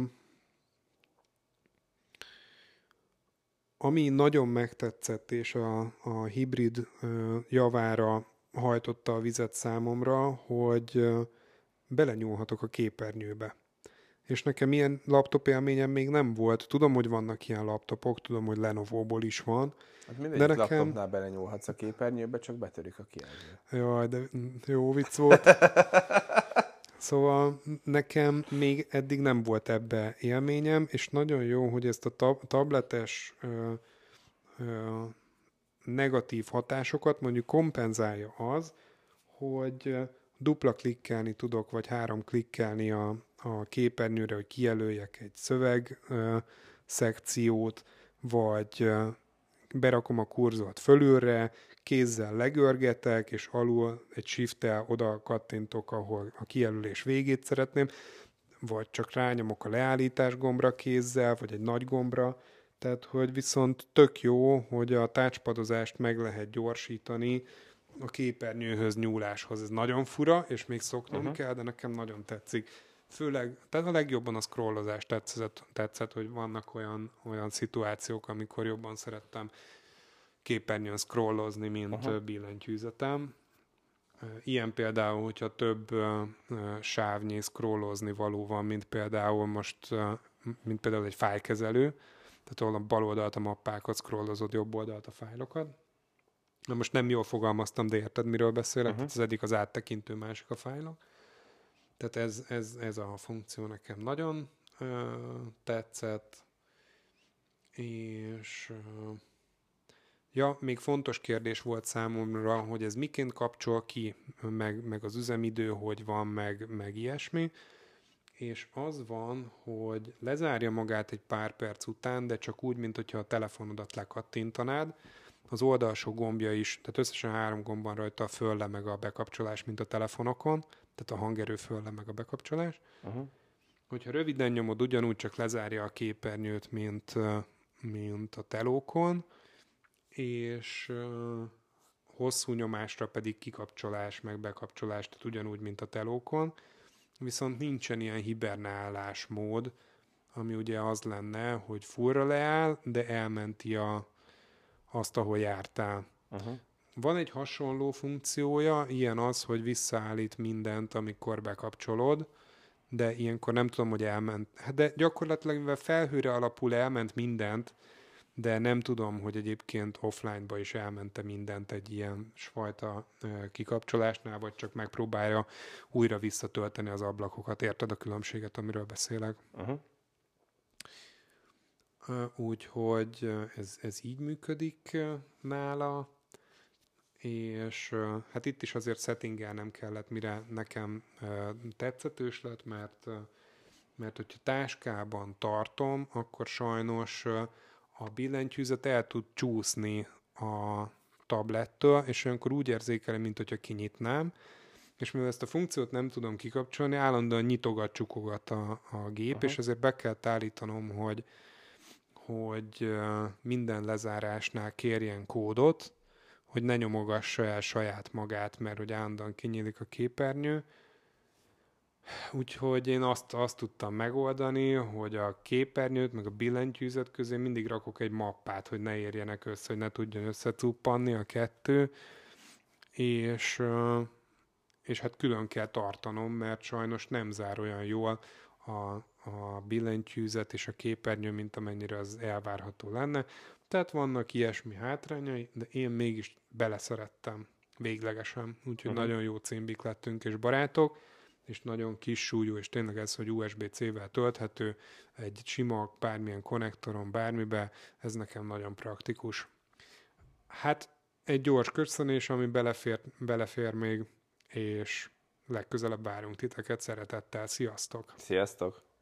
ami nagyon megtetszett, és a, a hibrid javára hajtotta a vizet számomra, hogy belenyúlhatok a képernyőbe. És nekem ilyen laptop élményem még nem volt. Tudom, hogy vannak ilyen laptopok, tudom, hogy Lenovo-ból is van. Hát mindegyik nekem... laptopnál belenyúlhatsz a képernyőbe, csak betörik a kijelző. Jaj, de jó vicc volt. Szóval nekem még eddig nem volt ebbe élményem, és nagyon jó, hogy ezt a tab- tabletes ö, ö, negatív hatásokat mondjuk kompenzálja az, hogy dupla klikkelni tudok, vagy három klikkelni a, a képernyőre, hogy kijelöljek egy szöveg ö, szekciót, vagy ö, berakom a kurzort fölülre, kézzel legörgetek, és alul egy shift-tel oda kattintok, ahol a kijelölés végét szeretném, vagy csak rányomok a leállítás gombra kézzel, vagy egy nagy gombra. Tehát, hogy viszont tök jó, hogy a touchpadozást meg lehet gyorsítani a képernyőhöz nyúláshoz. Ez nagyon fura, és még szoknom uh-huh. kell, de nekem nagyon tetszik. Főleg, tehát a legjobban a scrollozás tetszett, tetszett, hogy vannak olyan, olyan szituációk, amikor jobban szerettem képernyőn scrollozni, mint uh-huh. billentyűzetem. Ilyen például, hogyha több uh, sávnyi scrollozni való van, mint például most, uh, mint például egy fájlkezelő, tehát ahol a bal oldalt a mappákat scrollozod, jobb oldalt a fájlokat. Na most nem jól fogalmaztam, de érted, miről beszélek? Uh-huh. Az egyik az áttekintő, másik a fájlok. Tehát ez, ez, ez a funkció nekem nagyon uh, tetszett. És... Uh, Ja, még fontos kérdés volt számomra, hogy ez miként kapcsol ki, meg, meg az üzemidő, hogy van, meg, meg ilyesmi. És az van, hogy lezárja magát egy pár perc után, de csak úgy, mint hogyha a telefonodat lekattintanád. Az oldalsó gombja is, tehát összesen három gomb van rajta, a fölle meg a bekapcsolás, mint a telefonokon, tehát a hangerő fölle meg a bekapcsolás. Uh-huh. Hogyha röviden nyomod, ugyanúgy csak lezárja a képernyőt, mint, mint a telókon, és uh, hosszú nyomásra pedig kikapcsolás, meg bekapcsolás, tehát ugyanúgy, mint a telókon, viszont nincsen ilyen hibernálás mód, ami ugye az lenne, hogy fullra leáll, de elmenti a, azt, ahol jártál. Uh-huh. Van egy hasonló funkciója, ilyen az, hogy visszaállít mindent, amikor bekapcsolod, de ilyenkor nem tudom, hogy elment. Hát de gyakorlatilag, mivel felhőre alapul elment mindent, de nem tudom, hogy egyébként offline-ba is elmente mindent egy ilyen fajta kikapcsolásnál, vagy csak megpróbálja újra visszatölteni az ablakokat. Érted a különbséget, amiről beszélek? Uh-huh. Úgyhogy ez, ez így működik nála, és hát itt is azért settingelnem kellett, mire nekem tetszetős lett, mert, mert hogyha táskában tartom, akkor sajnos a billentyűzet el tud csúszni a tablettől, és olyankor úgy érzékelem, mint hogyha kinyitnám, és mivel ezt a funkciót nem tudom kikapcsolni, állandóan nyitogat, csukogat a, a gép, uh-huh. és ezért be kell állítanom, hogy, hogy minden lezárásnál kérjen kódot, hogy ne nyomogassa el saját magát, mert hogy állandóan kinyílik a képernyő. Úgyhogy én azt, azt tudtam megoldani, hogy a képernyőt, meg a billentyűzet közé mindig rakok egy mappát, hogy ne érjenek össze, hogy ne tudjon összecuppanni a kettő, és, és hát külön kell tartanom, mert sajnos nem zár olyan jól a, a billentyűzet és a képernyő, mint amennyire az elvárható lenne. Tehát vannak ilyesmi hátrányai, de én mégis beleszerettem véglegesen, úgyhogy uh-huh. nagyon jó címbik lettünk és barátok, és nagyon kis súlyú, és tényleg ez, hogy u es bé cé-vel tölthető, egy sima bármilyen konnektoron, bármibe, ez nekem nagyon praktikus. Hát egy gyors köszönés, ami belefér, belefér még, és legközelebb várunk titeket szeretettel. Sziasztok! Sziasztok!